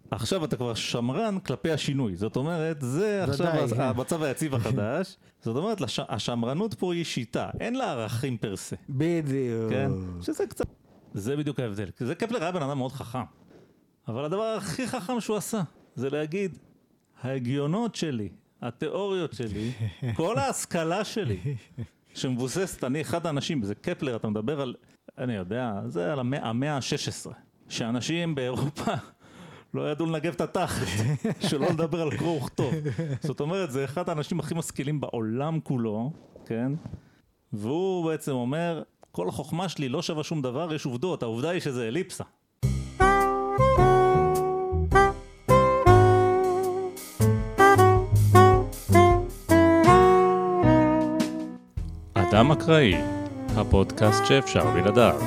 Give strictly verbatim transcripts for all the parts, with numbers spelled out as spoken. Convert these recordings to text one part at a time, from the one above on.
עכשיו אתה כבר שמרן כלפי השינוי, זאת אומרת, זה עכשיו המצב היציב החדש, זאת אומרת, השמרנות פה היא שיטה, אין לה ערכים פרסה. בדיוק. כן? שזה קצת, זה בדיוק ההבדל, זה קפלר היה בן אדם מאוד חכם, אבל הדבר הכי חכם שהוא עשה, זה להגיד, ההגיונות שלי, התיאוריות שלי, כל ההשכלה שלי, שמבוססת, אני אחד האנשים, זה קפלר, אתה מדבר על, אני יודע, זה על המאה, המאה ה-שש עשרה, שאנשים באירופה לא ידעו לנגב את התחת, שלא לדבר על קרוא וכתוב. זאת אומרת, זה אחד האנשים הכי משכילים בעולם כולו, כן? והוא בעצם אומר, כל החוכמה שלי לא שווה שום דבר, יש עובדות, העובדה היא שזה אליפסה. אדם אקראי, הפודקאסט שאפשר בלעדיו.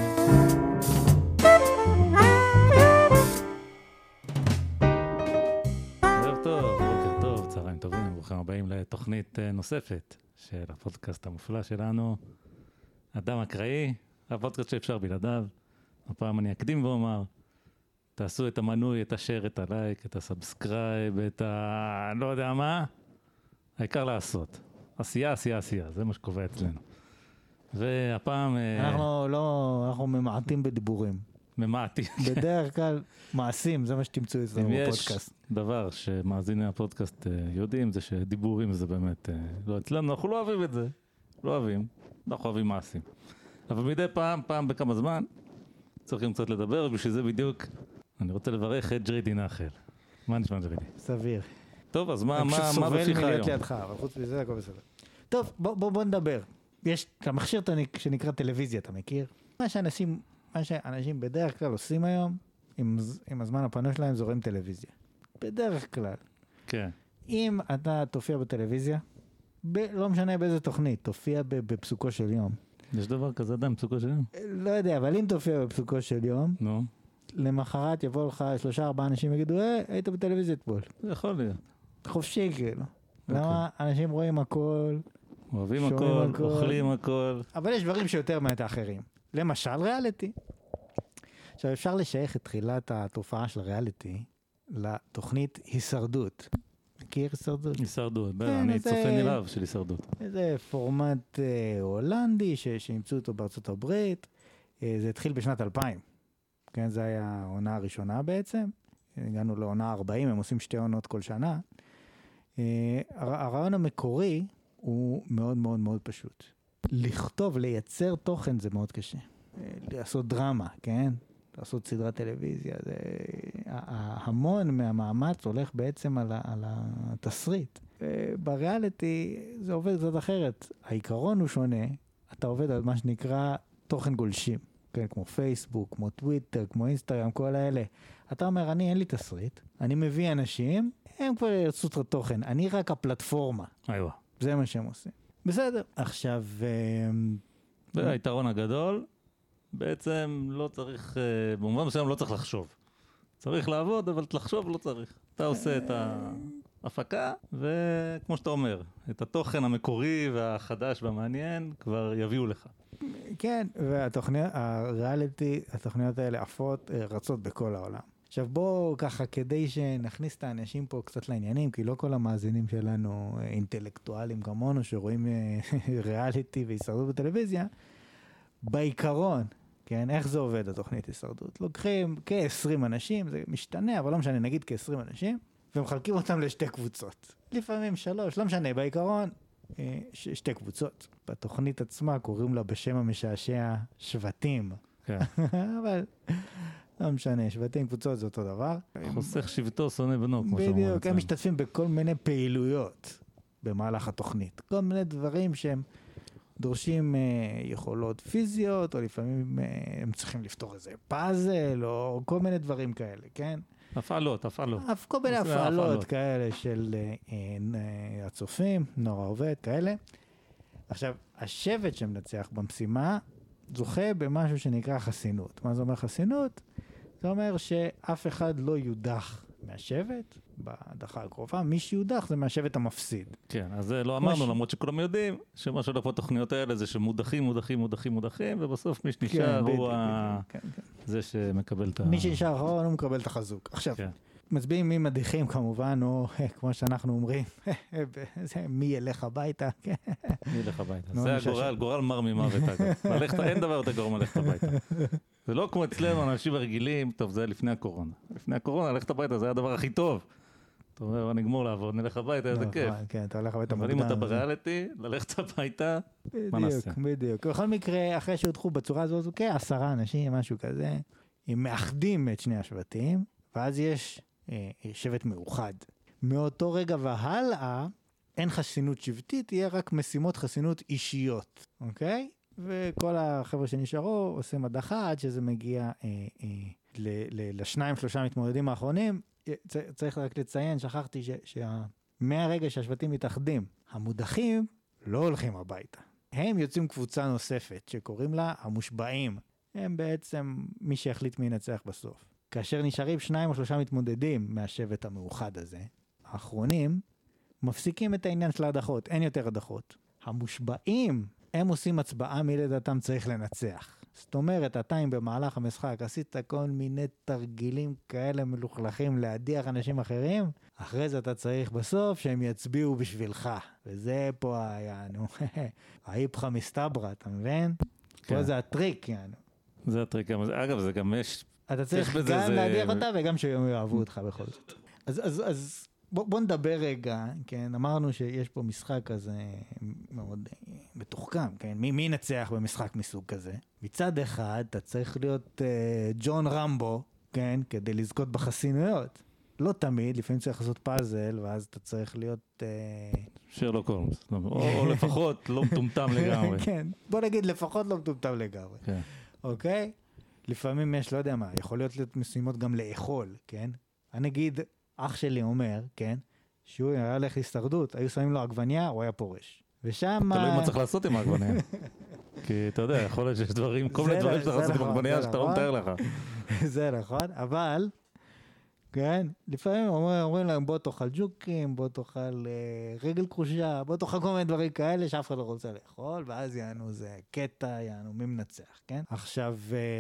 ערב טוב, בוקר טוב, צהריים טובים, ברוכים הבאים לתוכנית נוספת של הפודקאסט המופלא שלנו, אדם אקראי, הפודקאסט שאפשר בלעדיו. הפעם אני אקדים ואומר, תעשו את המנוי, את השאר, את הלייק, את הסאבסקרייב, את ה... לא יודע מה, העיקר לעשות. עשייה, עשייה, עשייה, זה מה שקובע אצלנו. והפעם... אנחנו לא, אנחנו ממעטים בדיבורים. ממעטים. בדרך כלל מעשים, זה מה שתמצאו אצלנו בפודקאסט. יש דבר שמאזיני הפודקאסט יודעים, זה שדיבורים זה באמת לא אצלנו, אנחנו לא אוהבים את זה. לא אוהבים, אנחנו אוהבים מעשים. אבל מדי פעם, פעם בכמה זמן, צריכים קצת לדבר, ובשביל זה בדיוק אני רוצה לברך את ג'רידי נחל. מה נשמע ג'רידי? סביר. טוב, אז מה, מה, מה סובל בפיך היום? מלהיות לידך, אבל חוץ מזה הכל בסדר. טוב, בוא, בוא, בוא נדבר. יש המכשיר שנקרא טלוויזיה, אתה מכיר? מה שאנשים, מה שאנשים בדרך כלל עושים היום, עם, עם הזמן הפנוי שלהם זורם טלוויזיה. בדרך כלל. כן. אם אתה תופיע בטלוויזיה, ב, לא משנה באיזה תוכנית, תופיע בפסוקו של יום. יש דבר כזה אדם, פסוקו של יום? לא יודע, אבל אם תופיע בפסוקו של יום, נו. למחרת יבוא לך שלושה ארבעה אנשים ויגידו, אה, היית בטלוויזיה אתמול. זה יכול להיות. חופשי כאילו. למה אנשים רואים הכל, אוהבים הכל, אוכלים הכל. אבל יש דברים שיותר מעט האחרים. למשל ריאליטי. עכשיו אפשר לשייך את תחילת התופעה של ריאליטי לתוכנית הישרדות. מכיר הישרדות? הישרדות, אני צופה נלהב של הישרדות. זה פורמט הולנדי שהמצאו אותו בארצות הברית. זה התחיל בשנת אלפיים. כן, זה היה העונה הראשונה בעצם. הגענו לעונה ארבעים, הם עושים שתי עונות כל שנה. הרעיון המקורי הוא מאוד מאוד מאוד פשוט. לכתוב, לייצר תוכן זה מאוד קשה. לעשות דרמה, כן? לעשות סדרת טלוויזיה. זה... המון מהמאמץ הולך בעצם על, ה... על התסריט. בריאליטי זה עובד קצת אחרת. העיקרון הוא שונה. אתה עובד על מה שנקרא תוכן גולשים. כן, כמו פייסבוק, כמו טוויטר, כמו אינסטגרם, כל האלה. אתה אומר, אני אין לי תסריט. אני מביא אנשים, הם כבר ירצו את התוכן. אני רק הפלטפורמה. איווה. זה מה שהם עושים. בסדר. עכשיו... והיתרון הגדול, בעצם לא צריך, במובן מסוים לא צריך לחשוב. צריך לעבוד, אבל לחשוב לא צריך. אתה עושה את ההפקה, וכמו שאתה אומר, את התוכן המקורי והחדש והמעניין כבר יביאו לך. כן, והתוכניות, הריאליטי, התוכניות האלה עפות, רצות בכל העולם. עכשיו בואו ככה, כדי שנכניס את האנשים פה קצת לעניינים, כי לא כל המאזינים שלנו אינטלקטואלים כמונו, שרואים ריאליטי והישרדות בטלוויזיה, בעיקרון, כן, איך זה עובד התוכנית הישרדות? לוקחים כ-עשרים אנשים, זה משתנה, אבל לא משנה, נגיד כ-עשרים אנשים, ומחלקים אותם לשתי קבוצות. לפעמים שלוש, לא משנה, בעיקרון, ש- שתי קבוצות. בתוכנית עצמה קוראים לה בשם המשעשע שבטים. כן. אבל... לא משנה, שבטים, קבוצות זה אותו דבר. חוסך שבטו, שונא בנו, כמו שאומרים. בדיוק, הם משתתפים בכל מיני פעילויות במהלך התוכנית. כל מיני דברים שהם דורשים אה, יכולות פיזיות, או לפעמים אה, הם צריכים לפתור איזה פאזל, או כל מיני דברים כאלה, כן? הפעלות, הפעלות. כל מיני הפעלות כאלה של אה, אה, הצופים, נורא עובד, כאלה. עכשיו, השבט שמנצח במשימה, זוכה במשהו שנקרא חסינות. מה זה אומר חסינות? זה אומר שאף אחד לא יודח מהשבט, בהדחה הקרובה, מי שיודח זה מהשבט המפסיד. כן, אז זה לא אמרנו, למרות שכולם יודעים, שמה שהולך בתוכניות האלה זה שמודחים, מודחים, מודחים, מודחים, ובסוף מי שנשאר הוא זה שמקבל את ה... מי שנשאר אחרון הוא מקבל את החזוק. עכשיו, מצביעים מי מדיחים כמובן, או כמו שאנחנו אומרים, מי ילך הביתה. מי ילך הביתה. זה הגורל, גורל מר ממוות אגב. אין דבר יותר גרוע מלכת הביתה. זה לא כמו אצלנו, אנשים הרגילים, טוב, זה לפני הקורונה. לפני הקורונה, ללכת הביתה, זה היה הדבר הכי טוב. אתה אומר, נגמור לעבוד, נלך הביתה, איזה כיף. כן, אתה הולך הביתה מוקדם. אבל אם אתה בריאליטי, ללכת הביתה, מה נעשה? בדיוק, בדיוק. בכל מקרה, אחרי שהודחו בצורה הזו, כן, עשרה אנשים, משהו כזה, הם מאחדים את שני השבטים, ואז יש שבט מאוחד. מאותו רגע והלאה, אין חסינות שבטית, יהיה רק משימות חסינות אישיות, אוקיי? וכל החבר'ה שנשארו עושים הדחה עד שזה מגיע אה, אה, ל- ל- לשניים, שלושה מתמודדים האחרונים. צ- צריך רק לציין, שכחתי ש- שה... מהרגע שהשבטים מתאחדים, המודחים לא הולכים הביתה. הם יוצאים קבוצה נוספת שקוראים לה המושבעים. הם בעצם מי שהחליט מי ינצח בסוף. כאשר נשארים שניים או שלושה מתמודדים מהשבט המאוחד הזה, האחרונים מפסיקים את העניין של ההדחות, אין יותר הדחות. המושבעים, הם עושים הצבעה מי לדעתם צריך לנצח. זאת אומרת, אתה אם במהלך המשחק עשית כל מיני תרגילים כאלה מלוכלכים להדיח אנשים אחרים, אחרי זה אתה צריך בסוף שהם יצביעו בשבילך. וזה פה היה, נו, האיפכא מסתברא, אתה מבין? כן. פה זה הטריק, יענו. זה הטריק, אגב, זה גם יש... אתה צריך גם זה... להדיח אותה וגם שהם יאהבו אותך בכל זאת. אז, אז, אז בוא, בוא נדבר רגע, כן? אמרנו שיש פה משחק כזה מאוד מתוחכם, כן? מי, מי ינצח במשחק מסוג כזה? מצד אחד, אתה צריך להיות uh, ג'ון רמבו, כן? כדי לזכות בחסינויות. לא תמיד, לפעמים צריך לעשות פאזל, ואז אתה צריך להיות... Uh... שרלוק הולמס, או, או לפחות לא מטומטם לגמרי. כן, בוא נגיד לפחות לא מטומטם לגמרי. כן. אוקיי? לפעמים יש, לא יודע מה, יכול להיות להיות משימות גם לאכול, כן? אני אגיד... אח שלי אומר, כן, שהוא היה הולך להסתרדות, היו שמים לו עגבניה, הוא היה פורש. ושם... תלוי מה צריך לעשות עם העגבניה. כי אתה יודע, יכול להיות שיש דברים, כל מיני דברים שצריך לעשות עם עגבניה שאתה לא מתאר לך. זה נכון, אבל, כן, לפעמים אומרים להם בוא תאכל ג'וקים, בוא תאכל רגל כרושה, בוא תאכל כל מיני דברים כאלה שאף אחד לא רוצה לאכול, ואז יענו זה קטע, יענו מי מנצח, כן? עכשיו,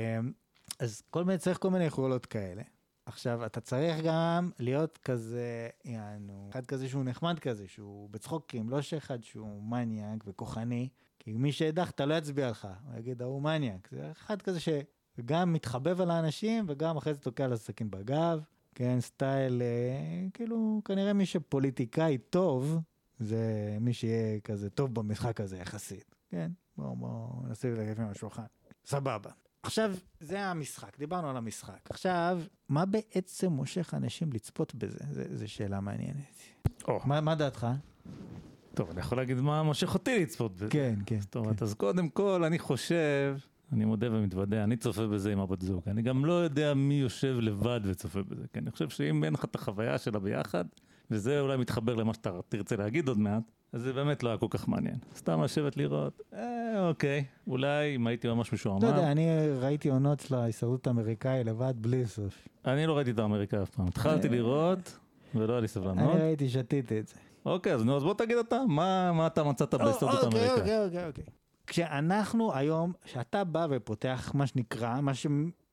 אז כל מיני, צריך כל מיני יכולות כאלה. עכשיו, אתה צריך גם להיות כזה, יענו, אחד כזה שהוא נחמד כזה, שהוא בצחוקים, לא שאחד שהוא מניאק וכוחני, כי מי שהדחת לא יצביע לך, הוא יגיד, הוא מניאק. זה אחד כזה שגם מתחבב על האנשים, וגם אחרי זה תוקע על הסכין בגב, כן, סטייל, אה, כאילו, כנראה מי שפוליטיקאי טוב, זה מי שיהיה כזה טוב במשחק הזה יחסית, כן? בואו, בואו, נשים לגבי מהשולחן. סבבה. עכשיו, זה המשחק, דיברנו על המשחק. עכשיו, מה בעצם מושך אנשים לצפות בזה? זו שאלה מעניינת. Oh. מה, מה דעתך? טוב, אני יכול להגיד מה מושך אותי לצפות בזה. כן, כן. זאת אומרת, כן. אז קודם כל, אני חושב, אני מודה ומתוודה, אני צופה בזה עם הבת זוג. אני גם לא יודע מי יושב לבד וצופה בזה. כי אני חושב שאם אין לך את החוויה שלה ביחד, וזה אולי מתחבר למה שאתה תרצה להגיד עוד מעט, אז זה באמת לא היה כל כך מעניין. סתם לשבת לראות, אה, אוקיי, אולי אם הייתי ממש משועמם. לא יודע, אני ראיתי עונות של ההסתדרות האמריקאי לבד בלי סוף. אני לא ראיתי את האמריקאי אף פעם. התחלתי לראות, ולא היה לי סבלנות. אני ראיתי, שתיתי את זה. אוקיי, אז בוא תגיד אתה, מה אתה מצאת בהסתדרות האמריקאי? אוקיי, אוקיי, אוקיי. כשאנחנו היום, שאתה בא ופותח מה שנקרא, מה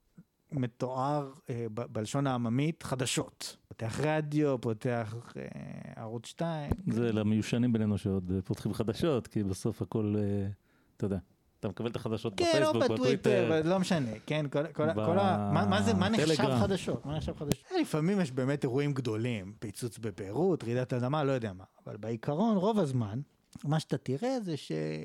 שמתואר בלשון העממית, חדשות. פותח רדיו, פותח אה, ערוץ שתיים. זה למיושנים בינינו שעוד פותחים חדשות, כי בסוף הכל, אה, אתה יודע, אתה מקבל את החדשות כן, בפייסבוק, בטוויטר, בטוויטר. לא משנה, כן, כל, כל, כל ה... מה, מה זה, מה נחשב חדשות? מה נחשב חדשות? לפעמים יש באמת אירועים גדולים, פיצוץ בביירות, רעידת אדמה, לא יודע מה, אבל בעיקרון, רוב הזמן, מה שאתה תראה זה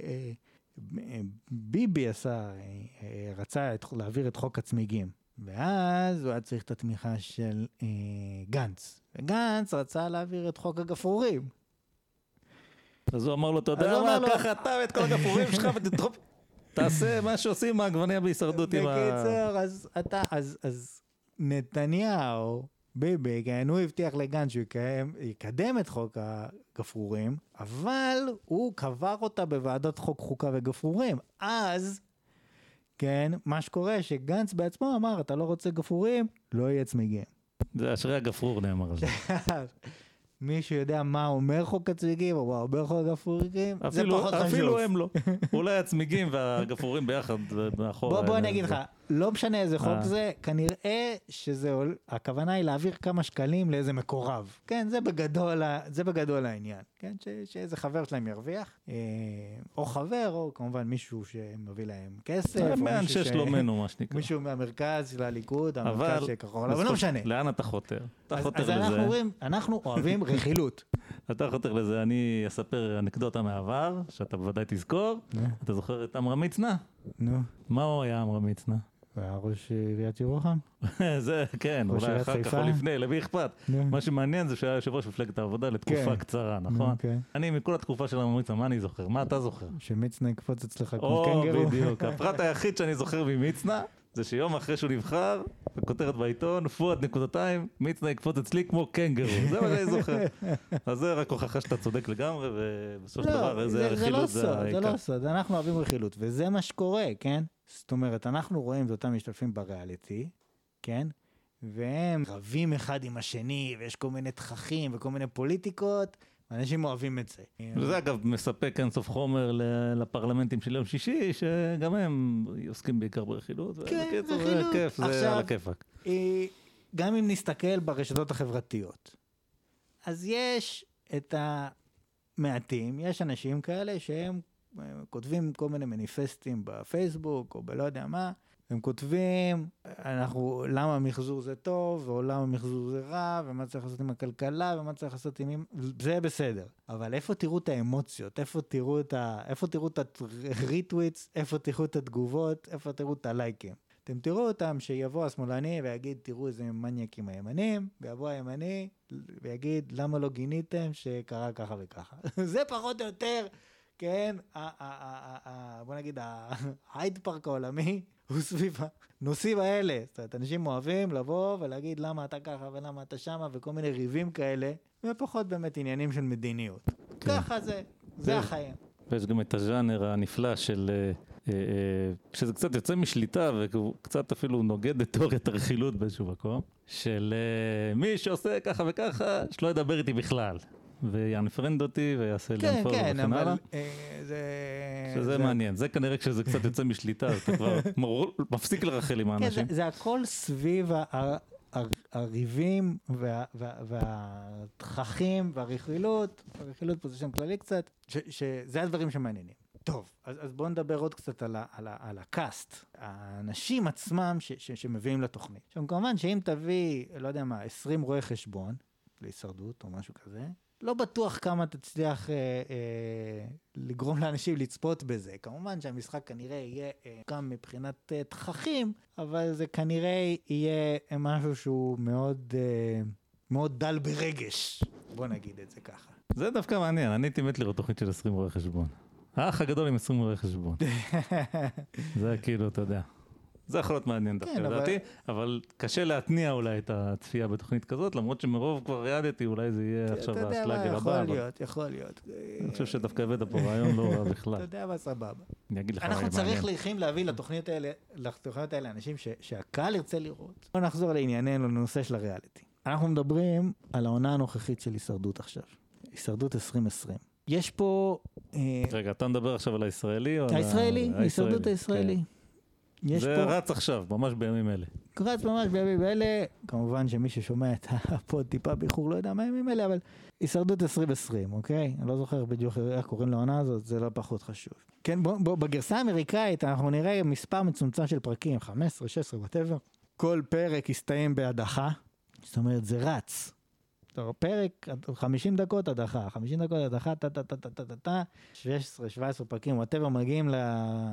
שביבי עשה, רצה להעביר את חוק הצמיגים. ואז הוא היה צריך את התמיכה של אה, גנץ. וגנץ רצה להעביר את חוק הגפרורים. אז הוא אמר לו, אתה יודע מה, ככה אתה ואת כל הגפרורים שלך ותדחוף, תעשה מה שעושים מהעגבניה בהישרדות עם ה... בקיצור, אז אתה, אז, אז נתניהו, ביבי, כן, הוא הבטיח לגנץ שהוא יקדם את חוק הגפרורים, אבל הוא קבר אותה בוועדת חוק חוקה וגפרורים. אז... כן, מה שקורה שגנץ בעצמו אמר, אתה לא רוצה גפרורים, לא יהיה צמיגים. זה אשרי הגפרור נאמר על זה. מישהו יודע מה אומר חוק הצמיגים, או מה אומר חוק הגפרורים, זה פחות חשוב. אפילו הם לא. אולי הצמיגים והגפרורים ביחד מאחור. בוא, בוא אני אגיד לך, לא משנה איזה חוק זה, כנראה שזה, הכוונה היא להעביר כמה שקלים לאיזה מקורב. כן, זה בגדול, זה בגדול העניין. כן, שאיזה חבר שלהם ירוויח, או חבר, או כמובן מישהו שמביא להם כסף. מאנשי שלומנו, מה שנקרא. מישהו מהמרכז של הליכוד, המרכז של כחול, אבל לא משנה. לאן אתה חותר? אתה חותר אז לזה. אנחנו אומרים, אנחנו אוהבים רכילות. אתה חותר לזה, אני אספר אנקדוטה מהעבר, שאתה בוודאי תזכור. אתה זוכר את עמרם מצנע? נו. מה הוא היה עמרם מצנע? הוא היה ראש עיריית ירוחם. זה, כן, אולי אחר כך או לפני, למי אכפת. מה שמעניין זה שהיה יושב ראש מפלגת העבודה לתקופה קצרה, נכון? אני מכל התקופה של עמרם מצנע, מה אני זוכר? מה אתה זוכר? שמצנע יקפוץ אצלך כמו קנגרו. או, בדיוק. הפרט היחיד שאני זוכר ממצנע, זה שיום אחרי שהוא נבחר, בכותרת בעיתון, פואד נקודתיים, מצנע יקפוץ אצלי כמו קנגרו. זה מה שאני זוכר. אז זה רק הוכחה שאתה צודק לגמרי, ובסופו של דבר, זה רכילות, זה העיקר. זה לא סוד, אנחנו אוהבים רכילות, וזה מה שקורה, כן? זאת אומרת, אנחנו רואים את אותם משתתפים בריאליטי, כן? והם רבים אחד עם השני, ויש כל מיני תככים וכל מיני פוליטיקות, אנשים אוהבים את זה. וזה אגב מספק אינסוף חומר לפרלמנטים של יום שישי, שגם הם עוסקים בעיקר ברכילות. כן, רכילות. כיף, זה על הכיפק. גם אם נסתכל ברשתות החברתיות, אז יש את המעטים, יש אנשים כאלה שהם כותבים כל מיני מניפסטים בפייסבוק, או בלא יודע מה, הם כותבים, אנחנו, למה מחזור זה טוב, או למה מחזור זה רע, ומה צריך לעשות עם הכלכלה, ומה צריך לעשות עם... זה בסדר. אבל איפה תראו את האמוציות? איפה תראו את ה... איפה תראו את הריטוויטס? איפה תראו את התגובות? איפה תראו את הלייקים? אתם תראו אותם שיבוא השמאלני ויגיד, תראו איזה מניאקים הימנים, ויבוא הימני ויגיד, למה לא גיניתם שקרה ככה וככה? זה פחות או יותר... כן, בוא נגיד, ההייד פארק העולמי הוא סביב הנושאים האלה. זאת אומרת, אנשים אוהבים לבוא ולהגיד למה אתה ככה ולמה אתה שמה, וכל מיני ריבים כאלה, ופחות באמת עניינים של מדיניות. ככה זה, זה החיים. ויש גם את הז'אנר הנפלא של, שזה קצת יוצא משליטה, והוא קצת אפילו נוגד את תיאוריית הרכילות באיזשהו מקום, של מי שעושה ככה וככה, שלא ידבר איתי בכלל. ויאנפרנד אותי ויעשה לי אנפור וכן הלאה. שזה מעניין. זה כנראה כשזה קצת יוצא משליטה, אתה כבר מפסיק לרחל עם האנשים. זה הכל סביב הריבים והתככים והרכילות, הרכילות פה זה שם כללי קצת, שזה הדברים שמעניינים. טוב, אז בואו נדבר עוד קצת על הקאסט, האנשים עצמם שמביאים לתוכנית. עכשיו כמובן שאם תביא, לא יודע מה, עשרים רואי חשבון, להישרדות או משהו כזה, לא בטוח כמה תצליח אה, אה, לגרום לאנשים לצפות בזה. כמובן שהמשחק כנראה יהיה אה, גם מבחינת אה, תככים, אבל זה כנראה יהיה משהו שהוא מאוד, אה, מאוד דל ברגש. בוא נגיד את זה ככה. זה דווקא מעניין. אני הייתי מת לראות תוכנית של עשרים רואי חשבון. האח הגדול עם עשרים רואי חשבון. זה כאילו, אתה יודע. זה יכול להיות מעניין דווקא, לדעתי, אבל קשה להתניע אולי את הצפייה בתוכנית כזאת, למרות שמרוב כבר ריאליטי, אולי זה יהיה עכשיו השלאגר הבא. יכול להיות, יכול להיות. אני חושב שדווקא הבאת פה רעיון לא רע בכלל. אתה יודע מה, סבבה. אני אגיד לך אנחנו צריכים להביא לתוכניות האלה, לתוכניות האלה אנשים שהקהל ירצה לראות. בוא נחזור לענייננו, לנושא של הריאליטי. אנחנו מדברים על העונה הנוכחית של הישרדות עכשיו. הישרדות עשרים עשרים. יש פה... רגע, אתה מדבר עכשיו על הישראלי? הישראלי, הישרדות הישראלי. זה פה... רץ עכשיו, ממש בימים אלה. רץ ממש בימים אלה, כמובן שמי ששומע את הפוד טיפה באיחור לא יודע מה ימים אלה, אבל הישרדות עשרים עשרים, אוקיי? אני לא זוכר בדיוק איך קוראים לעונה הזאת, זה לא פחות חשוב. כן, בוא, בוא, בגרסה האמריקאית אנחנו נראה מספר מצומצם של פרקים, חמש עשרה, שש עשרה, whatever. כל פרק יסתיים בהדחה, זאת אומרת זה רץ. טוב, פרק, חמישים דקות הדחה, חמישים דקות הדחה, טה טה טה טה טה טה טה, שש עשרה, שבע עשרה פרקים, whatever, מגיעים ל...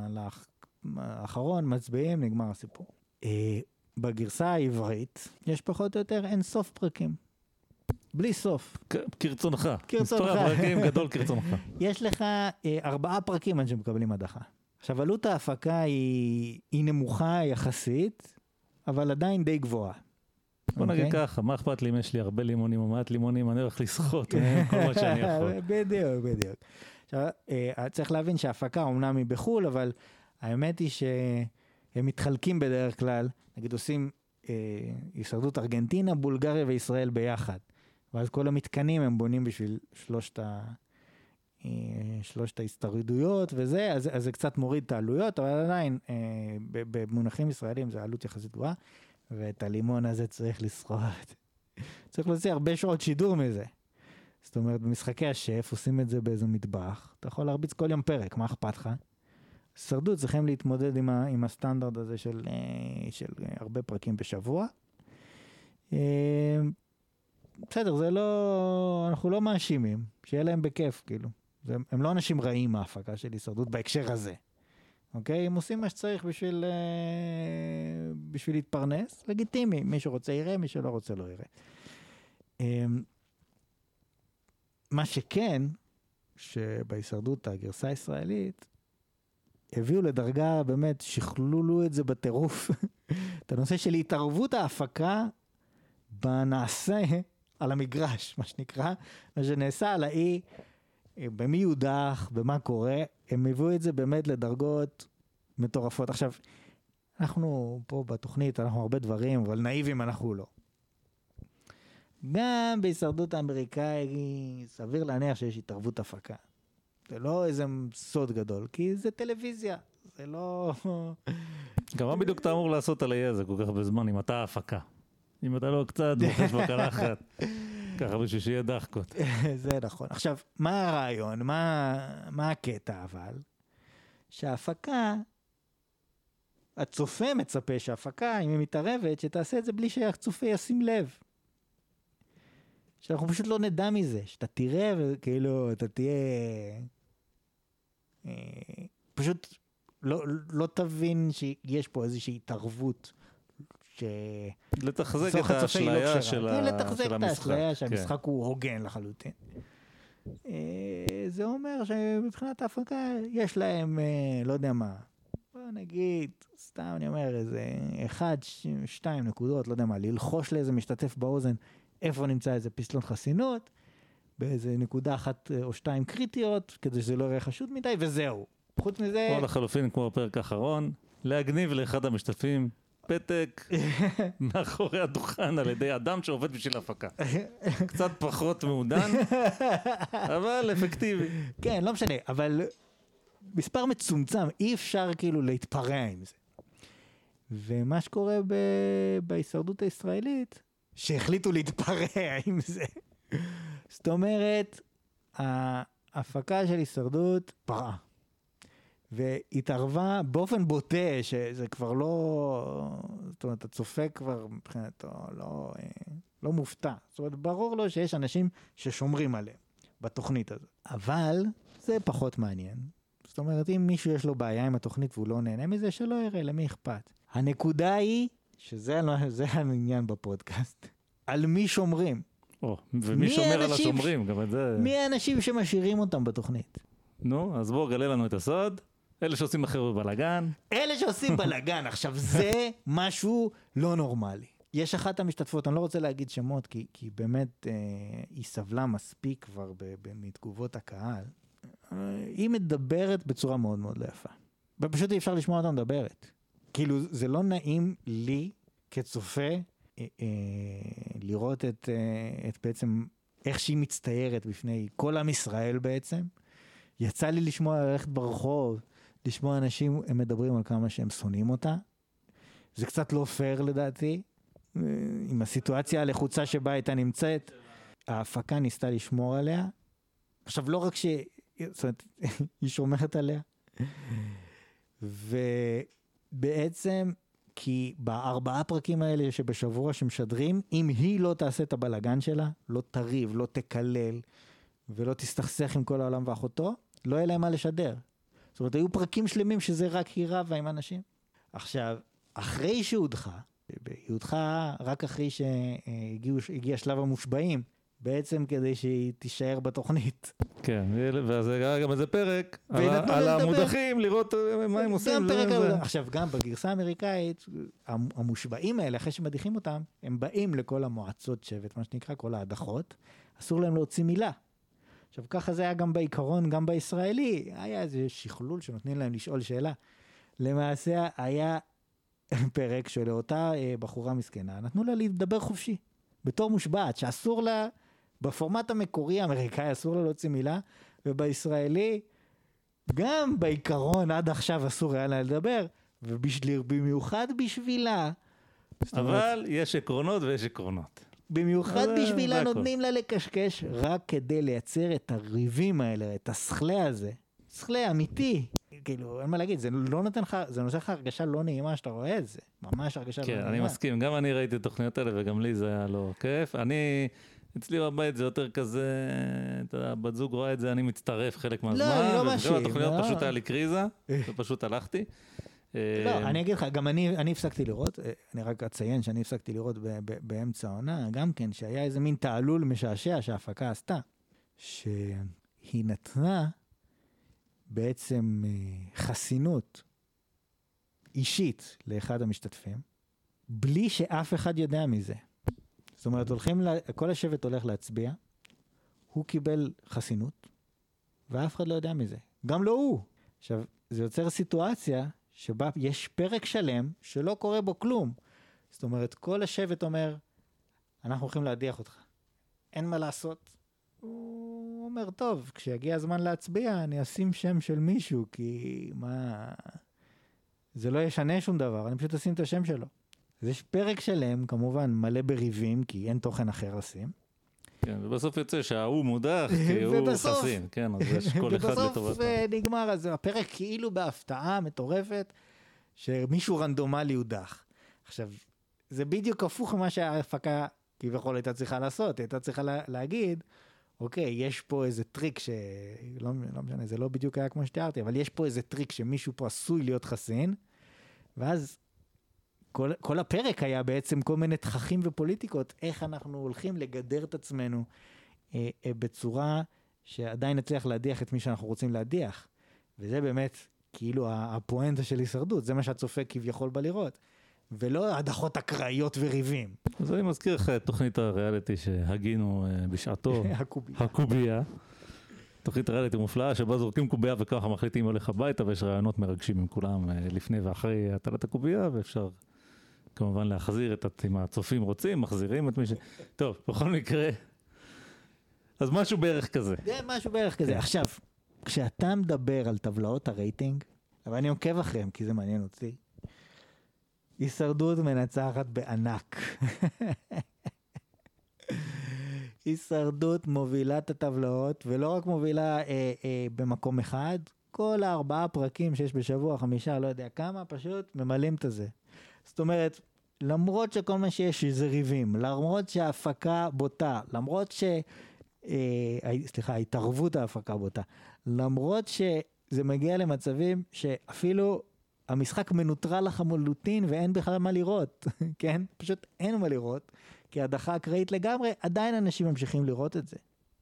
האחרון, מצביעים, נגמר הסיפור. בגרסה העברית, יש פחות או יותר אין סוף פרקים. בלי סוף. כרצונך. כרצונך. מספר הפרקים גדול כרצונך. יש לך ארבעה פרקים עד שמקבלים הדחה. עכשיו, עלות ההפקה היא, היא נמוכה יחסית, אבל עדיין די גבוהה. בוא נגיד ככה, מה אכפת לי אם יש לי הרבה לימונים או מעט לימונים, אני הולך לשחות, כל מה שאני יכול. בדיוק, בדיוק. עכשיו, צריך להבין שההפקה אומנם היא בחול, אבל האמת היא שהם מתחלקים בדרך כלל, נגיד עושים אה, הישרדות ארגנטינה, בולגריה וישראל ביחד. ואז כל המתקנים הם בונים בשביל שלושת ה... שלושת ההסתרידויות וזה, אז, אז זה קצת מוריד את העלויות, אבל עדיין, אה, במונחים ישראלים זה עלות יחסית גבוהה, ואת הלימון הזה צריך לשחות. צריך להוציא הרבה שעות שידור מזה. זאת אומרת, במשחקי השף עושים את זה באיזה מטבח, אתה יכול להרביץ כל יום פרק, מה אכפת לך? שרדות צריכים להתמודד עם, ה, עם הסטנדרט הזה של, של הרבה פרקים בשבוע. בסדר, זה לא, אנחנו לא מאשימים, שיהיה להם בכיף, כאילו. זה, הם לא אנשים רעים מההפקה של הישרדות בהקשר הזה. אוקיי? הם עושים מה שצריך בשביל, בשביל להתפרנס, לגיטימי. מי שרוצה יראה, מי שלא רוצה לא יראה. מה שכן, שבהישרדות הגרסה הישראלית, הביאו לדרגה, באמת, שכלולו את זה בטירוף. את הנושא של התערבות ההפקה בנעשה על המגרש, מה שנקרא, מה שנעשה על האי, במי יודח, במה קורה, הם הביאו את זה באמת לדרגות מטורפות. עכשיו, אנחנו פה בתוכנית, אנחנו הרבה דברים, אבל נאיבים אנחנו לא. גם בהישרדות האמריקאי, סביר להניח שיש התערבות הפקה. זה לא איזה סוד גדול, כי זה טלוויזיה, זה לא... גם מה בדיוק אתה אמור לעשות על היזה כל כך בזמן, אם אתה ההפקה? אם אתה לא קצת מוחש בקלחת, ככה בשביל שיהיה דחקות. זה נכון. עכשיו, מה הרעיון? מה, מה הקטע אבל? שההפקה, הצופה מצפה שההפקה, אם היא מתערבת, שתעשה את זה בלי שהצופה ישים לב. שאנחנו פשוט לא נדע מזה, שאתה תראה וכאילו אתה תהיה... פשוט לא, לא תבין שיש פה איזושהי התערבות ש... לתחזק את האשליה של המשחק. לתחזק את האשליה שהמשחק הוא הוגן לחלוטין. זה אומר שמבחינת ההפקה יש להם, לא יודע מה, בוא נגיד, סתם אני אומר, איזה אחד, שתיים נקודות, לא יודע מה, ללחוש לאיזה משתתף באוזן, איפה נמצא איזה פסלון חסינות, באיזה נקודה אחת או שתיים קריטיות, כדי שזה לא יראה חשוד מדי, וזהו. חוץ מזה... או לחלופין, כמו הפרק האחרון, להגניב לאחד המשתתפים פתק מאחורי הדוכן על ידי אדם שעובד בשביל הפקה. קצת פחות מעודן, אבל אפקטיבי. כן, לא משנה, אבל מספר מצומצם, אי אפשר כאילו להתפרע עם זה. ומה שקורה ב- בהישרדות הישראלית, שהחליטו להתפרע עם זה. זאת אומרת, ההפקה של הישרדות פרעה. והתערבה באופן בוטה, שזה כבר לא, זאת אומרת, הצופה כבר מבחינתו לא, לא מופתע. זאת אומרת, ברור לו שיש אנשים ששומרים עליהם בתוכנית הזאת. אבל זה פחות מעניין. זאת אומרת, אם מישהו יש לו בעיה עם התוכנית והוא לא נהנה מזה, שלא יראה, למי אכפת. הנקודה היא, שזה זה העניין בפודקאסט, על מי שומרים. או, ומי שומר על השומרים, גם את זה... מי האנשים שמשאירים אותם בתוכנית? נו, אז בואו גלה לנו את הסוד. אלה שעושים אחר בלגן. אלה שעושים בלגן. עכשיו, זה משהו לא נורמלי. יש אחת המשתתפות, אני לא רוצה להגיד שמות, כי, כי באמת אה, היא סבלה מספיק כבר ב, ב, מתגובות הקהל. אה, היא מדברת בצורה מאוד מאוד לא יפה. ופשוט אי אפשר לשמוע אותה מדברת. כאילו, זה לא נעים לי כצופה אה, אה, לראות את, אה, את בעצם איך שהיא מצטיירת בפני כל עם ישראל בעצם. יצא לי לשמוע ללכת ברחוב, לשמוע אנשים, הם מדברים על כמה שהם שונאים אותה. זה קצת לא פייר לדעתי, עם הסיטואציה הלחוצה שבה הייתה נמצאת. ההפקה ניסתה לשמור עליה. עכשיו, לא רק ש... זאת אומרת, היא שומרת עליה. ובעצם, כי בארבעה פרקים האלה שבשבוע שמשדרים, אם היא לא תעשה את הבלגן שלה, לא תריב, לא תקלל, ולא תסתכסך עם כל העולם ואחותו, לא יהיה להם מה לשדר. זאת אומרת, היו פרקים שלמים שזה רק היא רבה עם אנשים. עכשיו, אחרי שהודחה, היא הודחה רק אחרי שהגיע שלב המושבעים, בעצם כדי שהיא תישאר בתוכנית. כן, ואז היה גם איזה פרק על המודחים, לראות מה הם עושים. עכשיו, גם בגרסה האמריקאית, המושבעים האלה, אחרי שמדיחים אותם, הם באים לכל המועצות שבט, מה שנקרא, כל ההדחות, אסור להם להוציא מילה. עכשיו, ככה זה היה גם בעיקרון, גם בישראלי, היה איזה שכלול שנותנים להם לשאול שאלה. למעשה, היה פרק שלאותה בחורה מסכנה, נתנו לה לדבר חופשי, בתור מושבעת, שאסור לה בפורמט המקורי האמריקאי אסור לו להוציא מילה, ובישראלי, גם בעיקרון עד עכשיו אסור היה לה לדבר, ובמיוחד בשבילה. אבל יש עקרונות ויש עקרונות. במיוחד בשבילה נותנים לה לקשקש, רק כדי לייצר את הריבים האלה, את השכלה הזה. שכלה אמיתי. כאילו, אין מה להגיד, זה לא נותן לך, זה נותן לך הרגשה לא נעימה שאתה רואה את זה. ממש הרגשה לא נעימה. כן, אני מסכים. גם אני ראיתי את התוכניות האלה, וגם לי זה היה לא כיף. אני, אצלי בבית זה יותר כזה, אתה יודע, בת זוג רואה את זה, אני מצטרף חלק מהזמן. לא, אני לא מאשים. וגם התוכניות פשוט היה לי קריזה, ופשוט הלכתי. לא, אני אגיד לך, גם אני, אני הפסקתי לראות, אני רק אציין שאני הפסקתי לראות באמצע העונה, גם כן, שהיה איזה מין תעלול משעשע שההפקה עשתה, שהיא נתנה בעצם חסינות אישית לאחד המשתתפים, בלי שאף אחד יודע מזה. זאת אומרת, הולכים, כל השבט הולך להצביע, הוא קיבל חסינות, ואף אחד לא יודע מזה. גם לא הוא. עכשיו, זה יוצר סיטואציה שבה יש פרק שלם שלא קורה בו כלום. זאת אומרת, כל השבט אומר, אנחנו הולכים להדיח אותך. אין מה לעשות. הוא אומר, טוב, כשיגיע הזמן להצביע, אני אשים שם של מישהו, כי מה... זה לא ישנה שום דבר, אני פשוט אשים את השם שלו. אז יש פרק שלם, כמובן, מלא בריבים, כי אין תוכן אחר לשים. כן, ובסוף יוצא שההוא מודח, כי הוא חסין. כן, אז יש כל אחד לטובתו. ובסוף נגמר, אז הפרק כאילו בהפתעה מטורפת, שמישהו רנדומלי יודח. עכשיו, זה בדיוק הפוך ממה שההפקה כביכול הייתה צריכה לעשות, הייתה צריכה לה, להגיד, אוקיי, יש פה איזה טריק ש... לא, לא משנה, זה לא בדיוק היה כמו שתיארתי, אבל יש פה איזה טריק שמישהו פה עשוי להיות חסין, ואז כל, כל הפרק היה בעצם כל מיני תככים ופוליטיקות, איך אנחנו הולכים לגדר את עצמנו אה, אה, בצורה שעדיין נצליח להדיח את מי שאנחנו רוצים להדיח. וזה באמת כאילו הפואנטה של הישרדות, זה מה שהצופה כביכול בא לראות. ולא הדחות אקראיות וריבים. אז אני מזכיר לך את תוכנית הריאליטי שהגינו בשעתו, הקוביה. תוכנית הריאליטי מופלאה, שבה זורקים קוביה וככה מחליטים הולך הביתה, ויש רעיונות מרגשים עם כולם לפני ואחרי הטלת הקוביה, ואפשר כמובן להחזיר את, אם הצופים רוצים, מחזירים את מי ש... טוב, בכל מקרה, אז משהו בערך כזה. זה משהו בערך כזה. עכשיו, כשאתה מדבר על טבלאות הרייטינג, אבל אני עוקב אחריהם, כי זה מעניין אותי, הישרדות מנצחת בענק. הישרדות מובילה את הטבלאות, ולא רק מובילה אה, אה, במקום אחד, כל הארבעה פרקים שיש בשבוע, חמישה, לא יודע כמה, פשוט ממלאים את זה. זאת אומרת, למרות שכל מה שיש זה ריבים, למרות שההפקה בוטה, למרות ש... אה, סליחה, ההתערבות ההפקה בוטה, למרות שזה מגיע למצבים שאפילו המשחק מנוטרל לחמולוטין ואין בכלל מה לראות, כן? פשוט אין מה לראות, כי הדחה אקראית לגמרי, עדיין אנשים ממשיכים לראות את זה.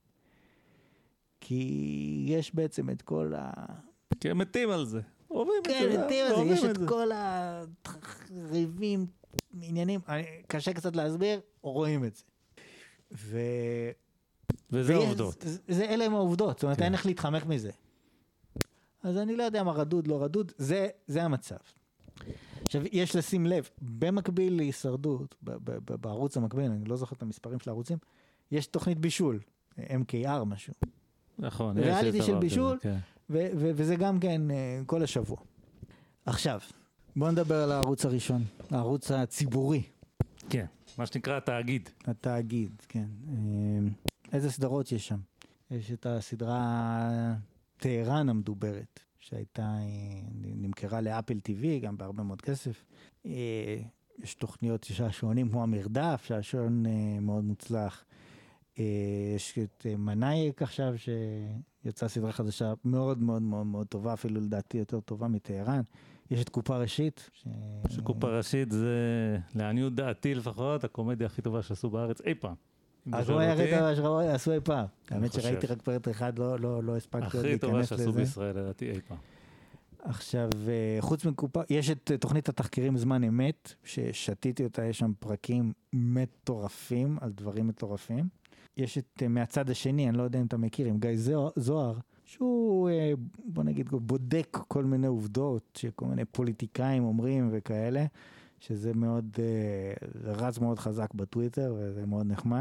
כי יש בעצם את כל ה... כי הם מתים על זה. אוהבים את זה. כן, מתים על זה. יש את כל הריבים, עניינים, קשה קצת להסביר, רואים את זה. ו... וזה העובדות. אלה הם העובדות, זאת אומרת, אין איך להתחמק מזה. אז אני לא יודע מה רדוד, לא רדוד, זה, זה המצב. עכשיו, יש לשים לב, במקביל להישרדות, בערוץ המקביל, אני לא זוכר את המספרים של הערוצים, יש תוכנית בישול, אם קיי אר משהו. נכון. ריאליטי של בישול, וזה גם כן כל השבוע. עכשיו, בואו נדבר על הערוץ הראשון, הערוץ הציבורי. כן, מה שנקרא התאגיד. התאגיד, כן. איזה סדרות יש שם? יש את הסדרה טהרן המדוברת, שהייתה, נמכרה לאפל טיווי, גם בהרבה מאוד כסף. יש תוכניות שעשועונים כמו המרדף, שעשועון מאוד מוצלח. יש את מנאייק עכשיו, שיצאה סדרה חדשה מאוד מאוד מאוד מאוד טובה, אפילו לדעתי יותר טובה מטהרן. יש את קופה ראשית. ש... שקופה ראשית זה, לעניות דעתי לפחות, הקומדיה הכי טובה שעשו בארץ אי פעם. הקומדיה הכי טובה שעשו אי פעם. האמת שראיתי רק פרק אחד, לא, לא, לא הספקתי עוד להיכנס לזה. הכי טובה שעשו בישראל, לדעתי אי פעם. עכשיו, חוץ מקופה, יש את תוכנית התחקירים זמן אמת, ששתיתי אותה, יש שם פרקים מטורפים, על דברים מטורפים. יש את מהצד השני, אני לא יודע אם אתה מכיר, עם גיא זוהר, שהוא, בוא נגיד, בודק כל מיני עובדות, שכל מיני פוליטיקאים אומרים וכאלה, שזה מאוד, רץ מאוד חזק בטוויטר, וזה מאוד נחמד.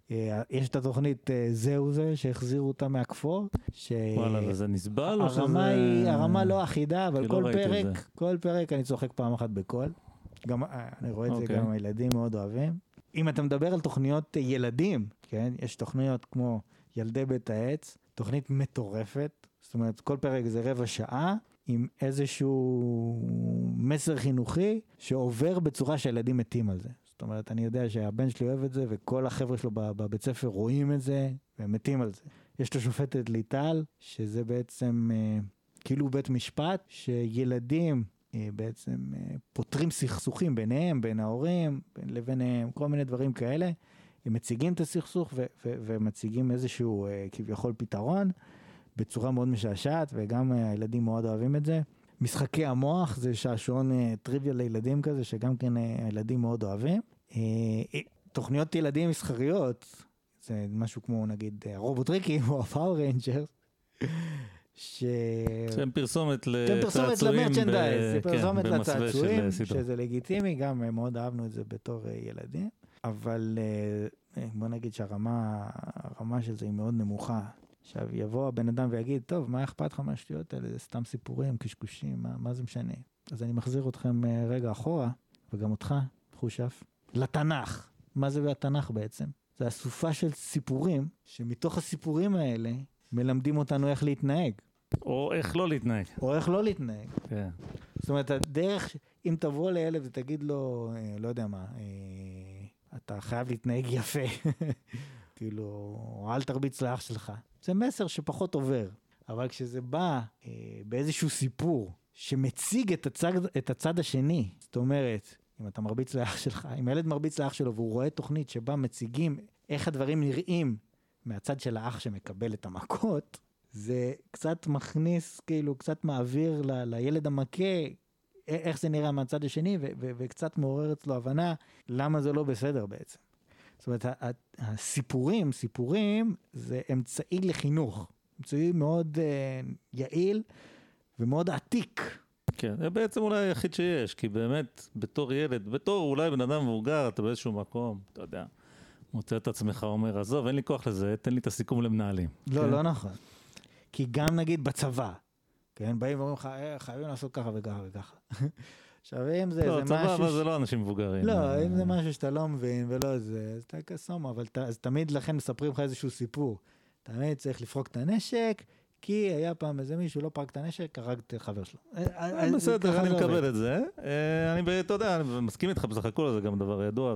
יש את התוכנית זהו זה, שהחזירו אותה מהכפור. וואלה, וזה נסבל או שזה... הרמה לא אחידה, אבל כל פרק, כל פרק אני צוחק פעם אחת בקול. גם, אני רואה את זה גם הילדים מאוד אוהבים. אם אתה מדבר על תוכניות ילדים, כן? יש תוכניות כמו ילדי בית העץ, תוכנית מטורפת, זאת אומרת, כל פרק זה רבע שעה, עם איזשהו מסר חינוכי שעובר בצורה שהילדים מתים על זה. זאת אומרת, אני יודע שהבן שלי אוהב את זה, וכל החבר'ה שלו בבית ספר רואים את זה, והם מתים על זה. יש את השופטת ליטל, שזה בעצם אה, כאילו בית משפט, שילדים אה, בעצם אה, פותרים סכסוכים ביניהם, בין ההורים, בין לביניהם, כל מיני דברים כאלה. הם מציגים את הסכסוך ו- ו- ומציגים איזשהו אה, כביכול פתרון, בצורה מאוד משעשעת, וגם אה, הילדים מאוד אוהבים את זה. משחקי המוח, זה שעשועון אה, טריוויה לילדים כזה, שגם כן אה, הילדים מאוד אוהבים. אה, אה, תוכניות ילדים מסחריות, זה משהו כמו נגיד הרובוטריקים או הפאור ריינג'רס, ש... שהם פרסומת לצעצועים, פרסומת למרצ'נדייז, זה ב... פרסומת כן, לצעצועים, שזה לגיטימי, גם מאוד אהבנו את זה בתור אה, ילדים, אבל אה, בוא נגיד שהרמה הרמה של זה היא מאוד נמוכה. עכשיו יבוא הבן אדם ויגיד, טוב, מה אכפת לך מהשטויות האלה? זה סתם סיפורים, קשקושים, מה, מה זה משנה? אז אני מחזיר אתכם רגע אחורה, וגם אותך, חושף, לתנ"ך. מה זה התנ"ך בעצם? זה אסופה של סיפורים, שמתוך הסיפורים האלה, מלמדים אותנו איך להתנהג. או איך לא להתנהג. או איך לא להתנהג. כן. זאת אומרת, הדרך, אם תבוא לילד ותגיד לו, לא יודע מה, אתה חייב להתנהג יפה. כאילו, אל תרביץ לאח שלך. זה מסר שפחות עובר. אבל כשזה בא אה, באיזשהו סיפור שמציג את הצד, את הצד השני, זאת אומרת, אם אתה מרביץ לאח שלך, אם ילד מרביץ לאח שלו והוא רואה תוכנית שבה מציגים איך הדברים נראים מהצד של האח שמקבל את המכות, זה קצת מכניס, כאילו, קצת מעביר ל, לילד המכה, איך זה נראה מהצד השני, ו- ו- וקצת מעורר אצלו הבנה למה זה לא בסדר בעצם. זאת אומרת, הסיפורים, סיפורים זה אמצעי לחינוך, אמצעי מאוד uh, יעיל ומאוד עתיק. כן, זה בעצם אולי היחיד שיש, כי באמת, בתור ילד, בתור אולי בן אדם מבוגר, אתה באיזשהו מקום, אתה יודע, מוצא את עצמך, אומר, עזוב, אין לי כוח לזה, תן לי את הסיכום למנהלים. לא, כן? לא נכון. כי גם נגיד בצבא, כן, באים ואומרים לך, חייבים לעשות ככה וככה וככה. עכשיו, אם זה, לא, זה צבא, משהו... אבל זה לא אנשים מבוגרים. לא, אם זה משהו שאתה לא מבין ולא זה, אז אתה קסום, אבל ת, אז תמיד לכן מספרים לך איזשהו סיפור. תמיד צריך לפרוק את הנשק, כי היה פעם איזה מישהו לא פרק את הנשק, הרג את חבר שלו. בסדר, אני מקבל את זה. אני, אתה יודע, אני מסכים איתך בסך הכל, זה גם דבר ידוע,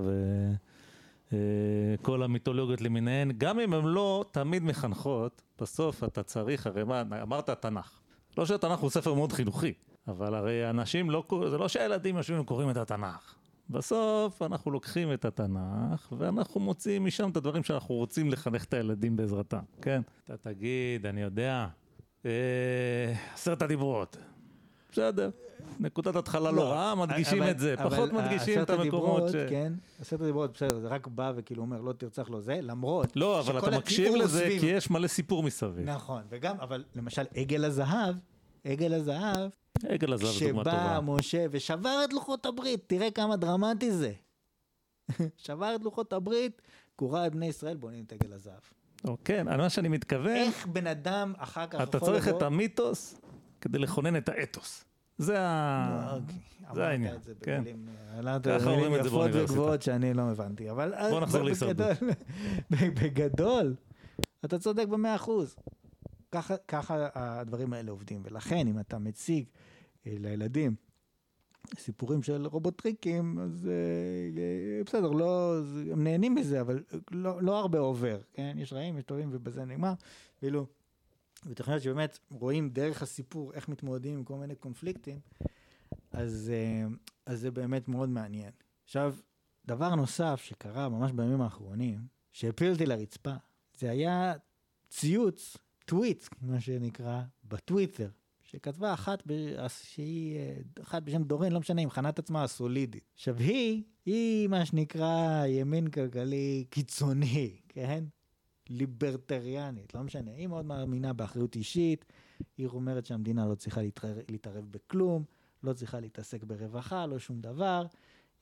וכל המיתולוגיות למיניהן, גם אם הן לא תמיד מחנכות, בסוף אתה צריך, הרי מה, אמרת התנ"ך. לא שהתנ"ך הוא ספר מאוד חינוכי. אבל הרי אנשים לא, זה לא שהילדים יושבים וקוראים את התנ"ך. בסוף אנחנו לוקחים את התנ"ך, ואנחנו מוצאים משם את הדברים שאנחנו רוצים לחנך את הילדים בעזרתם, כן? אתה תגיד, אני יודע, אה, עשרת הדיברות. בסדר, נקודת התחלה לא רעה, מדגישים את זה, פחות מדגישים את המקומות ש... כן, עשרת הדיברות, בסדר, זה רק בא וכאילו אומר, לא תרצח לו זה, למרות... לא, אבל אתה מקשיב לזה, כי יש מלא סיפור מסביב. נכון, וגם, אבל למשל, עגל הזהב, עגל הזהב, עגל הזהב זו דוגמה טובה. שבא משה ושבר את לוחות הברית, תראה כמה דרמטי זה. שבר את לוחות הברית, קורא את בני ישראל, בונים את עגל הזהב. כן, על מה שאני מתכוון... איך בן אדם אחר כך... אתה צריך את המיתוס כדי לכונן את האתוס. זה העניין. כן. ככה אומרים את זה באוניברסיטה. וגבוהות שאני לא הבנתי. בוא נחזור להישרדות. בגדול, אתה צודק במאה אחוז. ככה, ככה הדברים האלה עובדים, ולכן אם אתה מציג לילדים סיפורים של רובוטריקים, אז בסדר, לא, הם נהנים מזה, אבל לא, לא הרבה עובר, כן? יש רעים, יש טובים, ובזה נגמר, ואילו, בתוכניות שבאמת רואים דרך הסיפור איך מתמודדים עם כל מיני קונפליקטים, אז, אז זה באמת מאוד מעניין. עכשיו, דבר נוסף שקרה ממש בימים האחרונים, שהפיל אותי לרצפה, זה היה ציוץ, טוויט, מה שנקרא, בטוויטר, שכתבה אחת, ב... שהיא, אחת בשם דורין, לא משנה, היא מכנה את עצמה הסולידית. עכשיו היא, היא מה שנקרא ימין כלכלי קיצוני, כן? ליברטריאנית, לא משנה. היא מאוד מאמינה באחריות אישית, היא אומרת שהמדינה לא צריכה להתערב, להתערב בכלום, לא צריכה להתעסק ברווחה, לא שום דבר.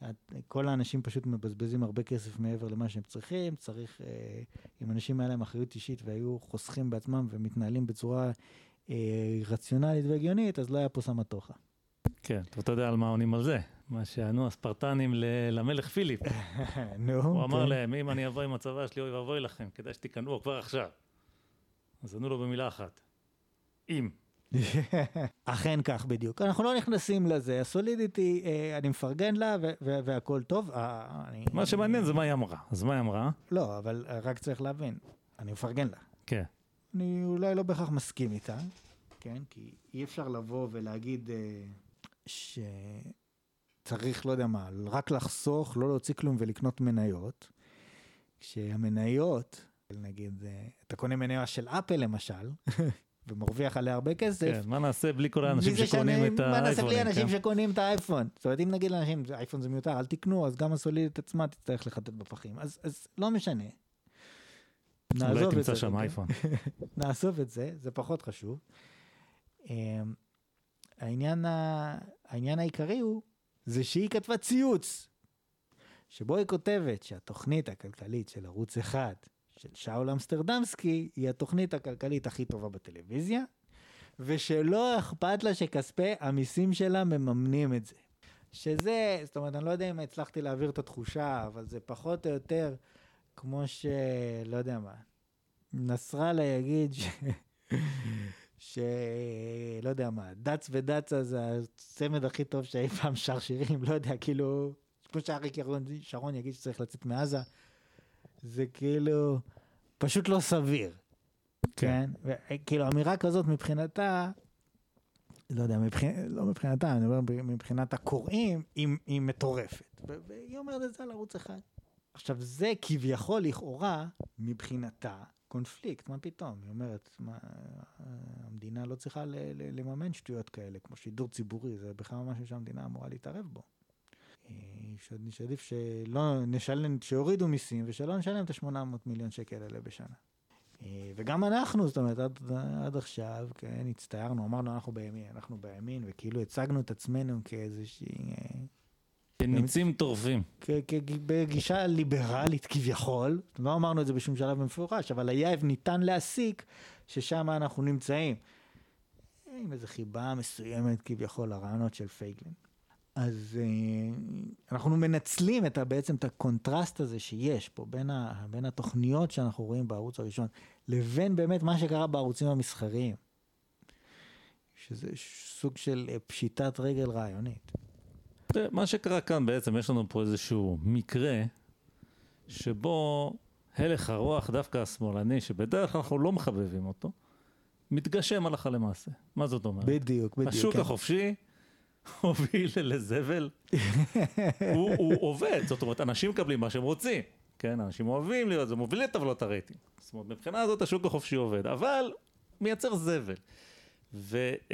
כל האנשים פשוט מבזבזים הרבה כסף מעבר למה שהם צריכים, צריך, אם אנשים היה להם אחריות אישית והיו חוסכים בעצמם ומתנהלים בצורה רציונלית והגיונית, אז לא היה פה סמטוחה. כן, אתה יודע על מה עונים על זה, מה שענו הספרטנים למלך פיליפ. נו, הוא אמר להם, אם אני אבוא עם הצבא שלי, אוי ואבוי לכם, כדאי שתיכנעו כבר עכשיו. אז ענו לו במילה אחת, אם. אכן כך בדיוק. אנחנו לא נכנסים לזה, הסולידיטי, אני מפרגן לה והכל טוב. מה שמעניין זה מה היא אמרה. אז מה היא אמרה? לא, אבל רק צריך להבין, אני מפרגן לה. כן. אני אולי לא בהכרח מסכים איתה, כן? כי אי אפשר לבוא ולהגיד שצריך, לא יודע מה, רק לחסוך, לא להוציא כלום ולקנות מניות, כשהמניות, נגיד, אתה קונה מניה של אפל למשל, ומרוויח עליה הרבה כסף. כן, מה נעשה בלי כל האנשים שקונים את האייפונים? מה נעשה בלי אנשים שקונים את האייפון? זאת אומרת, אם נגיד לאנשים, האייפון זה מיותר, אל תקנו, אז גם הסולידית עצמה תצטרך לחטט בפחים. אז, אז לא משנה. אולי תמצא שם אייפון. נעזוב את זה, זה פחות חשוב. העניין, העניין העיקרי הוא, זה שהיא כתבה ציוץ, שבו היא כותבת שהתוכנית הכלכלית של ערוץ אחד, של שאול אמסטרדמסקי, היא התוכנית הכלכלית הכי טובה בטלוויזיה, ושלא אכפת לה שכספי המיסים שלה מממנים את זה. שזה, זאת אומרת, אני לא יודע אם הצלחתי להעביר את התחושה, אבל זה פחות או יותר כמו ש... לא יודע מה, נסראללה יגיד ש... ש... לא יודע מה, דץ ודצה זה הצמד הכי טוב שאי פעם שר שירים, לא יודע, כאילו, כמו שאריק שרון יגיד שצריך לצאת מעזה, זה כאילו פשוט לא סביר, כן? וכאילו אמירה כזאת מבחינתה, לא יודע, לא מבחינתה, אני אומר מבחינת הקוראים, היא מטורפת. והיא אומרת את זה על ערוץ אחד. עכשיו זה כביכול לכאורה מבחינתה קונפליקט, מה פתאום? היא אומרת, המדינה לא צריכה לממן שטויות כאלה, כמו שידור ציבורי, זה בכלל משהו שהמדינה אמורה להתערב בו. שעדיף שלא נשלם, שיורידו מיסים ושלא נשלם את ה-שמונה מאות מיליון שקל האלה בשנה. וגם אנחנו, זאת אומרת, עד, עד עכשיו, כן, הצטערנו, אמרנו אנחנו בימין, אנחנו בימין, וכאילו הצגנו את עצמנו כאיזושהי... כניצים טורפים. בגישה ליברלית כביכול, לא אמרנו את זה בשום שלב במפורש, אבל היה ניתן להסיק ששם אנחנו נמצאים. עם איזו חיבה מסוימת כביכול לרעיונות של פייגלין. אז אנחנו מנצלים את, בעצם את הקונטרסט הזה שיש פה בין, ה, בין התוכניות שאנחנו רואים בערוץ הראשון, לבין באמת מה שקרה בערוצים המסחריים, שזה סוג של פשיטת רגל רעיונית. מה שקרה כאן בעצם, יש לנו פה איזשהו מקרה, שבו הלך הרוח דווקא השמאלני, שבדרך כלל אנחנו לא מחבבים אותו, מתגשם הלכה למעשה. מה זאת אומרת? בדיוק, בדיוק. השוק כן. החופשי, הוביל לזבל, הוא, הוא עובד, זאת אומרת, אנשים מקבלים מה שהם רוצים, כן, אנשים אוהבים להיות, זה מוביל לטבלות הרייטינג, זאת אומרת, מבחינה הזאת השוק החופשי עובד, אבל מייצר זבל, ו, אה,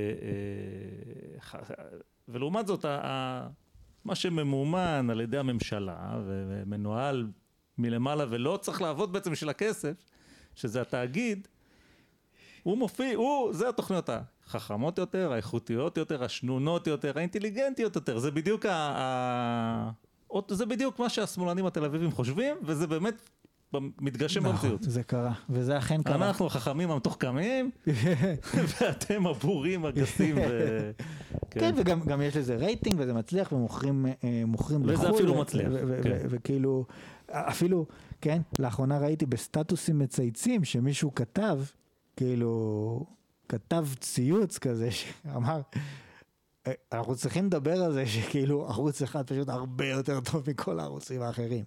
אה, ולעומת זאת, מה שממומן על ידי הממשלה, ומנוהל מלמעלה, ולא צריך לעבוד בעצם של הכסף, שזה התאגיד, הוא מופיע, הוא, זה התוכניות החכמות יותר, האיכותיות יותר, השנונות יותר, האינטליגנטיות יותר, זה בדיוק ה... ה... זה בדיוק מה שהשמאלנים התל אביבים חושבים, וזה באמת מתגשם במציאות. זה קרה, וזה אכן קרה. אנחנו החכמים המתוחכמים, ואתם הבורים הגסים. כן, וגם יש לזה רייטינג, וזה מצליח, ומוכרים לחול. וזה אפילו מצליח. וכאילו, אפילו, כן, לאחרונה ראיתי בסטטוסים מצייצים, שמישהו כתב, כאילו, כתב ציוץ כזה, שאמר, אנחנו צריכים לדבר על זה, שכאילו ערוץ אחד פשוט הרבה יותר טוב מכל הערוצים האחרים.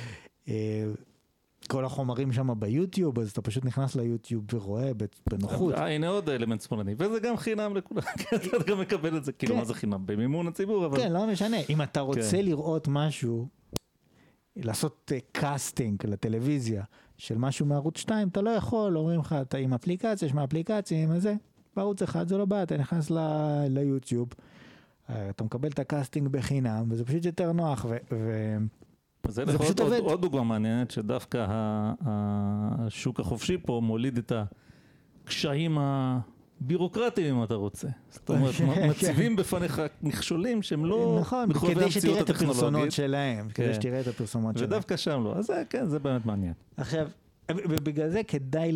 כל החומרים שם ביוטיוב, אז אתה פשוט נכנס ליוטיוב ורואה בנוחות. הנה עוד אלמנט שמאלני, וזה גם חינם לכולם, כי אתה גם מקבל את זה, כאילו מה זה חינם? במימון הציבור, אבל... כן, לא משנה. אם אתה רוצה לראות משהו, לעשות קאסטינג לטלוויזיה של משהו מערוץ שתיים, אתה לא יכול, אומרים לך, אתה עם אפליקציה, יש מהאפליקציה, עם הזה, בערוץ אחד זה לא בא, אתה נכנס ליוטיוב, אתה מקבל את הקאסטינג בחינם, וזה פשוט יותר נוח, ו... זה, זה פשוט עוד, עובד. עוד דוגמה מעניינת, שדווקא השוק החופשי פה מוליד את הקשיים בירוקרטיים אם אתה רוצה. זאת אומרת, מציבים בפניך מכשולים שהם לא נכון, כדי שתראה את הפרסונות שלהם, כדי שתראה את הפרסומות שלהם. ודווקא שם לא, אז כן, זה באמת מעניין. עכשיו, ובגלל זה כדאי,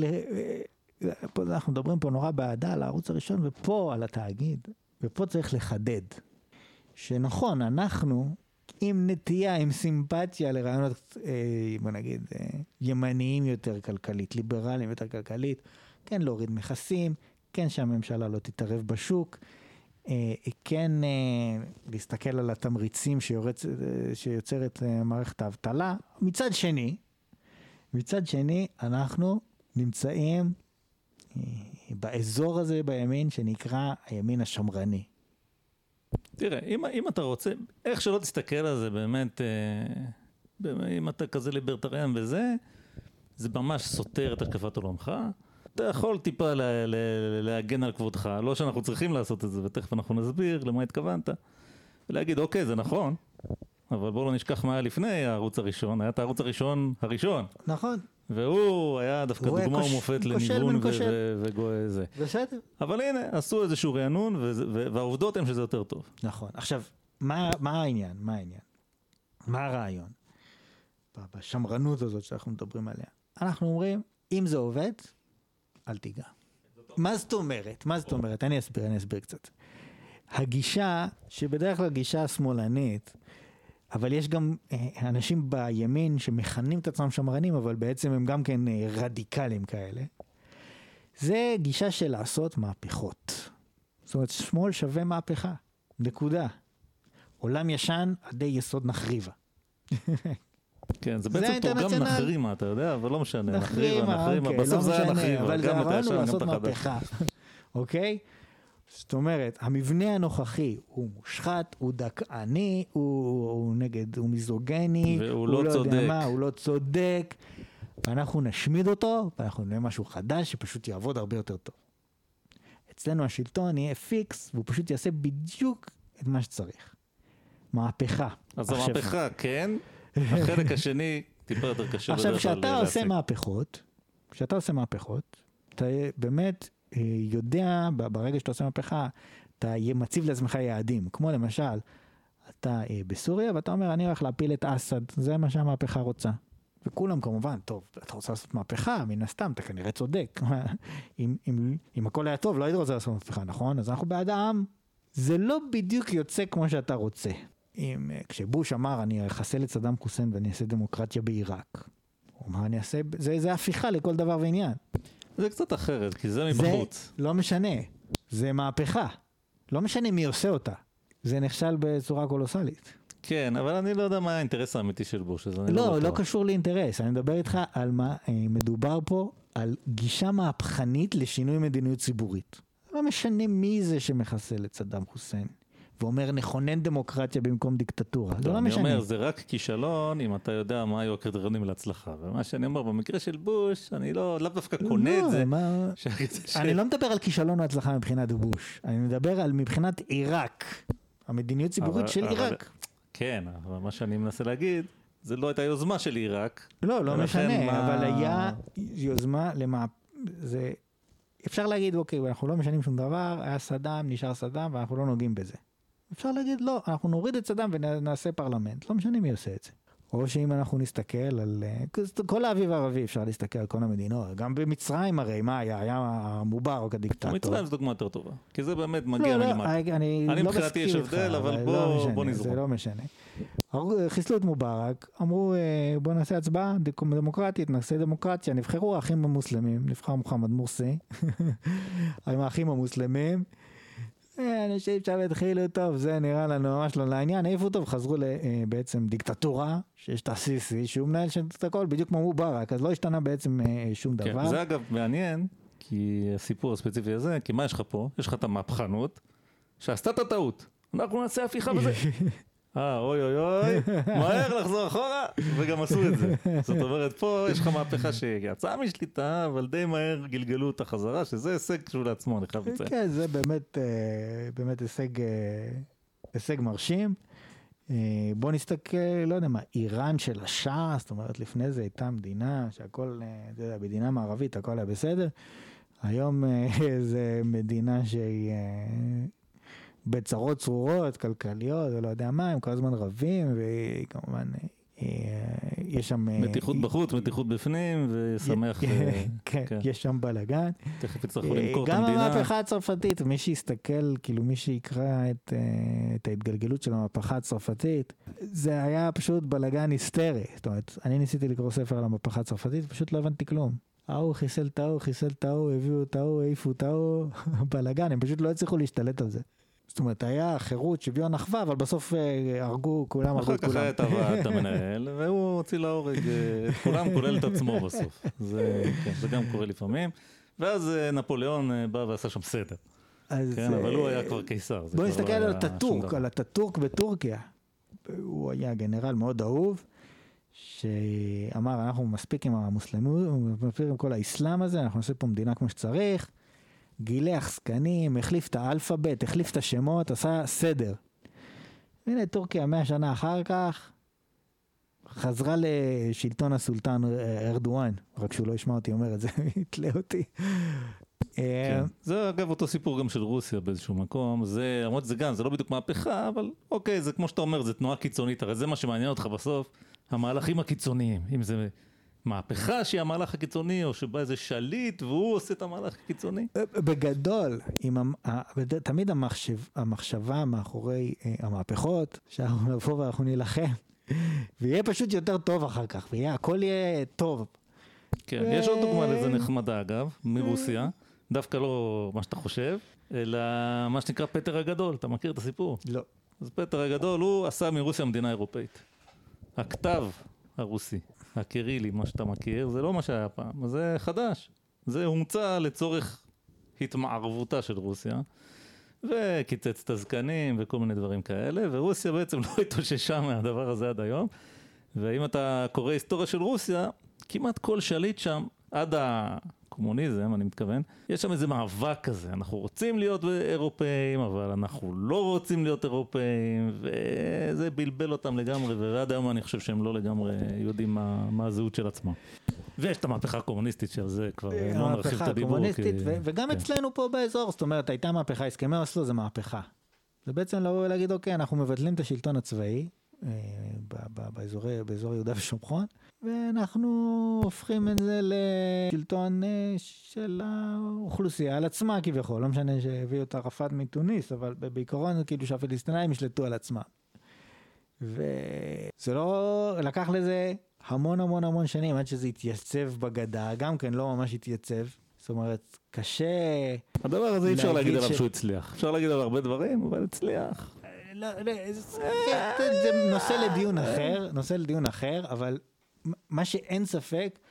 אנחנו מדברים פה נורא בעדה על הערוץ הראשון, ופה על התאגיד, ופה צריך לחדד, שנכון, אנחנו עם נטייה, עם סימפתיה לרעיונות, בוא נגיד, ימניים יותר כלכלית, ליברליים יותר כלכלית, כן להוריד מכסים, כן שהממשלה לא תתערב בשוק, כן להסתכל על התמריצים שיורץ, שיוצרת מערכת האבטלה. מצד שני, מצד שני, אנחנו נמצאים באזור הזה בימין שנקרא הימין השמרני. תראה, אם, אם אתה רוצה, איך שלא תסתכל על זה באמת, אם אתה כזה ליברטריאן וזה, זה ממש סותר את השקפת עולמך. אתה יכול טיפה לה, לה, להגן על כבודך, לא שאנחנו צריכים לעשות את זה, ותכף אנחנו נסביר למה התכוונת, ולהגיד, אוקיי, זה נכון, אבל בואו לא נשכח מה היה לפני הערוץ הראשון, היה את הערוץ הראשון הראשון. נכון. והוא היה דווקא דוגמה ומופת לניוון וזה. בסדר. אבל הנה, עשו איזשהו רענון, והעובדות הן שזה יותר טוב. נכון. עכשיו, מה העניין? מה העניין? מה הרעיון? בשמרנות הזאת שאנחנו מדברים עליה. אנחנו אומרים, אם זה עובד, אל תיגע. מה זאת אומרת? מה זאת אומרת? אני אסביר, אני אסביר קצת. הגישה, שבדרך כלל גישה שמאלנית, אבל יש גם אנשים בימין שמכנים את עצמם שמרנים, אבל בעצם הם גם כן רדיקלים כאלה. זה גישה של לעשות מהפכות. זאת אומרת, שמאל שווה מהפכה. נקודה. עולם ישן, עדי יסוד נחריבה. כן, זה בעצם תורגם נחרימה, אתה יודע, אבל לא משנה. נחרימה, אוקיי, בסוף זה היה נחרימה. אבל זה הרעיון הוא לעשות מהפכה. אוקיי? זאת אומרת, המבנה הנוכחי הוא מושחת, הוא דכאני, הוא, הוא נגד, הוא מיזוגני, והוא לא, לא צודק. מה, הוא לא צודק, ואנחנו נשמיד אותו, ואנחנו נראה משהו חדש שפשוט יעבוד הרבה יותר טוב. אצלנו השלטון יהיה פיקס, והוא פשוט יעשה בדיוק את מה שצריך. מהפכה. אז המהפכה, כן, החלק השני טיפה יותר קשה. עכשיו, כשאתה עושה מהפכות, כשאתה עושה מהפכות, אתה באמת יודע, ברגע שאתה עושה מהפכה, אתה מציב לעצמך יעדים, כמו למשל, אתה בסוריה, ואתה אומר, אני הולך להפיל את אסד, זה מה שהמהפכה רוצה. וכולם כמובן, טוב, אתה רוצה לעשות מהפכה, מן הסתם, אתה כנראה צודק. אם, אם, אם הכל היה טוב, לא היית רוצה לעשות מהפכה, נכון? אז אנחנו בעד העם. זה לא בדיוק יוצא כמו שאתה רוצה. אם, כשבוש אמר, אני אחסל את סדאם חוסיין ואני אעשה דמוקרטיה בעיראק. הוא אמר, אני אעשה, זה, זה הפיכה לכל דבר ועניין. זה קצת אחרת, כי זה מבחוץ. זה לא משנה. זה מהפכה. לא משנה מי עושה אותה. זה נכשל בצורה קולוסלית. כן, אבל אני לא יודע מה האינטרס האמיתי של בוש. לא, לא, לא קשור לאינטרס. אני מדבר איתך על מה, מדובר פה על גישה מהפכנית לשינוי מדיניות ציבורית. לא משנה מי זה שמחסל את סדאם חוסיין. ואומר נכונן דמוקרטיה במקום דיקטטורה. זה לא משנה. אני אומר, זה רק כישלון אם אתה יודע מה היו הקריטריונים להצלחה. ומה שאני אומר, במקרה של בוש, אני לא, לאו דווקא קונה את זה. אני לא מדבר על כישלון להצלחה מבחינת בוש. אני מדבר על מבחינת עיראק. המדיניות ציבורית של עיראק. כן, אבל מה שאני מנסה להגיד, זה לא הייתה יוזמה של עיראק. לא, לא משנה, אבל היה יוזמה למה... זה... אפשר להגיד, אוקיי, אנחנו לא משנים שום דבר, היה סדאם, נשאר סדאם, ואנחנו לא נוגעים בזה. אפשר להגיד, לא, אנחנו נוריד את סדאם ונעשה פרלמנט. לא משנה מי עושה את זה. או שאם אנחנו נסתכל על... כל האביב הערבי אפשר להסתכל על כל המדינות. גם במצרים הרי, מה היה? היה מובארק הדיקטטור. מצרים זו דוגמה יותר טובה. כי זה באמת מגיע מלמטה. אני מבחינתי יש הבדל, אבל בוא נזרום. זה לא משנה. חיסלו את מובארק, אמרו, בוא נעשה הצבעה דמוקרטית, נעשה דמוקרטיה. נבחרו האחים המוסלמים, נבחר מוחמד מורסי, עם האחים המוסלמים. אנשים שם התחילו טוב, זה נראה לנו ממש לא לעניין, העיפו טוב, חזרו בעצם דיקטטורה, שיש את הסיסי, שהוא מנהל את הכל, בדיוק כמו מובארק, אז לא השתנה בעצם שום דבר. זה אגב מעניין, כי הסיפור הספציפי הזה, כי מה יש לך פה? יש לך את המהפכנות, שעשתה את הטעות, אנחנו נעשה הפיכה בזה. אה, אוי אוי אוי, מהר לחזור אחורה, וגם עשו את זה. זאת אומרת, פה יש לך מהפכה שיצאה משליטה, אבל די מהר גלגלו את החזרה, שזה הישג שהוא לעצמו, אני חייב לציין. כן, זה באמת, באמת הישג, הישג מרשים. בוא נסתכל, לא יודע מה, איראן של השעה, זאת אומרת, לפני זה הייתה מדינה, שהכל, אתה יודע, מדינה מערבית, הכל היה בסדר. היום זה מדינה שהיא בצרות צרורות, כלכליות, ולא יודע מה, הם כל הזמן רבים, וכמובן יש שם... מתיחות בחוץ, מתיחות בפנים, ושמח... כן, יש שם בלגן. תכף יצטרכו למכור את המדינה. גם המהפכה הצרפתית, מי שיסתכל, כאילו מי שיקרא את ההתגלגלות של המהפכה הצרפתית, זה היה פשוט בלגן היסטרי. זאת אומרת, אני ניסיתי לקרוא ספר על המהפכה הצרפתית, פשוט לא הבנתי כלום. ההוא חיסל את ההוא, חיסל את ההוא, הביאו את ההוא, העיפו את ההוא, בלגן, הם פשוט לא הצליחו להשתלט על זה. זאת אומרת, היה חירות, שוויון, אחווה, אבל בסוף הרגו, כולם הרגו את כולם. אחר כך היה את המנהל, והוא הוציא להורג את כולם, כולל את עצמו בסוף. זה, כן, זה גם קורה לפעמים. ואז נפוליאון בא ועשה שם סדר. כן, אבל הוא היה כבר קיסר. בוא נסתכל על הטאטורק, על הטאטורק בטורקיה. הוא היה גנרל מאוד אהוב, שאמר, אנחנו מספיק עם המוסלמים, מספיק עם כל האסלאם הזה, אנחנו נעשה פה מדינה כמו שצריך, גילח סקנים, החליף את האלפאבית, החליף את השמות, עשה סדר. הנה טורקיה מאה שנה אחר כך, חזרה לשלטון הסולטן ארדואן, רק שהוא לא ישמע אותי אומר את זה, יתלה אותי. כן. זה אגב אותו סיפור גם של רוסיה באיזשהו מקום, זה, אמרת זה גם, זה לא בדיוק מהפכה, אבל אוקיי, זה כמו שאתה אומר, זה תנועה קיצונית, הרי זה מה שמעניין אותך בסוף, המהלכים הקיצוניים, אם זה מהפכה שהיא המהלך הקיצוני, או שבא איזה שליט והוא עושה את המהלך הקיצוני. בגדול, תמיד המחשב, המחשבה מאחורי המהפכות, שאנחנו נבוא ואנחנו נלחם, ויהיה פשוט יותר טוב אחר כך, והכל יהיה טוב. כן, יש עוד דוגמה לזה נחמדה אגב, מרוסיה, דווקא לא מה שאתה חושב, אלא מה שנקרא פטר הגדול, אתה מכיר את הסיפור? לא. אז פטר הגדול, הוא עשה מרוסיה מדינה אירופאית. הכתב הרוסי, הקירילי, מה שאתה מכיר, זה לא מה שהיה פעם, זה חדש. זה הומצא לצורך התמערבותה של רוסיה, וקיצץ את הזקנים וכל מיני דברים כאלה, ורוסיה בעצם לא התאוששה מהדבר הזה עד היום. ואם אתה קורא היסטוריה של רוסיה, כמעט כל שליט שם, עד הקומוניזם, אני מתכוון, יש שם איזה מאבק כזה, אנחנו רוצים להיות אירופאים, אבל אנחנו לא רוצים להיות אירופאים, וזה בלבל אותם לגמרי, ועד היום אני חושב שהם לא לגמרי יודעים מה, מה הזהות של עצמם. ויש את המהפכה הקומוניסטית של זה, כבר לא נרחיב את הדיבור. המהפכה הקומוניסטית, כי... וגם כן. אצלנו פה באזור, זאת אומרת, הייתה מהפכה, הסכמי אוסלו זה מהפכה. זה בעצם לבוא ולהגיד, אוקיי, אנחנו מבטלים את השלטון הצבאי, באזורי, באזור יהודה ושומרון, ואנחנו הופכים את זה לשלטון של האוכלוסייה על עצמה כביכול, לא משנה שהביאו את ערפאת מתוניס, אבל בעיקרון כאילו שהפלסטינאים ישלטו על עצמם. וזה לא, לקח לזה המון המון המון שנים עד שזה התייצב בגדה, גם כן לא ממש התייצב, זאת אומרת, קשה... הדבר הזה אי אפשר להגיד עליו שהוא הצליח, אפשר להגיד על הרבה דברים, אבל הצליח. זה נושא לדיון אחר, נושא לדיון אחר, אבל מה שאין ספק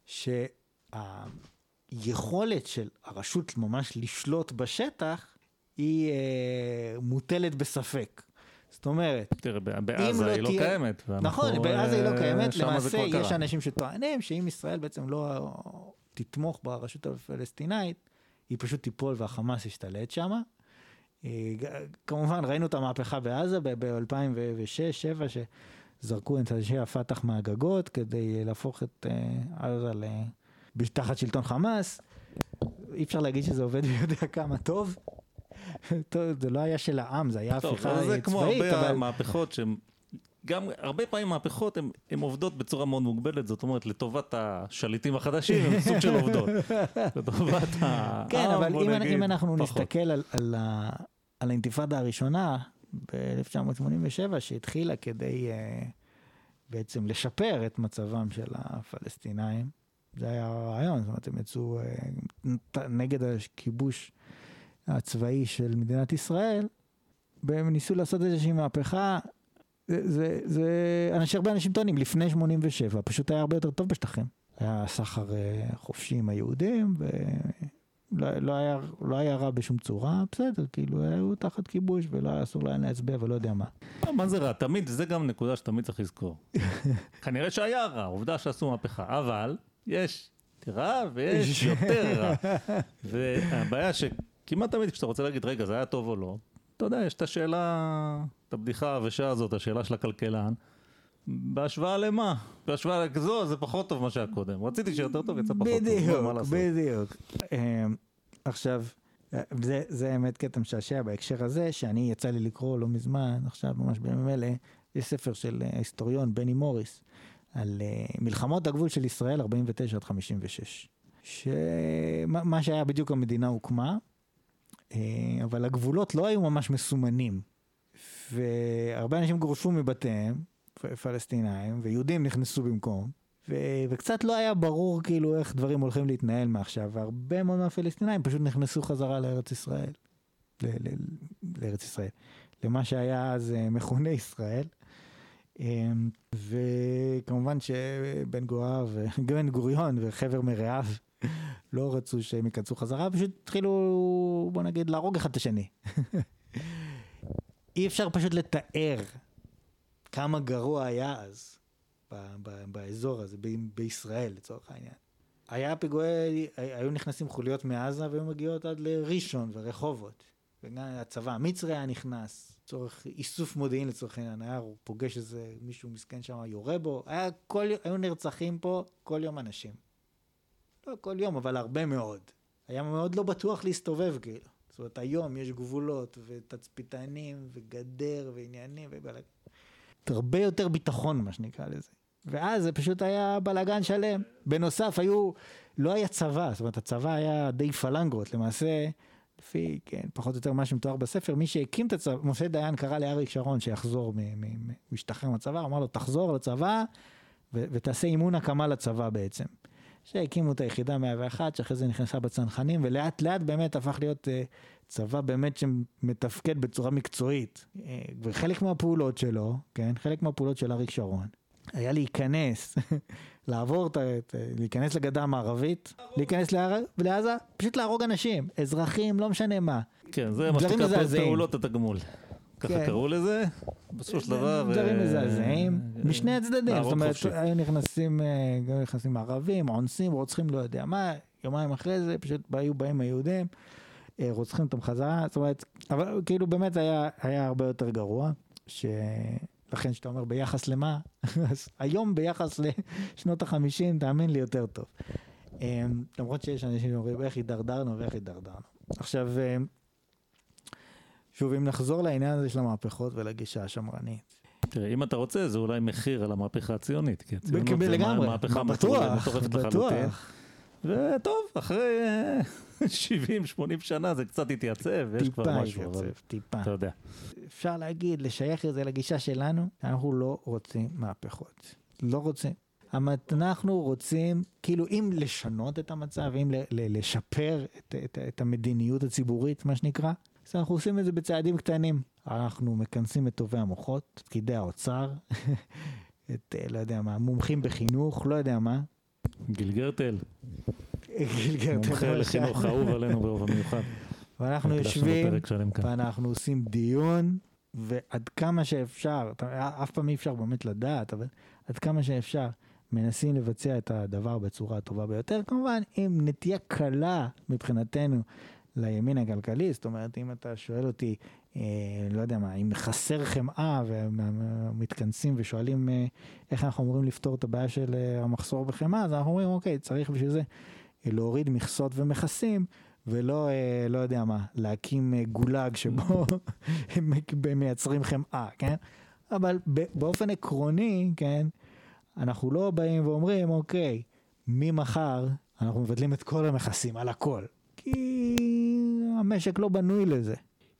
שהיכולת של הרשות ממש לשלוט בשטח היא מוטלת בספק. זאת אומרת, תראה, בעזה היא לא קיימת. נכון, בעזה היא לא קיימת, למעשה יש אנשים שטוענים שאם ישראל בעצם לא תתמוך ברשות הפלסטינאית, היא פשוט תיפול והחמאס ישתלט שמה. כמובן ראינו את המהפכה בעזה ב-אלפיים ושש אלפיים ושבע שזרקו את אנשי הפתח מהגגות כדי להפוך את עזה תחת שלטון חמאס. אי אפשר להגיד שזה עובד ויודע כמה טוב. זה לא היה של העם, זה היה הפיכה צבאית. זה כמו הרבה מהפכות שהן גם הרבה פעמים מהפכות הן עובדות בצורה מאוד מוגבלת, זאת אומרת לטובת השליטים החדשים הן סוג של עובדות. לטובת העם, כן, אבל בוא נגיד, אם אנחנו פחות. נסתכל על, על, על האינתיפאדה הראשונה ב-אלף תשע מאות שמונים ושבע שהתחילה כדי uh, בעצם לשפר את מצבם של הפלסטינאים, זה היה הרעיון, זאת אומרת הם יצאו uh, נגד הכיבוש הצבאי של מדינת ישראל, והם ניסו לעשות איזושהי מהפכה. זה, זה, אנשים, הרבה אנשים טוענים, לפני שמונים ושבע, פשוט היה הרבה יותר טוב בשטחים. היה סחר חופשי עם היהודים, ולא לא היה, לא היה רע בשום צורה, בסדר, כאילו, היו תחת כיבוש, ולא היה אסור להם להצביע, ולא יודע מה. מה זה רע? תמיד, זה גם נקודה שתמיד צריך לזכור. כנראה שהיה רע, עובדה שעשו מהפכה, אבל יש רע ויש יותר רע. והבעיה שכמעט תמיד כשאתה רוצה להגיד, רגע, זה היה טוב או לא, אתה יודע, יש את השאלה, את הבדיחה הוושעה הזאת, השאלה של הכלכלן, בהשוואה למה? בהשוואה לכזו, זה פחות טוב מה שהיה קודם. רציתי שיותר טוב, יצא פחות טוב. בדיוק, בדיוק. עכשיו, זה, זה האמת קטע משעשע בהקשר הזה, שאני יצא לי לקרוא לא מזמן, עכשיו ממש בימים אלה, יש ספר של ההיסטוריון בני מוריס, על מלחמות הגבול של ישראל ארבעים ותשע עד חמישים ושש. שמה שהיה בדיוק המדינה הוקמה, אבל הגבולות לא היו ממש מסומנים. והרבה אנשים גורשו מבתיהם, פלסטינאים, ויהודים נכנסו במקום, ו- וקצת לא היה ברור כאילו איך דברים הולכים להתנהל מעכשיו, והרבה מאוד מהפלסטינאים פשוט נכנסו חזרה לארץ ישראל, ל- ל- לארץ ישראל, למה שהיה אז מכונה ישראל, וכמובן שבן גוריו, בן גוריון וחבר מרעיו לא רצו שהם ייכנסו חזרה, פשוט התחילו, בוא נגיד, להרוג אחד את השני. אי אפשר פשוט לתאר כמה גרוע היה אז ב- ב- באזור הזה, ב- בישראל לצורך העניין. היה פיגועי, היו נכנסים חוליות מעזה והיו מגיעות עד לראשון ורחובות. וגם הצבא המצרי היה נכנס, צורך איסוף מודיעין לצורך העניין, היה פוגש איזה מישהו מסכן שם, יורה בו, היה כל, היו נרצחים פה כל יום אנשים. לא כל יום, אבל הרבה מאוד. היה מאוד לא בטוח להסתובב כאילו. זאת אומרת, היום יש גבולות ותצפיתנים וגדר ועניינים ובלגן. הרבה יותר ביטחון, מה שנקרא לזה. ואז זה פשוט היה בלגן שלם. בנוסף, היו, לא היה צבא, זאת אומרת, הצבא היה די פלנגות. למעשה, לפי, כן, פחות או יותר מה שמתואר בספר, מי שהקים את הצבא, משה דיין קרא לאריק שרון שיחזור, מ- מ- מ- הוא השתחרר מהצבא, אמר לו, תחזור לצבא ו- ותעשה אימון הקמה לצבא בעצם. שהקימו את היחידה מאה ואחת, שאחרי זה נכנסה בצנחנים, ולאט לאט באמת הפך להיות uh, צבא באמת שמתפקד בצורה מקצועית. Uh, וחלק מהפעולות שלו, כן, חלק מהפעולות של אריק שרון, היה להיכנס, לעבור, את, להיכנס לגדה המערבית, להיכנס להר, לעזה, פשוט להרוג אנשים, אזרחים, לא משנה מה. כן, זה מה שנקרא פעולות התגמול. ככה קראו לזה, בסופו של דבר. דברים מזעזעים, משני הצדדים, זאת אומרת, היו נכנסים, נכנסים ערבים, עונסים, רוצחים, לא יודע מה, יומיים אחרי זה, פשוט היו באים היהודים, רוצחים אותם חזרה, זאת אומרת, אבל כאילו באמת היה, היה הרבה יותר גרוע, שלכן שאתה אומר ביחס למה, אז היום ביחס לשנות החמישים, תאמין לי יותר טוב. למרות שיש אנשים שאומרים, איך הידרדרנו ואיך הידרדרנו. עכשיו, שוב, אם נחזור לעניין הזה של המהפכות ולגישה השמרנית. תראה, אם אתה רוצה, זה אולי מחיר על המהפכה הציונית. כי הציונות זה מהפכה מטורפת לחלוטין. וטוב, אחרי שבעים שמונים שנה זה קצת התייצב, ויש כבר משהו. טיפה התייצב, טיפה. אתה יודע. אפשר להגיד, לשייך את זה לגישה שלנו, אנחנו לא רוצים מהפכות. לא רוצים. אנחנו רוצים, כאילו, אם לשנות את המצב, אם לשפר את המדיניות הציבורית, מה שנקרא, אז אנחנו עושים את זה בצעדים קטנים. אנחנו מכנסים את טובי המוחות, פקידי האוצר, את, לא יודע מה, מומחים בחינוך, לא יודע מה. גילגרטל. גילגרטל. מומחה לחינוך אהוב עלינו באופן מיוחד. ואנחנו יושבים, ואנחנו עושים דיון, ועד כמה שאפשר, אף פעם אי אפשר באמת לדעת, אבל עד כמה שאפשר, מנסים לבצע את הדבר בצורה הטובה ביותר. כמובן, עם נטייה קלה מבחינתנו, לימין הכלכלי, זאת אומרת, אם אתה שואל אותי, אה, לא יודע מה, אם חסר חמאה, ומתכנסים ושואלים אה, איך אנחנו אמורים לפתור את הבעיה של אה, המחסור בחמאה, אז אנחנו אומרים, אוקיי, צריך בשביל זה אה, להוריד מכסות ומכסים, ולא, אה, לא יודע מה, להקים אה, גולג שבו הם מייצרים חמאה, כן? אבל באופן עקרוני, כן, אנחנו לא באים ואומרים, אוקיי, ממחר אנחנו מבטלים את כל המכסים על הכל. כי המשק לא בנוי לזה.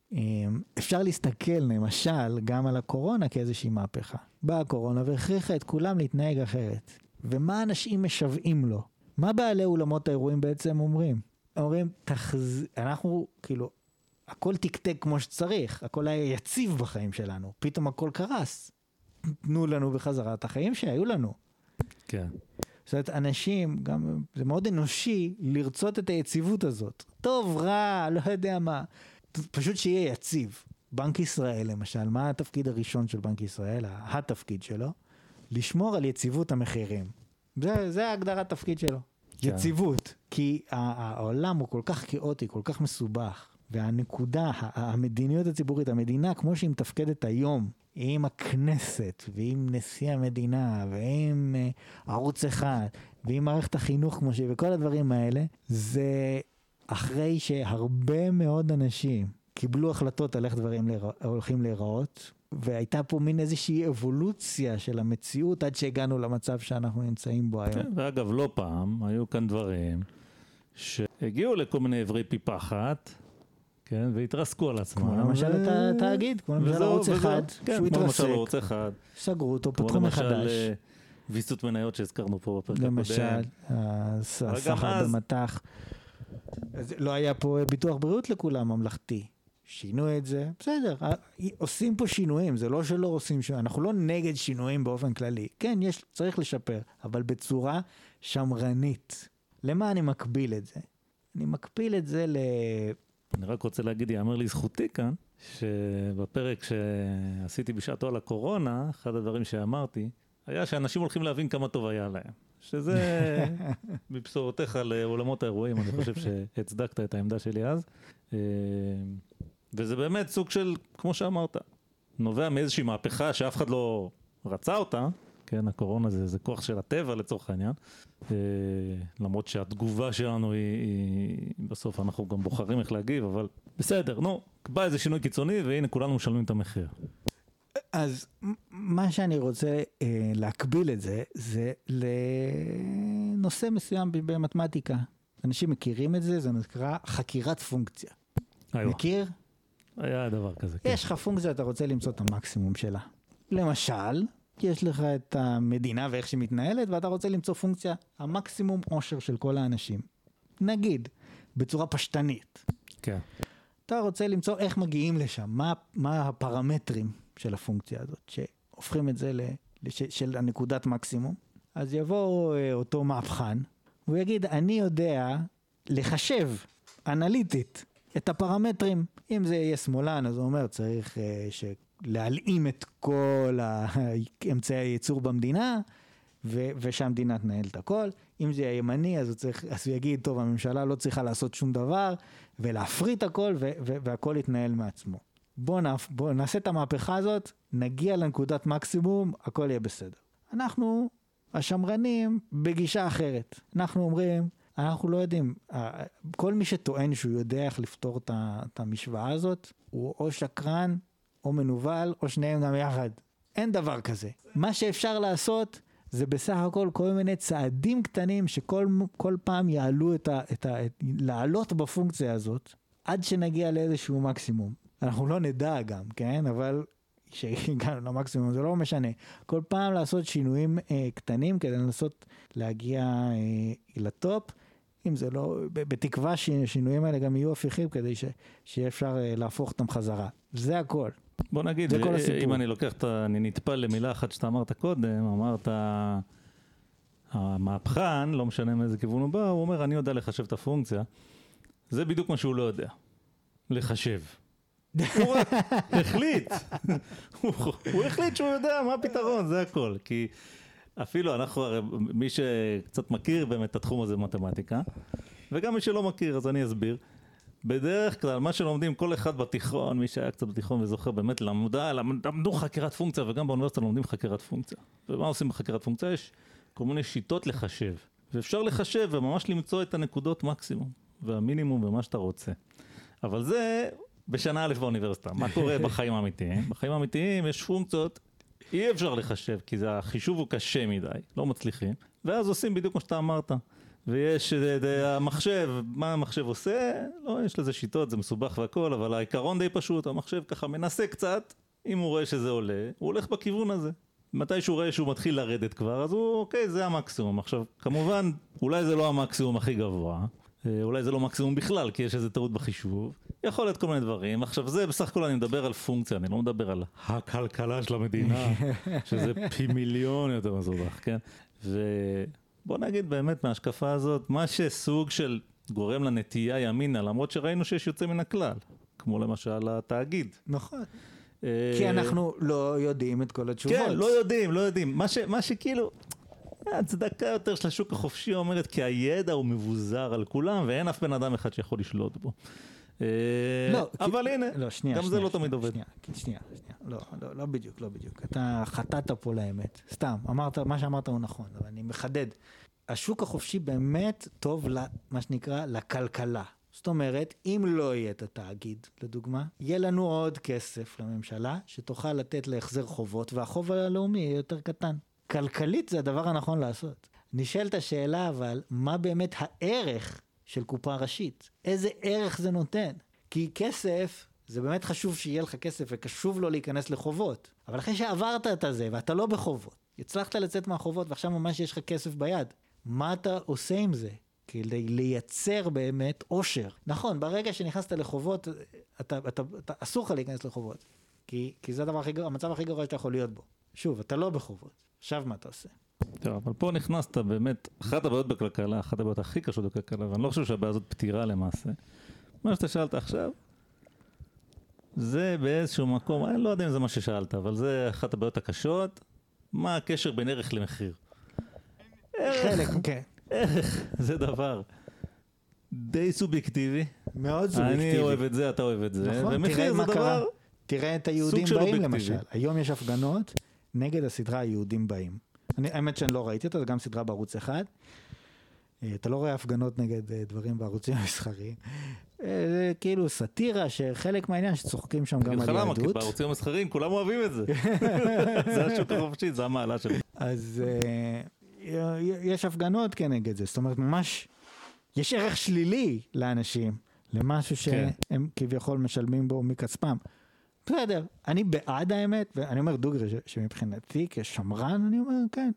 אפשר להסתכל למשל גם על הקורונה כאיזושהי מהפכה. באה הקורונה והכריחה את כולם להתנהג אחרת. ומה אנשים משוועים לו? מה בעלי אולמות האירועים בעצם אומרים? אומרים, תחז... אנחנו כאילו, הכל תקתק כמו שצריך, הכל היה יציב בחיים שלנו, פתאום הכל קרס. תנו לנו בחזרה את החיים שהיו לנו. כן. זאת אומרת, אנשים, גם, זה מאוד אנושי לרצות את היציבות הזאת. טוב, רע, לא יודע מה. פשוט שיהיה יציב. בנק ישראל, למשל, מה התפקיד הראשון של בנק ישראל? התפקיד שלו, לשמור על יציבות המחירים. זה, זה ההגדרת תפקיד שלו. כן. יציבות. כי העולם הוא כל כך כאוטי, כל כך מסובך. והנקודה, המדיניות הציבורית, המדינה, כמו שהיא מתפקדת היום, עם הכנסת, ועם נשיא המדינה, ועם uh, ערוץ אחד, ועם מערכת החינוך כמו שהיא, וכל הדברים האלה, זה אחרי שהרבה מאוד אנשים קיבלו החלטות על איך דברים להירא, הולכים להיראות, והייתה פה מין איזושהי אבולוציה של המציאות עד שהגענו למצב שאנחנו נמצאים בו היום. כן, ואגב, לא פעם, היו כאן דברים שהגיעו לכל מיני עברי פיפחת, כן, והתרסקו על עצמם. כמו למשל את התאגיד, כמו למשל ערוץ אחד, שהוא התרסק. כמו למשל ערוץ אחד. סגרו אותו, פתחו מחדש. כמו למשל ויסות מניות שהזכרנו פה בפרק הקודם. למשל, הסחר במטח. לא היה פה ביטוח בריאות לכולם ממלכתי. שינו את זה, בסדר, עושים פה שינויים, זה לא שלא עושים שינויים, אנחנו לא נגד שינויים באופן כללי. כן, יש, צריך לשפר, אבל בצורה שמרנית. למה אני מקביל את זה? אני מקביל את זה ל... אני רק רוצה להגיד, יאמר לי זכותי כאן, שבפרק שעשיתי בשעתו על הקורונה, אחד הדברים שאמרתי, היה שאנשים הולכים להבין כמה טוב היה להם. שזה מבשורותיך לעולמות האירועים, אני חושב שהצדקת את העמדה שלי אז. וזה באמת סוג של, כמו שאמרת, נובע מאיזושהי מהפכה שאף אחד לא רצה אותה, כן, הקורונה זה, זה כוח של הטבע לצורך העניין, למרות שהתגובה שלנו היא, היא, בסוף אנחנו גם בוחרים איך להגיב, אבל בסדר, נו, בא איזה שינוי קיצוני, והנה כולנו משלמים את המחיר. אז מה שאני רוצה אה, להקביל את זה, זה לנושא מסוים במתמטיקה. אנשים מכירים את זה, זה נקרא חקירת פונקציה. היו. מכיר? היה דבר כזה. יש לך פונקציה, אתה רוצה למצוא את המקסימום שלה. למשל, יש לך את המדינה ואיך שהיא מתנהלת, ואתה רוצה למצוא פונקציה, המקסימום עושר של כל האנשים. נגיד, בצורה פשטנית. כן. אתה רוצה למצוא איך מגיעים לשם, מה, מה הפרמטרים של הפונקציה הזאת, שהופכים את זה ל, לש, של הנקודת מקסימום. אז יבוא אותו מהפכן, והוא יגיד, אני יודע לחשב אנליטית את הפרמטרים. אם זה יהיה שמאלן, אז הוא אומר, צריך uh, ש... להלאים את כל האמצעי הייצור במדינה, ו- ושהמדינה תנהל את הכל. אם זה ימני, אז הוא, צריך, אז הוא יגיד, טוב, הממשלה לא צריכה לעשות שום דבר, ולהפריט הכל, ו- ו- והכל יתנהל מעצמו. בוא, נפ- בוא נעשה את המהפכה הזאת, נגיע לנקודת מקסימום, הכל יהיה בסדר. אנחנו, השמרנים, בגישה אחרת. אנחנו אומרים, אנחנו לא יודעים, כל מי שטוען שהוא יודע איך לפתור את המשוואה הזאת, הוא או שקרן, או מנובל, או שניהם גם יחד. אין דבר כזה. מה שאפשר לעשות, זה בסך הכל כל מיני צעדים קטנים, שכל כל פעם יעלו את ה... את ה את, לעלות בפונקציה הזאת, עד שנגיע לאיזשהו מקסימום. אנחנו לא נדע גם, כן? אבל שהגענו למקסימום, זה לא משנה. כל פעם לעשות שינויים אה, קטנים, כדי לנסות להגיע אה, לטופ, אם זה לא... בתקווה שהשינויים האלה גם יהיו הפיכים, כדי ש, שיהיה אפשר אה, להפוך אותם חזרה. זה הכל. בוא נגיד, אם אני לוקח את, אני נטפל למילה אחת שאתה אמרת קודם, אמרת, המהפכן, לא משנה מאיזה כיוון הוא בא, הוא אומר, אני יודע לחשב את הפונקציה. זה בדיוק מה שהוא לא יודע. לחשב. הוא רק החליט. הוא החליט שהוא יודע מה הפתרון, זה הכל. כי אפילו אנחנו, מי שקצת מכיר באמת את התחום הזה במתמטיקה, וגם מי שלא מכיר, אז אני אסביר. בדרך כלל, מה שלומדים, כל אחד בתיכון, מי שהיה קצת בתיכון וזוכר, באמת למדה, למדו חקירת פונקציה, וגם באוניברסיטה לומדים חקירת פונקציה. ומה עושים בחקירת פונקציה? יש כל מיני שיטות לחשב. ואפשר לחשב וממש למצוא את הנקודות מקסימום, והמינימום במה שאתה רוצה. אבל זה בשנה א' באוניברסיטה. מה קורה בחיים האמיתיים? בחיים האמיתיים יש פונקציות, אי אפשר לחשב, כי החישוב הוא קשה מדי, לא מצליחים. ואז עושים בדיוק מה שאתה אמרת. ויש המחשב, מה המחשב עושה? לא, יש לזה שיטות, זה מסובך והכל, אבל העיקרון די פשוט, המחשב ככה מנסה קצת, אם הוא רואה שזה עולה, הוא הולך בכיוון הזה. מתי שהוא רואה שהוא מתחיל לרדת כבר, אז הוא, אוקיי, זה המקסימום. עכשיו, כמובן, אולי זה לא המקסימום הכי גבוה, אולי זה לא מקסימום בכלל, כי יש איזו טעות בחישוב, יכול להיות כל מיני דברים. עכשיו, זה בסך הכל אני מדבר על פונקציה, אני לא מדבר על הכלכלה של המדינה, שזה פי מיליון יותר מסובך, כן? ו... בוא נגיד באמת מההשקפה הזאת, מה שסוג של גורם לנטייה ימינה, למרות שראינו שיש יוצא מן הכלל, כמו למשל התאגיד. נכון. כי אנחנו לא יודעים את כל התשובות. כן, לא יודעים, לא יודעים. מה, ש, מה שכאילו, הצדקה יותר של השוק החופשי אומרת, כי הידע הוא מבוזר על כולם, ואין אף בן אדם אחד שיכול לשלוט בו. לא, אבל כי- הנה, לא, שנייה, גם שנייה, זה לא שנייה, תמיד עובד. שנייה, שנייה, שנייה. לא, לא, לא בדיוק, לא בדיוק. אתה חטאת פה לאמת. סתם, אמרת, מה שאמרת הוא נכון, אבל אני מחדד. השוק החופשי באמת טוב, מה שנקרא, לכלכלה. זאת אומרת, אם לא יהיה את התאגיד, לדוגמה, יהיה לנו עוד כסף לממשלה, שתוכל לתת להחזר חובות, והחוב הלאומי יהיה יותר קטן. כלכלית זה הדבר הנכון לעשות. נשאלת השאלה, אבל, מה באמת הערך של קופה ראשית? איזה ערך זה נותן? כי כסף, זה באמת חשוב שיהיה לך כסף, וקשוב לו להיכנס לחובות. אבל אחרי שעברת את הזה, ואתה לא בחובות, הצלחת לצאת מהחובות, ועכשיו ממש יש לך כסף ביד. מה אתה עושה עם זה? כדי לייצר באמת עושר. נכון, ברגע שנכנסת לחובות, אתה, אתה, אתה, אסור לך להיכנס לחובות. כי, כי זה הדבר הכי גרוע, המצב הכי גרוע שאתה יכול להיות בו. שוב, אתה לא בחובות. עכשיו מה אתה עושה? טוב, אבל פה נכנסת באמת, אחת הבעיות בכלכלה, אחת הבעיות הכי קשות בכלכלה, ואני לא חושב שהבעיה הזאת פתירה למעשה. מה שאתה שאלת עכשיו, זה באיזשהו מקום, אני לא יודע אם זה מה ששאלת, אבל זה אחת הבעיות הקשות, מה הקשר בין ערך למחיר? חלק, כן. ערך, זה דבר די סובייקטיבי. מאוד סובייקטיבי. אני אוהב את זה, אתה אוהב את זה. נכון, ומחיר תראה זה מה דבר... קרה. תראה את היהודים של באים אובייקטיבי. למשל. היום יש הפגנות נגד הסדרה היהודים באים. אני, האמת שאני לא ראיתי אותה, זה גם סדרה בערוץ אחד. אה, אתה לא רואה הפגנות נגד אה, דברים בערוצים המסחריים. אה, זה כאילו סאטירה שחלק מהעניין שצוחקים שם גם על למה? כי יהדות. בערוצים המסחריים כולם אוהבים את זה. זה השוק החופשי, זה המעלה שלי. אז אה, יש הפגנות כנגד זה. זאת אומרת, ממש יש ערך שלילי לאנשים, למשהו כן. שהם כביכול משלמים בו מכספם. בסדר, אני בעד האמת, ואני אומר דוגרי, ש- שמבחינתי כשמרן, אני אומר, כן.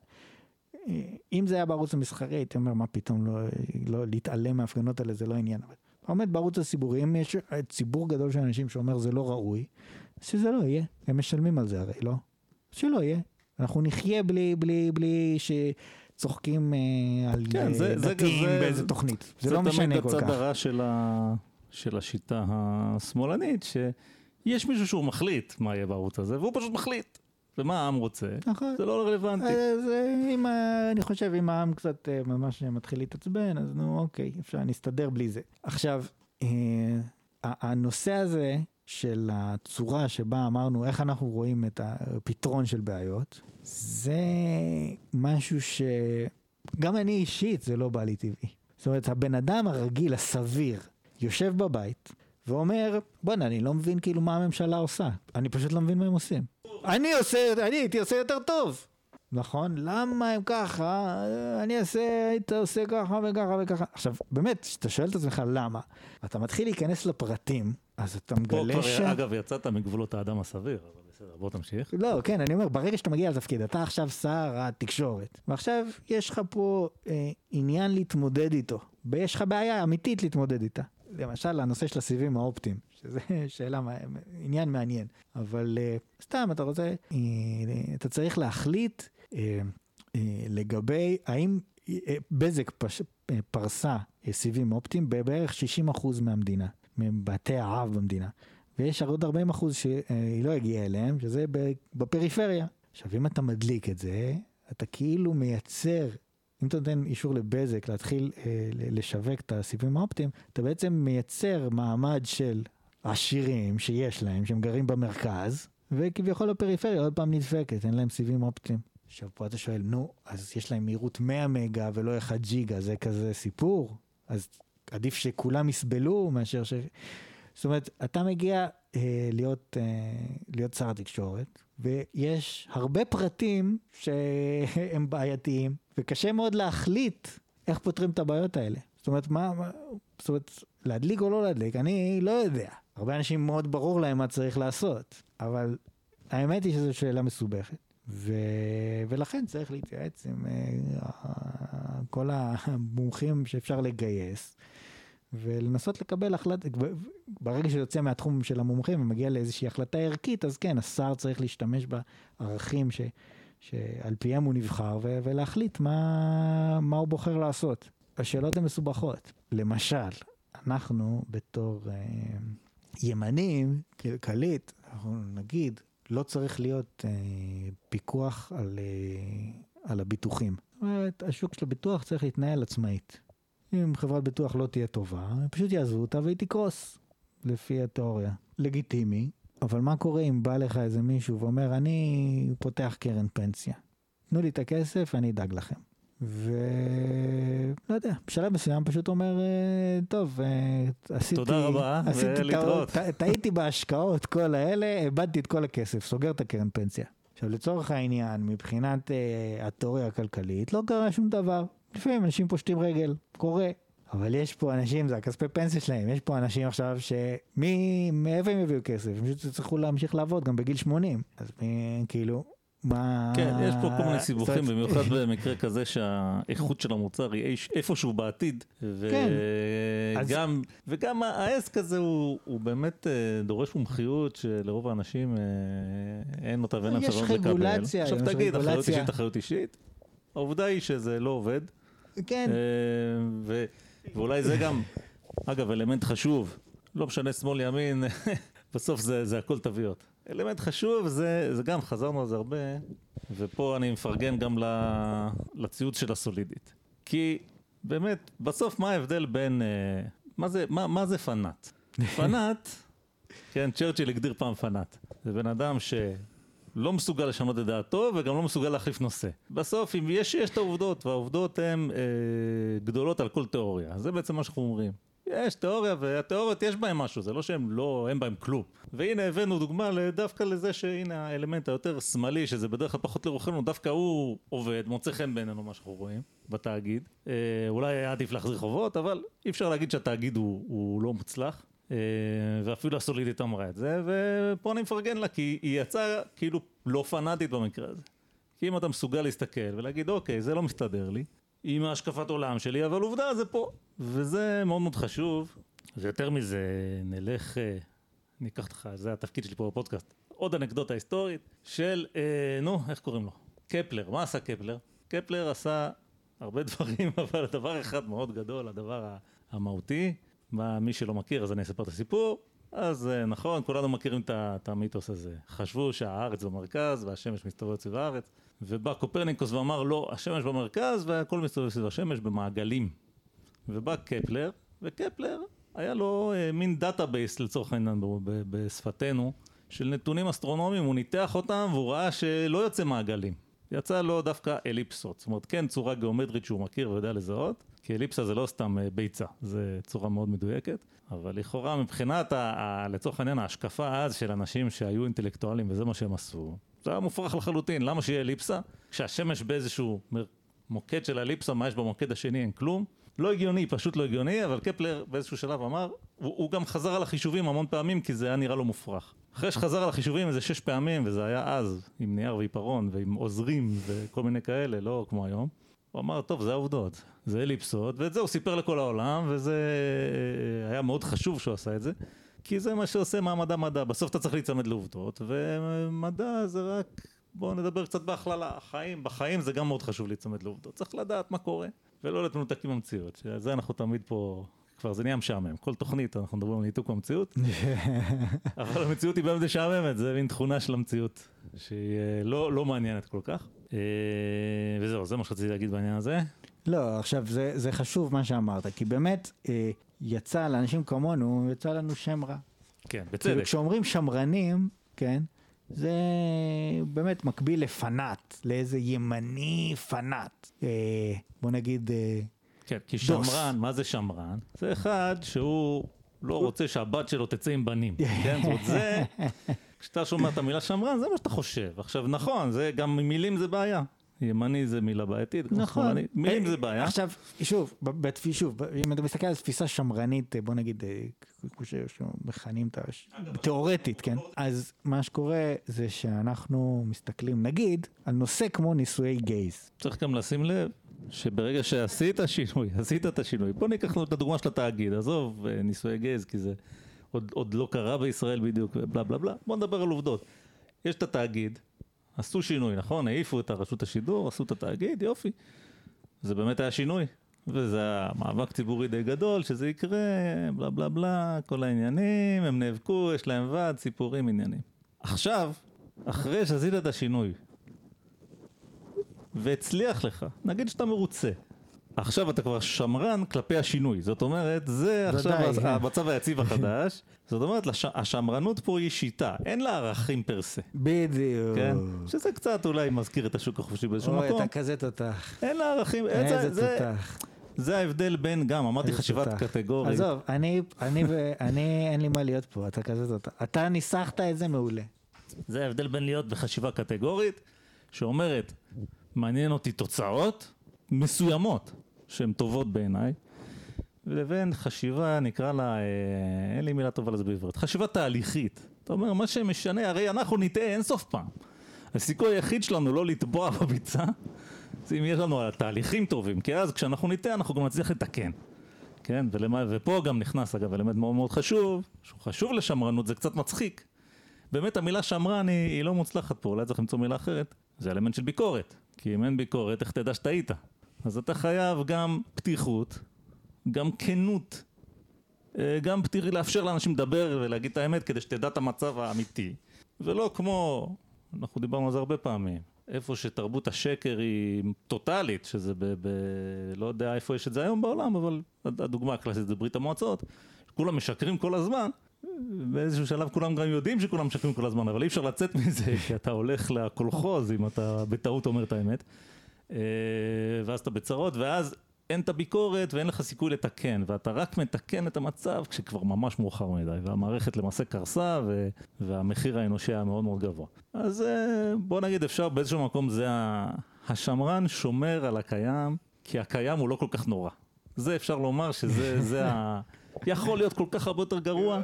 אם זה היה בערוץ המסחרי, הייתי אומר, מה פתאום לא, לא להתעלם מההפגנות האלה, זה לא עניין. אבל עומד בערוץ הציבורי, אם יש ציבור גדול של אנשים שאומר, זה לא ראוי, שזה לא יהיה. הם משלמים על זה הרי, לא? שלא יהיה. אנחנו נחיה בלי, בלי, בלי שצוחקים אה, על כן, זה- זה- דתיים זה- באיזה תוכנית. זה לא משנה כל זה תמיד כך. הצד הרע של ה- של השיטה השמאלנית, שיש מישהו שהוא מחליט מה יהיה בערוץ הזה, והוא פשוט מחליט. ומה העם רוצה, נכון. זה לא רלוונטי. אז אה, אם, ה- אני חושב, אם העם קצת אה, ממש מתחיל להתעצבן, אז נו, אוקיי, אפשר, נסתדר בלי זה. עכשיו, אה, ה- הנושא הזה של הצורה שבה אמרנו איך אנחנו רואים את הפתרון של בעיות, זה משהו שגם אני אישית זה לא בא לי טבעי. זאת אומרת, הבן אדם הרגיל, הסביר, יושב בבית ואומר, בוא'נה, אני לא מבין כאילו מה הממשלה עושה. אני פשוט לא מבין מה הם עושים. אני עושה, אני הייתי עושה יותר טוב. נכון? למה הם ככה? אני אעשה, היית עושה ככה וככה וככה. עכשיו, באמת, כשאתה שואל את עצמך למה, אתה מתחיל להיכנס לפרטים, אז אתה פה מגלה כבר, ש... אגב, יצאת מגבולות האדם הסביר, אבל בסדר, בוא תמשיך. לא, כן, אני אומר, ברגע שאתה מגיע לתפקיד, אתה עכשיו שר התקשורת, ועכשיו יש לך פה אה, עניין להתמודד איתו, ויש לך בעיה אמיתית להתמודד איתה. למשל, הנושא של הסיבים האופטיים, שזה שאלה, עניין מעניין, אבל אה, סתם, אתה רוצה, אה, אתה צריך להחליט אה, אה, לגבי, האם אה, בזק פש, אה, פרסה אה, סיבים אופטיים בבערך שישים אחוז מהמדינה, מבתי האב במדינה. ויש עוד ארבעים אחוז שהיא לא הגיעה אליהם, שזה בפריפריה. עכשיו, אם אתה מדליק את זה, אתה כאילו מייצר, אם אתה נותן אישור לבזק להתחיל אה, לשווק את הסיבים האופטיים, אתה בעצם מייצר מעמד של עשירים שיש להם, שהם גרים במרכז, וכביכול הפריפריה עוד פעם נדפקת, אין להם סיבים אופטיים. עכשיו, פה אתה שואל, נו, אז יש להם מהירות מאה מגה ולא אחד ג'יגה, זה כזה סיפור? אז עדיף שכולם יסבלו מאשר ש... זאת אומרת, אתה מגיע אה, להיות, אה, להיות שר התקשורת, ויש הרבה פרטים שהם בעייתיים, וקשה מאוד להחליט איך פותרים את הבעיות האלה. זאת אומרת, מה, מה, זאת אומרת, להדליק או לא להדליק, אני לא יודע. הרבה אנשים מאוד ברור להם מה צריך לעשות, אבל האמת היא שזו שאלה מסובכת, ו... ולכן צריך להתייעץ עם אה, כל המומחים שאפשר לגייס, ולנסות לקבל החלטה, ברגע שיוצא מהתחום של המומחים ומגיע לאיזושהי החלטה ערכית, אז כן, השר צריך להשתמש בערכים ש, שעל פיהם הוא נבחר, ו, ולהחליט מה, מה הוא בוחר לעשות. השאלות הן מסובכות. למשל, אנחנו בתור אה, ימנים, כלכלית, אנחנו נגיד, לא צריך להיות אה, פיקוח על, אה, על הביטוחים. זאת אומרת, השוק של הביטוח צריך להתנהל עצמאית. אם חברת ביטוח לא תהיה טובה, הם פשוט יעזבו אותה והיא תקרוס. לפי התיאוריה. לגיטימי, אבל מה קורה אם בא לך איזה מישהו ואומר, אני פותח קרן פנסיה. תנו לי את הכסף, אני אדאג לכם. ולא יודע, בשלב מסוים פשוט אומר, טוב, עשיתי... תודה רבה, ולהתראות. טעיתי בהשקעות כל האלה, איבדתי את כל הכסף, סוגר את הקרן פנסיה. עכשיו, לצורך העניין, מבחינת התיאוריה הכלכלית, לא קרה שום דבר. לפעמים אנשים פושטים רגל, קורה. אבל יש פה אנשים, זה הכספי פנסיה שלהם, יש פה אנשים עכשיו שמי, מאיפה הם הביאו כסף? הם פשוט צריכו להמשיך לעבוד גם בגיל שמונים. אז כאילו, מה... כן, יש פה כל מיני סיבוכים, במיוחד במקרה כזה שהאיכות של המוצר היא איפשהו בעתיד, וגם, וגם העסק הזה הוא באמת דורש מומחיות שלרוב האנשים אין אותה ואין אפשרות לקבל. יש רגולציה. עכשיו תגיד, אחריות אישית, אחריות אישית. העובדה היא שזה לא עובד. כן. ו... ואולי זה גם, אגב, אלמנט חשוב, לא משנה שמאל ימין, בסוף זה, זה הכל תוויות. אלמנט חשוב, זה, זה גם, חזרנו על זה הרבה, ופה אני מפרגן גם לציוד של הסולידית. כי באמת, בסוף מה ההבדל בין, מה זה, מה, מה זה פנאט? פנאט, כן, צ'רצ'יל הגדיר פעם פנאט. זה בן אדם ש... לא מסוגל לשנות את דעתו, וגם לא מסוגל להחליף נושא. בסוף, אם יש, יש את העובדות, והעובדות הן אה, גדולות על כל תיאוריה. זה בעצם מה שאנחנו אומרים. יש תיאוריה, והתיאוריות יש בהם משהו, זה לא שהם לא, אין בהם כלום. והנה הבאנו דוגמה דווקא לזה שהנה האלמנט היותר שמאלי, שזה בדרך כלל פחות לרוחנו, דווקא הוא עובד, מוצא חן בעינינו מה שאנחנו רואים, בתאגיד. אה, אולי היה עדיף להחזיר חובות, אבל אי אפשר להגיד שהתאגיד הוא, הוא לא מוצלח. ואפילו הסולידית אמרה את זה, ופה אני מפרגן לה, כי היא יצאה כאילו לא פנאטית במקרה הזה. כי אם אתה מסוגל להסתכל ולהגיד, אוקיי, זה לא מסתדר לי, עם ההשקפת עולם שלי, אבל עובדה זה פה. וזה מאוד מאוד חשוב, ויותר מזה נלך, אני אקח לך, זה התפקיד שלי פה בפודקאסט, עוד אנקדוטה היסטורית של, אה, נו, איך קוראים לו? קפלר. מה עשה קפלר? קפלר עשה הרבה דברים, אבל הדבר אחד מאוד גדול, הדבר המהותי, מה, מי שלא מכיר, אז אני אספר את הסיפור. אז נכון, כולנו מכירים את המיתוס הזה. חשבו שהארץ במרכז והשמש מסתובבת סביב הארץ, ובא קופרניקוס ואמר לא, השמש במרכז והכל מסתובב סביב השמש במעגלים. ובא קפלר, וקפלר היה לו אה, מין דאטאבייס לצורך העניין בשפתנו, של נתונים אסטרונומיים, הוא ניתח אותם והוא ראה שלא יוצא מעגלים. יצא לו דווקא אליפסות, זאת אומרת כן צורה גיאומטרית שהוא מכיר ויודע לזהות, כי אליפסה זה לא סתם ביצה, זה צורה מאוד מדויקת, אבל לכאורה מבחינת, ה- ה- לצורך העניין, ההשקפה אז של אנשים שהיו אינטלקטואלים וזה מה שהם עשו, זה היה מופרך לחלוטין, למה שיהיה אליפסה? כשהשמש באיזשהו מוקד של האליפסה, מה יש במוקד השני, אין כלום, לא הגיוני, פשוט לא הגיוני, אבל קפלר באיזשהו שלב אמר, הוא, הוא גם חזר על החישובים המון פעמים, כי זה היה נראה לו מופרך. אחרי שחזר על החישובים איזה שש פעמים, וזה היה אז, עם נייר ועיפרון, ועם עוזרים וכל מיני כאלה, לא כמו היום, הוא אמר, טוב, זה העובדות, זה אליפסות, ואת זה הוא סיפר לכל העולם, וזה היה מאוד חשוב שהוא עשה את זה, כי זה מה שעושה מעמדה מדע, בסוף אתה צריך להצמד לעובדות, ומדע זה רק, בואו נדבר קצת בהכללה, החיים, בחיים זה גם מאוד חשוב להצמד לעובדות, צריך לדעת מה קורה, ולא לתנותק עם המציאות, שזה אנחנו תמיד פה, כבר זה נהיה משעמם, כל תוכנית אנחנו מדברים על ניתוק במציאות, אבל המציאות היא באמת משעממת, זה מין תכונה של המציאות, שהיא לא, לא מעניינת כל כך. וזהו, זה מה שרציתי להגיד בעניין הזה. לא, עכשיו זה, זה חשוב מה שאמרת, כי באמת יצא לאנשים כמונו, יצא לנו שם רע. כן, בצדק. כשאומרים שמרנים, כן, זה באמת מקביל לפנאט, לאיזה ימני פנאט. בוא נגיד... כן, כי שמרן, מה זה שמרן? זה אחד שהוא לא רוצה שהבת שלו תצא עם בנים. כן, זאת אומרת, זה... כשאתה שומע את המילה שמרן, זה מה שאתה חושב. עכשיו, נכון, זה גם מילים זה בעיה. ימני זה מילה בעייתית. נכון. מילים זה בעיה. עכשיו, שוב, בתפי, שוב, אם אתה מסתכל על תפיסה שמרנית, בוא נגיד, כמו שמכנים את תיאורטית, כן? אז מה שקורה זה שאנחנו מסתכלים, נגיד, על נושא כמו נישואי גייז. צריך גם לשים לב שברגע שעשית שינוי, עשית את השינוי, בוא ניקח את הדוגמה של התאגיד, עזוב נישואי גייז, כי זה עוד, עוד לא קרה בישראל בדיוק, בלה בלה בלה. בוא נדבר על עובדות. יש את התאגיד, עשו שינוי, נכון? העיפו את הרשות השידור, עשו את התאגיד, יופי. זה באמת היה שינוי. וזה היה מאבק ציבורי די גדול, שזה יקרה, בלה בלה בלה, כל העניינים, הם נאבקו, יש להם ועד, סיפורים, עניינים. עכשיו, אחרי שעשית את השינוי, והצליח לך, נגיד שאתה מרוצה, עכשיו אתה כבר שמרן כלפי השינוי, זאת אומרת, זה עכשיו די, המצב היציב החדש, זאת אומרת, לש... השמרנות פה היא שיטה, אין לה ערכים פרסה. בדיוק. כן? שזה קצת אולי מזכיר את השוק החופשי באיזשהו אוי, מקום. אתה כזה תותח. אין לה ערכים, איזה זה, תותח. זה ההבדל בין גם, אמרתי חשיבת קטגורית. עזוב, אני, אני, אני, אין לי מה להיות פה, אתה כזה תותח. אתה ניסחת את זה מעולה. זה ההבדל בין להיות בחשיבה קטגורית, שאומרת, מעניין אותי תוצאות מסוימות, שהן טובות בעיניי, לבין חשיבה, נקרא לה, אה, אין לי מילה טובה לזה בעברית, חשיבה תהליכית. אתה אומר, מה שמשנה, הרי אנחנו נטעה אין סוף פעם. הסיכוי היחיד שלנו לא לטבוע בביצה, זה אם יש לנו תהליכים טובים, כי אז כשאנחנו נטעה אנחנו גם נצליח לתקן. כן? ולמה, ופה גם נכנס, אגב, אלמנט מאוד מאוד חשוב, שהוא חשוב לשמרנות, זה קצת מצחיק. באמת המילה שמרן היא, היא לא מוצלחת פה, אולי צריך למצוא מילה אחרת. זה אלמנט של ביקורת, כי אם אין ביקורת, איך תדע שטעית? אז אתה חייב גם פתיחות, גם כנות, גם פתיח, לאפשר לאנשים לדבר ולהגיד את האמת כדי שתדע את המצב האמיתי. ולא כמו, אנחנו דיברנו על זה הרבה פעמים, איפה שתרבות השקר היא טוטלית, שזה ב... ב לא יודע איפה יש את זה היום בעולם, אבל הדוגמה הקלאסית זה ברית המועצות, כולם משקרים כל הזמן, באיזשהו שלב כולם גם יודעים שכולם משקרים כל הזמן, אבל אי אפשר לצאת מזה, כי אתה הולך לקולחוז אם אתה בטעות אומר את האמת, ואז אתה בצרות, ואז אין את הביקורת ואין לך סיכוי לתקן, ואתה רק מתקן את המצב כשכבר ממש מאוחר מדי, והמערכת למעשה קרסה, ו... והמחיר האנושי היה מאוד מאוד גבוה. אז בוא נגיד, אפשר באיזשהו מקום, זה השמרן שומר על הקיים, כי הקיים הוא לא כל כך נורא. זה אפשר לומר שזה זה ה... יכול להיות כל כך הרבה יותר גרוע,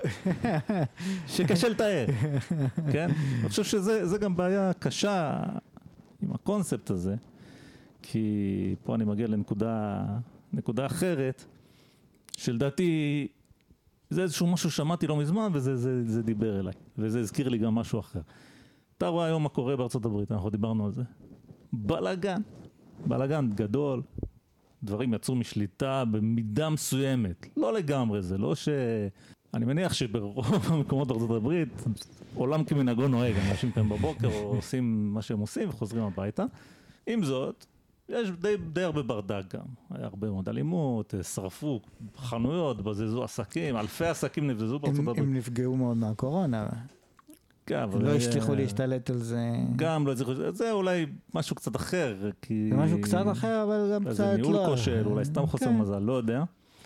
שקשה לתאר, כן? אני חושב שזה זה גם בעיה קשה עם הקונספט הזה, כי פה אני מגיע לנקודה נקודה אחרת, שלדעתי זה איזשהו משהו שמעתי לא מזמן, וזה זה, זה דיבר אליי, וזה הזכיר לי גם משהו אחר. אתה רואה היום מה קורה בארצות הברית, אנחנו דיברנו על זה. בלגן, בלגן גדול, דברים יצאו משליטה במידה מסוימת, לא לגמרי, זה לא ש... אני מניח שברוב המקומות בארצות הברית, עולם כמנהגו נוהג, אנשים כאן בבוקר או עושים מה שהם עושים וחוזרים הביתה. עם זאת, יש די, די הרבה ברדק גם, היה הרבה מאוד אלימות, שרפו חנויות, בזזו עסקים, אלפי עסקים נבזזו בארצות הם, הברית. הם נפגעו מאוד מהקורונה. כן, אבל... לא הצליחו להשתלט על זה. גם לא הצליחו, זה אולי משהו קצת אחר, כי... זה משהו קצת אחר, אבל גם קצת לא. זה ניהול כושל, אולי סתם חוסר כן. מזל, לא יודע.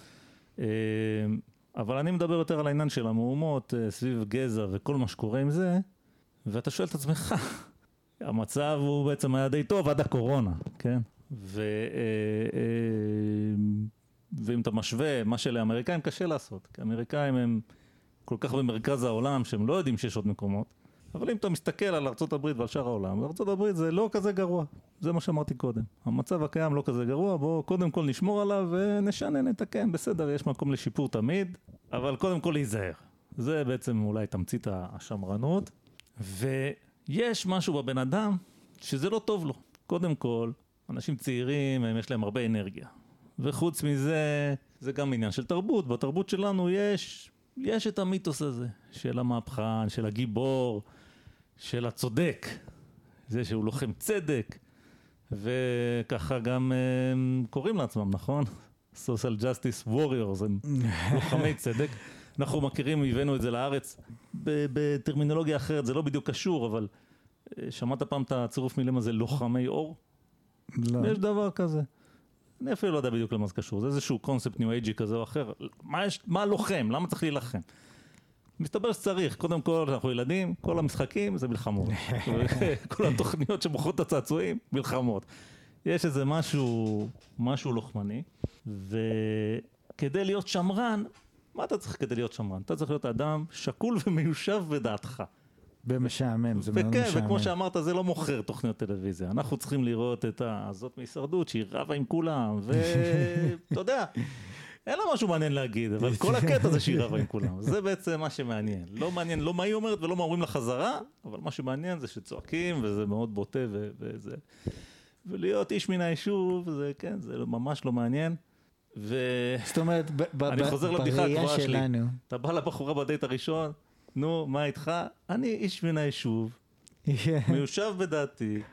אבל אני מדבר יותר על העניין של המהומות, סביב גזע וכל מה שקורה עם זה, ואתה שואל את עצמך, המצב הוא בעצם היה די טוב עד הקורונה, כן? ו... ואם אתה משווה, מה שלאמריקאים קשה לעשות, כי האמריקאים הם כל כך במרכז העולם שהם לא יודעים שיש עוד מקומות, אבל אם אתה מסתכל על ארצות הברית ועל שאר העולם, ארצות הברית זה לא כזה גרוע, זה מה שאמרתי קודם. המצב הקיים לא כזה גרוע, בואו קודם כל נשמור עליו ונשנה, נתקן, בסדר, יש מקום לשיפור תמיד, אבל קודם כל להיזהר. זה בעצם אולי תמצית השמרנות, ויש משהו בבן אדם שזה לא טוב לו. קודם כל, אנשים צעירים, יש להם הרבה אנרגיה. וחוץ מזה, זה גם עניין של תרבות. בתרבות שלנו יש, יש את המיתוס הזה, של המהפכן, של הגיבור, של הצודק, זה שהוא לוחם צדק, וככה גם הם קוראים לעצמם, נכון? Social Justice Warriors, הם לוחמי צדק. אנחנו מכירים, הבאנו את זה לארץ, בטרמינולוגיה אחרת, זה לא בדיוק קשור, אבל שמעת פעם את הצירוף מילים הזה, לוחמי אור? לא. יש דבר כזה. אני אפילו לא יודע בדיוק למה זה קשור, זה איזשהו קונספט ניו אייג'י כזה או אחר. מה, יש, מה לוחם? למה צריך להילחם? מסתבר שצריך, קודם כל אנחנו ילדים, כל המשחקים זה מלחמות. כל התוכניות שמוכרות את הצעצועים, מלחמות. יש איזה משהו, משהו לוחמני, וכדי להיות שמרן, מה אתה צריך כדי להיות שמרן? אתה צריך להיות אדם שקול ומיושב בדעתך. במשעמם, זה מאוד וכן, משעמם. וכמו שאמרת, זה לא מוכר תוכניות טלוויזיה. אנחנו צריכים לראות את הזאת מהישרדות, שהיא רבה עם כולם, ואתה יודע, אין לה משהו מעניין להגיד, אבל כל הקטע זה שהיא רבה עם כולם. זה בעצם מה שמעניין. לא מעניין, לא מה היא אומרת ולא מה אומרים לחזרה, אבל מה שמעניין זה שצועקים, וזה מאוד בוטה, וזה... ולהיות איש מן היישוב, זה כן, זה ממש לא מעניין. ו... זאת אומרת, אני חוזר לבדיחה הקבועה שלי. שלנו. אתה בא לבחורה בדייט הראשון, נו, מה איתך? אני איש מן היישוב, מיושב בדעתי,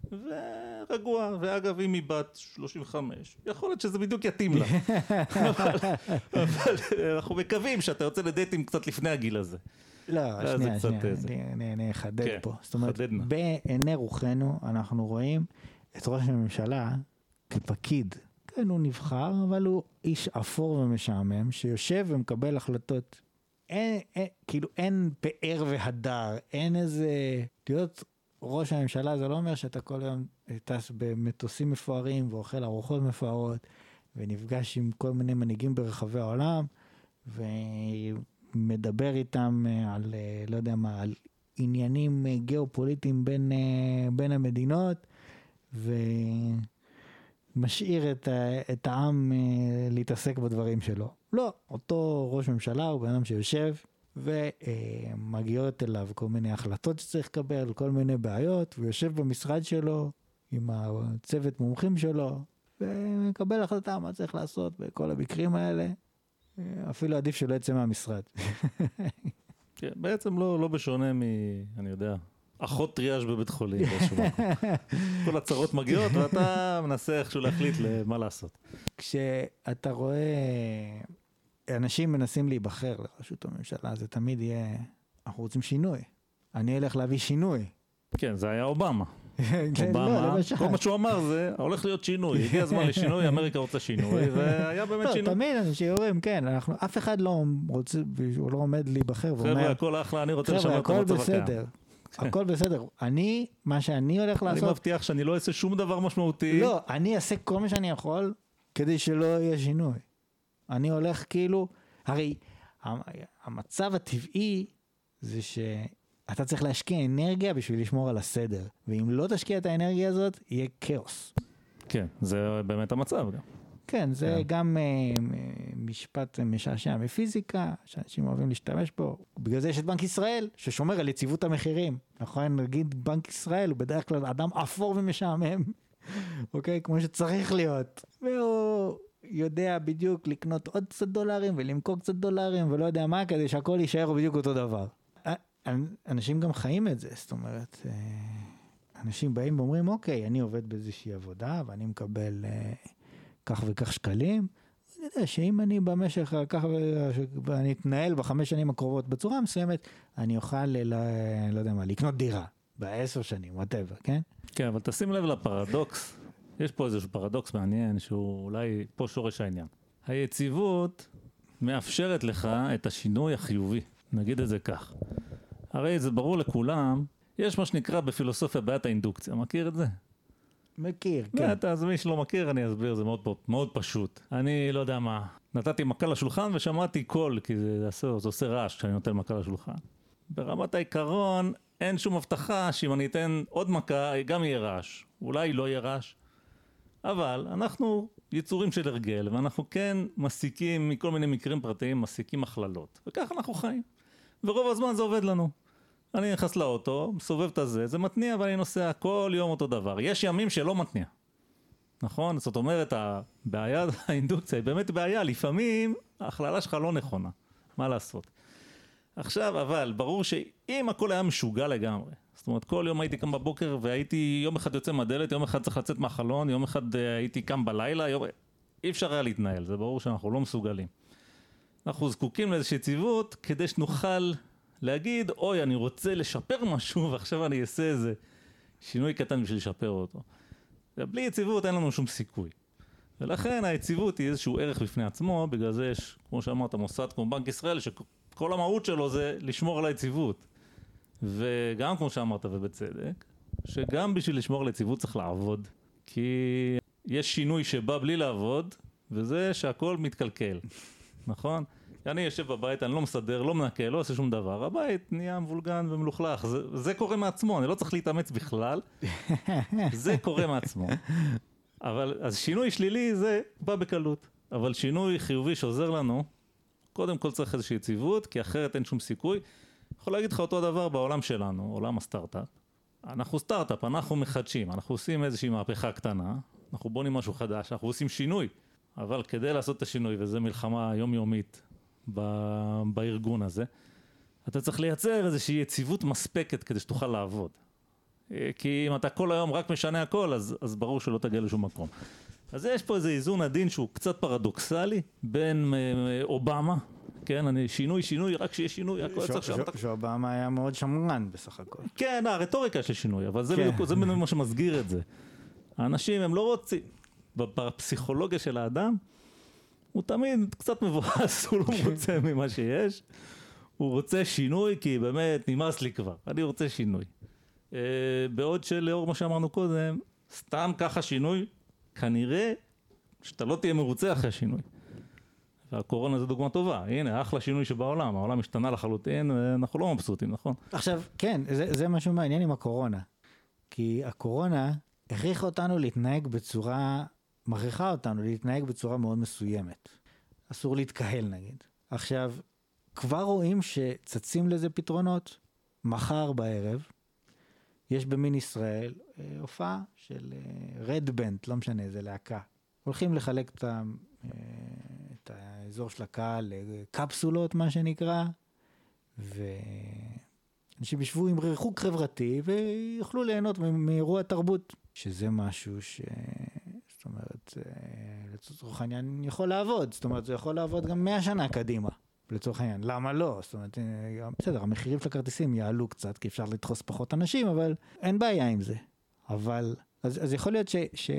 ורגוע, ואגב, אם היא בת שלושים וחמש, יכול להיות שזה בדיוק יתאים לה. אבל, אבל אנחנו מקווים שאתה יוצא לדייטים קצת לפני הגיל הזה. לא, שנייה, שנייה, אני, אני אחדד כן, פה. זאת אומרת, חדדנה. בעיני רוחנו אנחנו רואים את ראש הממשלה כפקיד. כן, הוא נבחר, אבל הוא איש אפור ומשעמם, שיושב ומקבל החלטות. אין, אין, כאילו אין פאר והדר, אין איזה... להיות ראש הממשלה זה לא אומר שאתה כל היום טס במטוסים מפוארים, ואוכל ארוחות מפוארות, ונפגש עם כל מיני מנהיגים ברחבי העולם, ומדבר איתם על, לא יודע מה, על עניינים גיאופוליטיים בין, בין המדינות, ומשאיר את, את העם להתעסק בדברים שלו. לא, אותו ראש ממשלה הוא בן אדם שיושב, ומגיעות אליו כל מיני החלטות שצריך לקבל, כל מיני בעיות, הוא יושב במשרד שלו עם הצוות מומחים שלו, ומקבל החלטה מה צריך לעשות בכל המקרים האלה, אפילו עדיף שלא יצא מהמשרד. כן, בעצם לא, לא בשונה מ... אני יודע, אחות טריאז' בבית חולים. כל הצרות מגיעות, ואתה מנסה איכשהו להחליט למה לעשות. כשאתה רואה... אנשים מנסים להיבחר לראשות הממשלה, זה תמיד יהיה, אנחנו רוצים שינוי. אני אלך להביא שינוי. כן, זה היה אובמה. אובמה, כל מה שהוא אמר זה, הולך להיות שינוי. הגיע הזמן לשינוי, אמריקה רוצה שינוי, והיה באמת שינוי. לא, תמיד אנשים אומרים, כן, אף אחד לא רוצה, הוא לא עומד להיבחר, חבר'ה, הכל אחלה, אני רוצה לשמר את המצב הקיים. הכל בסדר. אני, מה שאני הולך לעשות... אני מבטיח שאני לא אעשה שום דבר משמעותי. לא, אני אעשה כל מה שאני יכול, כדי שלא יהיה שינוי. אני הולך כאילו, הרי המצב הטבעי זה שאתה צריך להשקיע אנרגיה בשביל לשמור על הסדר, ואם לא תשקיע את האנרגיה הזאת, יהיה כאוס. כן, זה באמת המצב גם. כן, זה כן. גם uh, משפט משעשע מפיזיקה, שאנשים אוהבים להשתמש בו. בגלל זה יש את בנק ישראל, ששומר על יציבות המחירים. נכון, נגיד בנק ישראל הוא בדרך כלל אדם אפור ומשעמם, אוקיי? כמו שצריך להיות. והוא... יודע בדיוק לקנות עוד קצת דולרים ולמכור קצת דולרים ולא יודע מה, כדי שהכל יישאר בדיוק אותו דבר. אנשים גם חיים את זה, זאת אומרת, אנשים באים ואומרים, אוקיי, אני עובד באיזושהי עבודה ואני מקבל כך וכך שקלים, אני יודע שאם אני במשך כך ואני אתנהל בחמש שנים הקרובות בצורה מסוימת, אני אוכל, לא יודע מה, לקנות דירה בעשר שנים, whatever, כן? כן, אבל תשים לב לפרדוקס. יש פה איזשהו פרדוקס מעניין שהוא אולי פה שורש העניין. היציבות מאפשרת לך את השינוי החיובי, נגיד את זה כך. הרי זה ברור לכולם, יש מה שנקרא בפילוסופיה בעיית האינדוקציה, מכיר את זה? מכיר, כן. אתה, אז מי שלא מכיר אני אסביר, זה מאוד, מאוד פשוט. אני לא יודע מה, נתתי מכה לשולחן ושמעתי קול, כי זה, זה, עושה, זה עושה רעש כשאני נותן מכה לשולחן. ברמת העיקרון אין שום הבטחה שאם אני אתן עוד מכה גם יהיה רעש, אולי לא יהיה רעש. אבל אנחנו יצורים של הרגל, ואנחנו כן מסיקים מכל מיני מקרים פרטיים, מסיקים הכללות. וכך אנחנו חיים. ורוב הזמן זה עובד לנו. אני נכנס לאוטו, מסובב את הזה, זה מתניע, ואני נוסע כל יום אותו דבר. יש ימים שלא מתניע. נכון? זאת אומרת, הבעיה, האינדוקציה היא באמת בעיה. לפעמים ההכללה שלך לא נכונה. מה לעשות? עכשיו, אבל, ברור שאם הכל היה משוגע לגמרי, זאת אומרת, כל יום הייתי קם בבוקר והייתי יום אחד יוצא מהדלת, יום אחד צריך לצאת מהחלון, יום אחד הייתי קם בלילה, יום... אי אפשר היה להתנהל, זה ברור שאנחנו לא מסוגלים. אנחנו זקוקים לאיזושהי יציבות כדי שנוכל להגיד, אוי, אני רוצה לשפר משהו ועכשיו אני אעשה איזה שינוי קטן בשביל לשפר אותו. ובלי יציבות אין לנו שום סיכוי. ולכן היציבות היא איזשהו ערך בפני עצמו, בגלל זה יש, כמו שאמרת, מוסד כמו בנק ישראל, שכל המהות שלו זה לשמור על היציבות. וגם כמו שאמרת ובצדק, שגם בשביל לשמור על יציבות צריך לעבוד, כי יש שינוי שבא בלי לעבוד, וזה שהכל מתקלקל, נכון? אני יושב בבית, אני לא מסדר, לא מנקה, לא עושה שום דבר, הבית נהיה מבולגן ומלוכלך, זה, זה קורה מעצמו, אני לא צריך להתאמץ בכלל, זה קורה מעצמו. אבל אז שינוי שלילי זה בא בקלות, אבל שינוי חיובי שעוזר לנו, קודם כל צריך איזושהי יציבות, כי אחרת אין שום סיכוי. יכול להגיד לך אותו דבר בעולם שלנו, עולם הסטארט-אפ. אנחנו סטארט-אפ, אנחנו מחדשים, אנחנו עושים איזושהי מהפכה קטנה, אנחנו בונים משהו חדש, אנחנו עושים שינוי. אבל כדי לעשות את השינוי, וזו מלחמה יומיומית ב- בארגון הזה, אתה צריך לייצר איזושהי יציבות מספקת כדי שתוכל לעבוד. כי אם אתה כל היום רק משנה הכל, אז, אז ברור שלא תגיע לשום מקום. אז יש פה איזה איזון עדין שהוא קצת פרדוקסלי, בין אובמה, כן, אני שינוי, שינוי, רק שיהיה שינוי, הכל צריך שם. שאובמה היה מאוד שמרן בסך הכל. כן, הרטוריקה של שינוי, אבל זה בדיוק, זה בדיוק מה שמסגיר את זה. האנשים הם לא רוצים, בפסיכולוגיה של האדם, הוא תמיד קצת מבואס, הוא לא רוצה ממה שיש, הוא רוצה שינוי, כי באמת נמאס לי כבר, אני רוצה שינוי. בעוד שלאור מה שאמרנו קודם, סתם ככה שינוי, כנראה שאתה לא תהיה מרוצה אחרי שינוי. והקורונה זו דוגמה טובה, הנה, אחלה שינוי שבעולם, העולם השתנה לחלוטין, אנחנו לא מבסוטים, נכון? עכשיו, כן, זה, זה משהו מעניין עם הקורונה, כי הקורונה הכריחה אותנו להתנהג בצורה, מכריחה אותנו להתנהג בצורה מאוד מסוימת. אסור להתקהל נגיד. עכשיו, כבר רואים שצצים לזה פתרונות, מחר בערב, יש במין ישראל הופעה של רד בנד, לא משנה, זה להקה. הולכים לחלק את, ה, את האזור של הקהל לקפסולות, מה שנקרא, ואנשים ישבו עם ריחוק חברתי ויוכלו ליהנות מאירוע תרבות, שזה משהו ש... זאת אומרת, לצורך העניין יכול לעבוד, זאת אומרת, זה יכול לעבוד גם מאה שנה קדימה. לצורך העניין, למה לא? זאת אומרת, בסדר, המחירים של הכרטיסים יעלו קצת, כי אפשר לדחוס פחות אנשים, אבל אין בעיה עם זה. אבל, אז, אז יכול להיות ש, ש,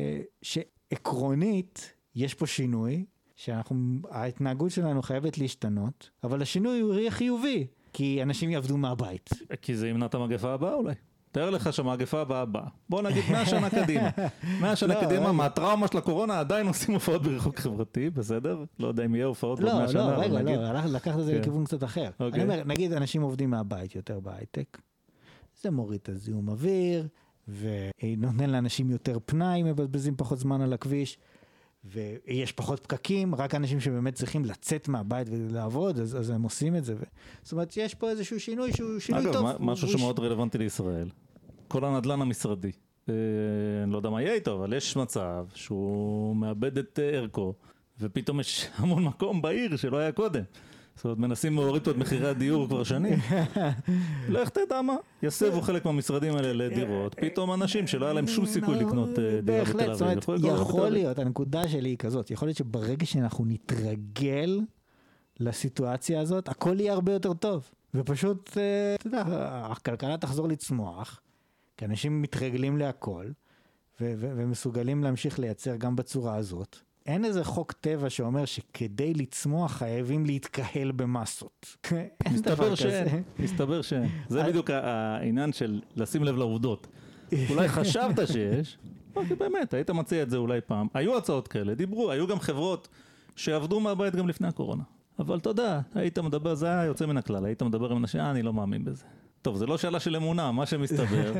שעקרונית יש פה שינוי, שאנחנו, ההתנהגות שלנו חייבת להשתנות, אבל השינוי הוא יהיה חיובי, כי אנשים יעבדו מהבית. כי זה ימנע את המגפה הבאה אולי. תאר לך שהמגפה הבאה הבאה. בוא נגיד מאה שנה קדימה. מאה שנה קדימה, מהטראומה של הקורונה עדיין עושים הופעות בריחוק חברתי, בסדר? לא יודע אם יהיה הופעות בעוד מאה שנה. לא, רגע, לא, לקחת את זה לכיוון קצת אחר. אני אומר, נגיד אנשים עובדים מהבית יותר בהייטק, זה מוריד את הזיהום אוויר, ונותן לאנשים יותר פנאי, מבזבזים פחות זמן על הכביש, ויש פחות פקקים, רק אנשים שבאמת צריכים לצאת מהבית ולעבוד, אז, אז הם עושים את זה. ו... זאת אומרת, יש פה איזשהו שינוי שהוא שינוי אגב, טוב. אגב, משהו שמאוד רלוונטי לישראל. כל הנדלן המשרדי. אה, אני לא יודע מה יהיה איתו, אבל יש מצב שהוא מאבד את ערכו, ופתאום יש המון מקום בעיר שלא היה קודם. זאת אומרת, מנסים להוריד פה את מחירי הדיור כבר שנים. לא איך תדע מה? יסבו חלק מהמשרדים האלה לדירות, פתאום אנשים שלא היה להם שום סיכוי לקנות דירה בתל אביב. יכול להיות, הנקודה שלי היא כזאת, יכול להיות שברגע שאנחנו נתרגל לסיטואציה הזאת, הכל יהיה הרבה יותר טוב. ופשוט, אתה יודע, הכלכלה תחזור לצמוח, כי אנשים מתרגלים להכל, ומסוגלים להמשיך לייצר גם בצורה הזאת. אין איזה חוק טבע שאומר שכדי לצמוח חייבים להתקהל במסות. מסתבר שאין, מסתבר שאין. זה בדיוק העניין של לשים לב לעובדות. אולי חשבת שיש, אבל באמת, היית מציע את זה אולי פעם. היו הצעות כאלה, דיברו, היו גם חברות שעבדו מהבית גם לפני הקורונה. אבל אתה יודע, היית מדבר, זה היה יוצא מן הכלל, היית מדבר עם אנשים, אני לא מאמין בזה. טוב, זה לא שאלה של אמונה, מה שמסתבר,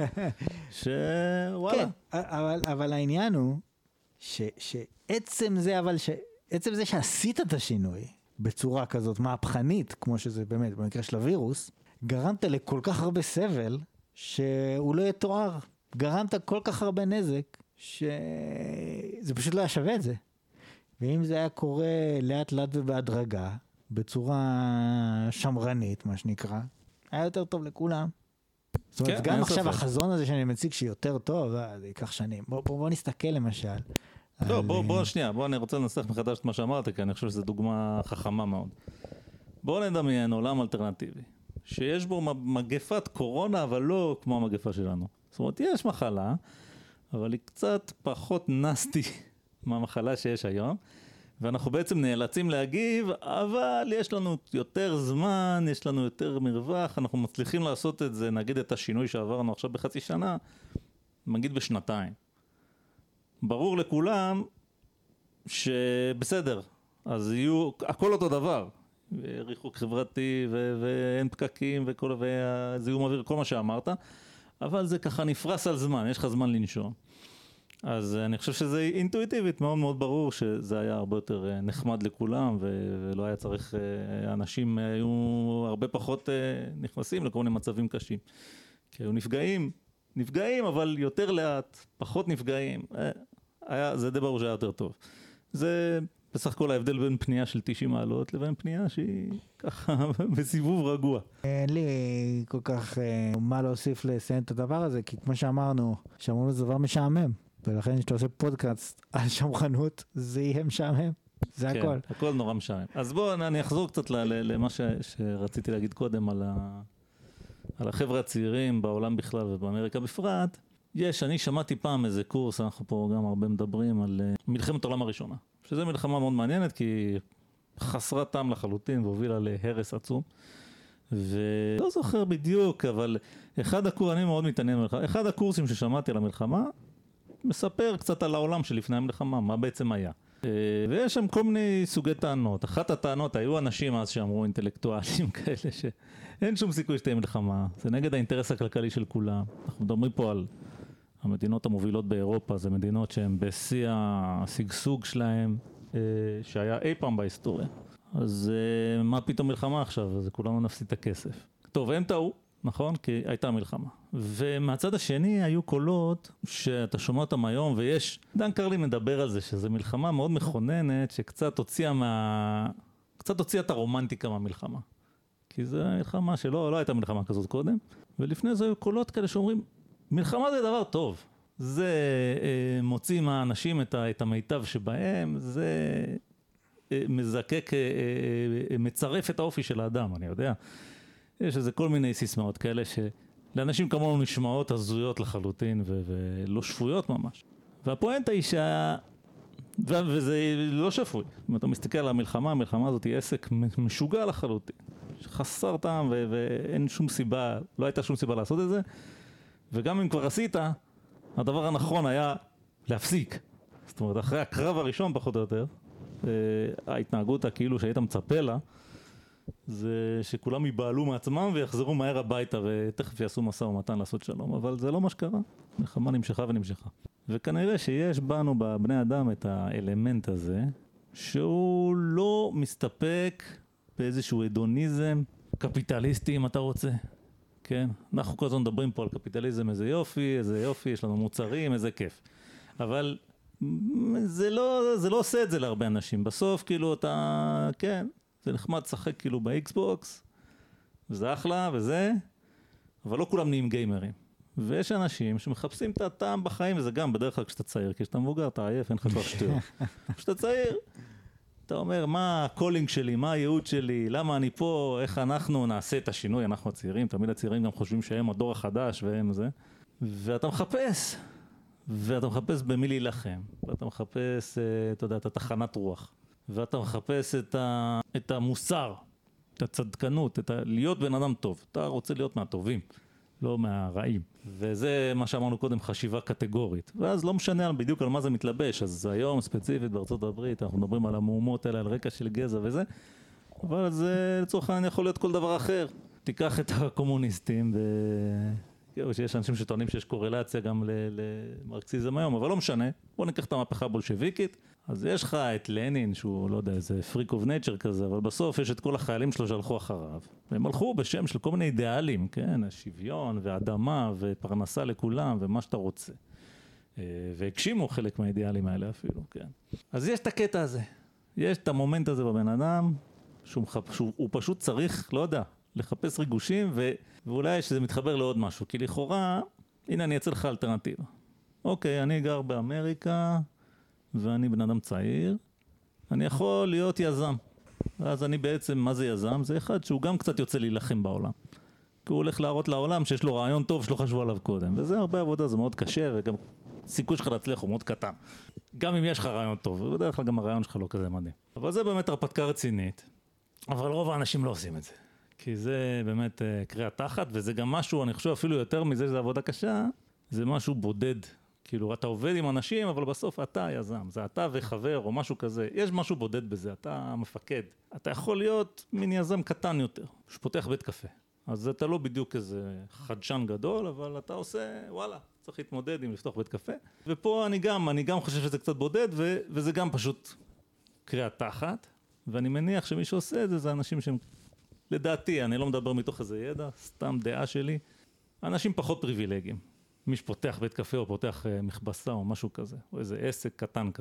שוואלה. כן, אבל, אבל העניין הוא, ש, שעצם זה, אבל ש, עצם זה שעשית את השינוי בצורה כזאת מהפכנית, כמו שזה באמת במקרה של הווירוס, גרמת לכל כך הרבה סבל שהוא לא יתואר. גרמת כל כך הרבה נזק שזה פשוט לא היה שווה את זה. ואם זה היה קורה לאט לאט ובהדרגה, בצורה שמרנית, מה שנקרא, היה יותר טוב לכולם. זאת אומרת, גם עכשיו החזון הזה שאני מציג שיותר טוב, זה ייקח שנים. בוא, בוא, בוא נסתכל למשל. לא, בוא, בוא שנייה, בוא, אני רוצה לנסח מחדש את מה שאמרת, כי אני חושב שזו דוגמה חכמה מאוד. בוא נדמיין עולם אלטרנטיבי, שיש בו מגפת קורונה, אבל לא כמו המגפה שלנו. זאת אומרת, יש מחלה, אבל היא קצת פחות נסטי מהמחלה שיש היום, ואנחנו בעצם נאלצים להגיב, אבל יש לנו יותר זמן, יש לנו יותר מרווח, אנחנו מצליחים לעשות את זה, נגיד את השינוי שעברנו עכשיו בחצי שנה, נגיד בשנתיים. ברור לכולם שבסדר, אז יהיו, הכל אותו דבר, ריחוק חברתי ו- ואין פקקים וכל, והזיהום אוויר, כל מה שאמרת, אבל זה ככה נפרס על זמן, יש לך זמן לנשום. אז אני חושב שזה אינטואיטיבית, מאוד מאוד ברור שזה היה הרבה יותר נחמד לכולם, ולא היה צריך, אנשים היו הרבה פחות נכנסים לכל מיני מצבים קשים. כי היו נפגעים, נפגעים, אבל יותר לאט, פחות נפגעים, היה, זה די ברור שהיה יותר טוב. זה בסך הכל ההבדל בין פנייה של תשעים מעלות לבין פנייה שהיא ככה בסיבוב רגוע. אין לי כל כך אה, מה להוסיף לסיים את הדבר הזה, כי כמו שאמרנו, שאמרנו זה דבר משעמם, ולכן כשאתה עושה פודקאסט על שמרנות, זה יהיה משעמם, זה כן, הכל. הכל נורא משעמם. אז בואו אני אחזור קצת ל- ל- למה ש- שרציתי להגיד קודם על, ה- על החבר'ה הצעירים בעולם בכלל ובאמריקה בפרט. יש, אני שמעתי פעם איזה קורס, אנחנו פה גם הרבה מדברים על אה, מלחמת העולם הראשונה, שזו מלחמה מאוד מעניינת כי חסרה טעם לחלוטין והובילה להרס עצום. ולא זוכר בדיוק, אבל אחד הקורס, אני מאוד מתעניין במלחמה, אחד הקורסים ששמעתי על המלחמה, מספר קצת על העולם שלפני המלחמה, מה בעצם היה. אה, ויש שם כל מיני סוגי טענות. אחת הטענות, היו אנשים אז שאמרו אינטלקטואלים כאלה שאין שום סיכוי שתהיה מלחמה, זה נגד האינטרס הכלכלי של כולם. אנחנו מדברים פה על המדינות המובילות באירופה, זה מדינות שהן בשיא השגשוג שלהם, אה, שהיה אי פעם בהיסטוריה. אז אה, מה פתאום מלחמה עכשיו? אז כולנו נפסיד את הכסף. טוב, הם טעו, נכון? כי הייתה מלחמה. ומהצד השני היו קולות שאתה שומע אותם היום, ויש, דן קרלין מדבר על זה, שזו מלחמה מאוד מכוננת, שקצת הוציאה מה... קצת הוציאה את הרומנטיקה מהמלחמה. כי זו מלחמה שלא, לא הייתה מלחמה כזאת קודם, ולפני זה היו קולות כאלה שאומרים, מלחמה זה דבר טוב. זה אה, מוציא מהאנשים את, ה, את המיטב שבהם, זה אה, מזקק, אה, אה, מצרף את האופי של האדם, אני יודע. יש איזה כל מיני סיסמאות כאלה שלאנשים כמונו נשמעות הזויות לחלוטין ו- ולא שפויות ממש. והפואנטה היא שה... ו- וזה לא שפוי. אם אתה מסתכל על המלחמה, המלחמה הזאת היא עסק משוגע לחלוטין. חסר טעם ו- ואין שום סיבה, לא הייתה שום סיבה לעשות את זה. וגם אם כבר עשית, הדבר הנכון היה להפסיק. זאת אומרת, אחרי הקרב הראשון פחות או יותר, ההתנהגות הכאילו שהיית מצפה לה, זה שכולם ייבעלו מעצמם ויחזרו מהר הביתה ותכף יעשו מסע ומתן לעשות שלום, אבל זה לא מה שקרה. מלחמה נמשכה ונמשכה. וכנראה שיש בנו, בבני אדם, את האלמנט הזה, שהוא לא מסתפק באיזשהו הדוניזם קפיטליסטי, אם אתה רוצה. כן? אנחנו כל הזמן מדברים פה על קפיטליזם, איזה יופי, איזה יופי, יש לנו מוצרים, איזה כיף. אבל זה לא, זה לא עושה את זה להרבה אנשים. בסוף, כאילו, אתה, כן, זה נחמד לשחק כאילו באקסבוקס, וזה אחלה וזה, אבל לא כולם נהיים גיימרים. ויש אנשים שמחפשים את הטעם בחיים, וזה גם בדרך כלל כשאתה צעיר, כי כשאתה מבוגר, אתה עייף, אין לך כבר שטויות. כשאתה צעיר, אתה אומר, מה הקולינג שלי, מה הייעוד שלי, למה אני פה, איך אנחנו נעשה את השינוי, אנחנו הצעירים, תמיד הצעירים גם חושבים שהם הדור החדש והם זה, ואתה מחפש, ואתה מחפש במי להילחם, ואתה מחפש, אתה יודע, את התחנת רוח, ואתה מחפש את, ה, את המוסר, את הצדקנות, את ה, להיות בן אדם טוב, אתה רוצה להיות מהטובים, לא מהרעים, וזה מה שאמרנו קודם, חשיבה קטגורית, ואז לא משנה בדיוק על מה זה מתלבש, אז היום ספציפית בארצות הברית, אנחנו מדברים על המהומות האלה, על רקע של גזע וזה, אבל זה לצורך העניין יכול להיות כל דבר אחר. תיקח את הקומוניסטים, ו... שיש אנשים שטוענים שיש קורלציה גם למרקסיזם היום, אבל לא משנה, בוא ניקח את המהפכה הבולשביקית, אז יש לך את לנין, שהוא לא יודע, איזה פריק אוף נייצ'ר כזה, אבל בסוף יש את כל החיילים שלו שהלכו אחריו, והם הלכו בשם של כל מיני אידיאלים, כן, השוויון והאדמה ופרנסה לכולם ומה שאתה רוצה. והגשימו חלק מהאידיאלים האלה אפילו, כן. אז יש את הקטע הזה, יש את המומנט הזה בבן אדם, שהוא, שהוא פשוט צריך, לא יודע, לחפש ריגושים, ו... ואולי שזה מתחבר לעוד משהו, כי לכאורה, הנה אני אצא לך אלטרנטיבה. אוקיי, אני גר באמריקה, ואני בן אדם צעיר, אני יכול להיות יזם. אז אני בעצם, מה זה יזם? זה אחד שהוא גם קצת יוצא להילחם בעולם. כי הוא הולך להראות לעולם שיש לו רעיון טוב שלא חשבו עליו קודם. וזה הרבה עבודה, זה מאוד קשה, וגם סיכוי שלך להצליח הוא מאוד קטן. גם אם יש לך רעיון טוב, ובדרך כלל גם הרעיון שלך לא כזה מדהים. אבל זה באמת הרפתקה רצינית, אבל רוב האנשים לא עושים את זה. כי זה באמת קריאה תחת, וזה גם משהו, אני חושב אפילו יותר מזה שזה עבודה קשה, זה משהו בודד. כאילו, אתה עובד עם אנשים, אבל בסוף אתה יזם. זה אתה וחבר או משהו כזה. יש משהו בודד בזה, אתה מפקד. אתה יכול להיות מין יזם קטן יותר, שפותח בית קפה. אז אתה לא בדיוק איזה חדשן גדול, אבל אתה עושה, וואלה, צריך להתמודד עם לפתוח בית קפה. ופה אני גם, אני גם חושב שזה קצת בודד, ו- וזה גם פשוט קריאה תחת. ואני מניח שמי שעושה את זה, זה אנשים שהם, לדעתי, אני לא מדבר מתוך איזה ידע, סתם דעה שלי, אנשים פחות פריבילגיים. מי שפותח בית קפה או פותח מכבסה או משהו כזה, או איזה עסק קטן כזה.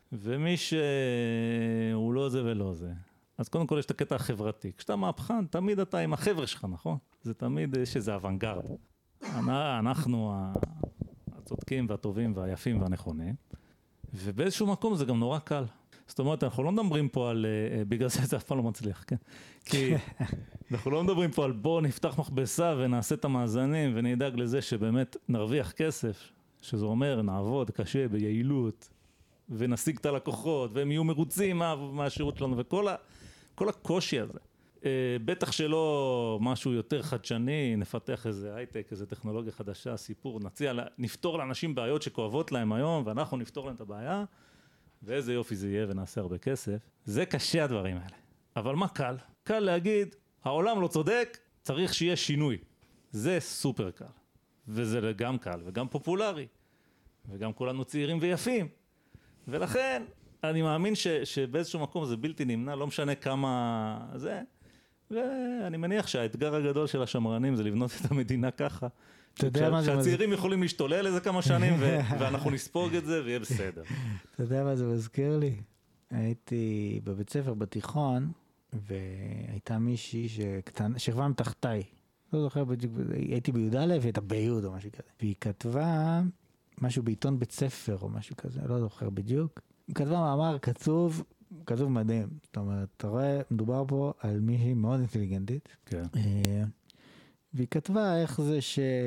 ומי שהוא לא זה ולא זה. אז קודם כל יש את הקטע החברתי. כשאתה מהפכן, תמיד אתה עם החבר'ה שלך, נכון? זה תמיד שזה אוונגרד. אנחנו הצודקים והטובים והיפים והנכונים, ובאיזשהו מקום זה גם נורא קל. זאת אומרת, אנחנו לא מדברים פה על, בגלל זה זה אף פעם לא מצליח, כן? כי אנחנו לא מדברים פה על בוא נפתח מכבסה ונעשה את המאזנים ונדאג לזה שבאמת נרוויח כסף, שזה אומר נעבוד קשה ביעילות ונשיג את הלקוחות והם יהיו מרוצים מה, מהשירות שלנו וכל ה, כל הקושי הזה. בטח שלא משהו יותר חדשני, נפתח איזה הייטק, איזה טכנולוגיה חדשה, סיפור, נציע, נפתור לאנשים בעיות שכואבות להם היום ואנחנו נפתור להם את הבעיה. ואיזה יופי זה יהיה ונעשה הרבה כסף. זה קשה הדברים האלה. אבל מה קל? קל להגיד, העולם לא צודק, צריך שיהיה שינוי. זה סופר קל. וזה גם קל וגם פופולרי. וגם כולנו צעירים ויפים. ולכן אני מאמין ש, שבאיזשהו מקום זה בלתי נמנע, לא משנה כמה זה. ואני מניח שהאתגר הגדול של השמרנים זה לבנות את המדינה ככה. שהצעירים יכולים להשתולל איזה כמה שנים ואנחנו נספוג את זה ויהיה בסדר. אתה יודע מה זה מזכיר לי? הייתי בבית ספר בתיכון והייתה מישהי שכתבה מתחתיי. לא זוכר בדיוק, הייתי בי"א והייתה בי"ד או משהו כזה. והיא כתבה משהו בעיתון בית ספר או משהו כזה, לא זוכר בדיוק. היא כתבה מאמר קצוב, כתוב מדהים. זאת אומרת, אתה רואה, מדובר פה על מישהי מאוד אינטליגנטית. כן. והיא כתבה איך זה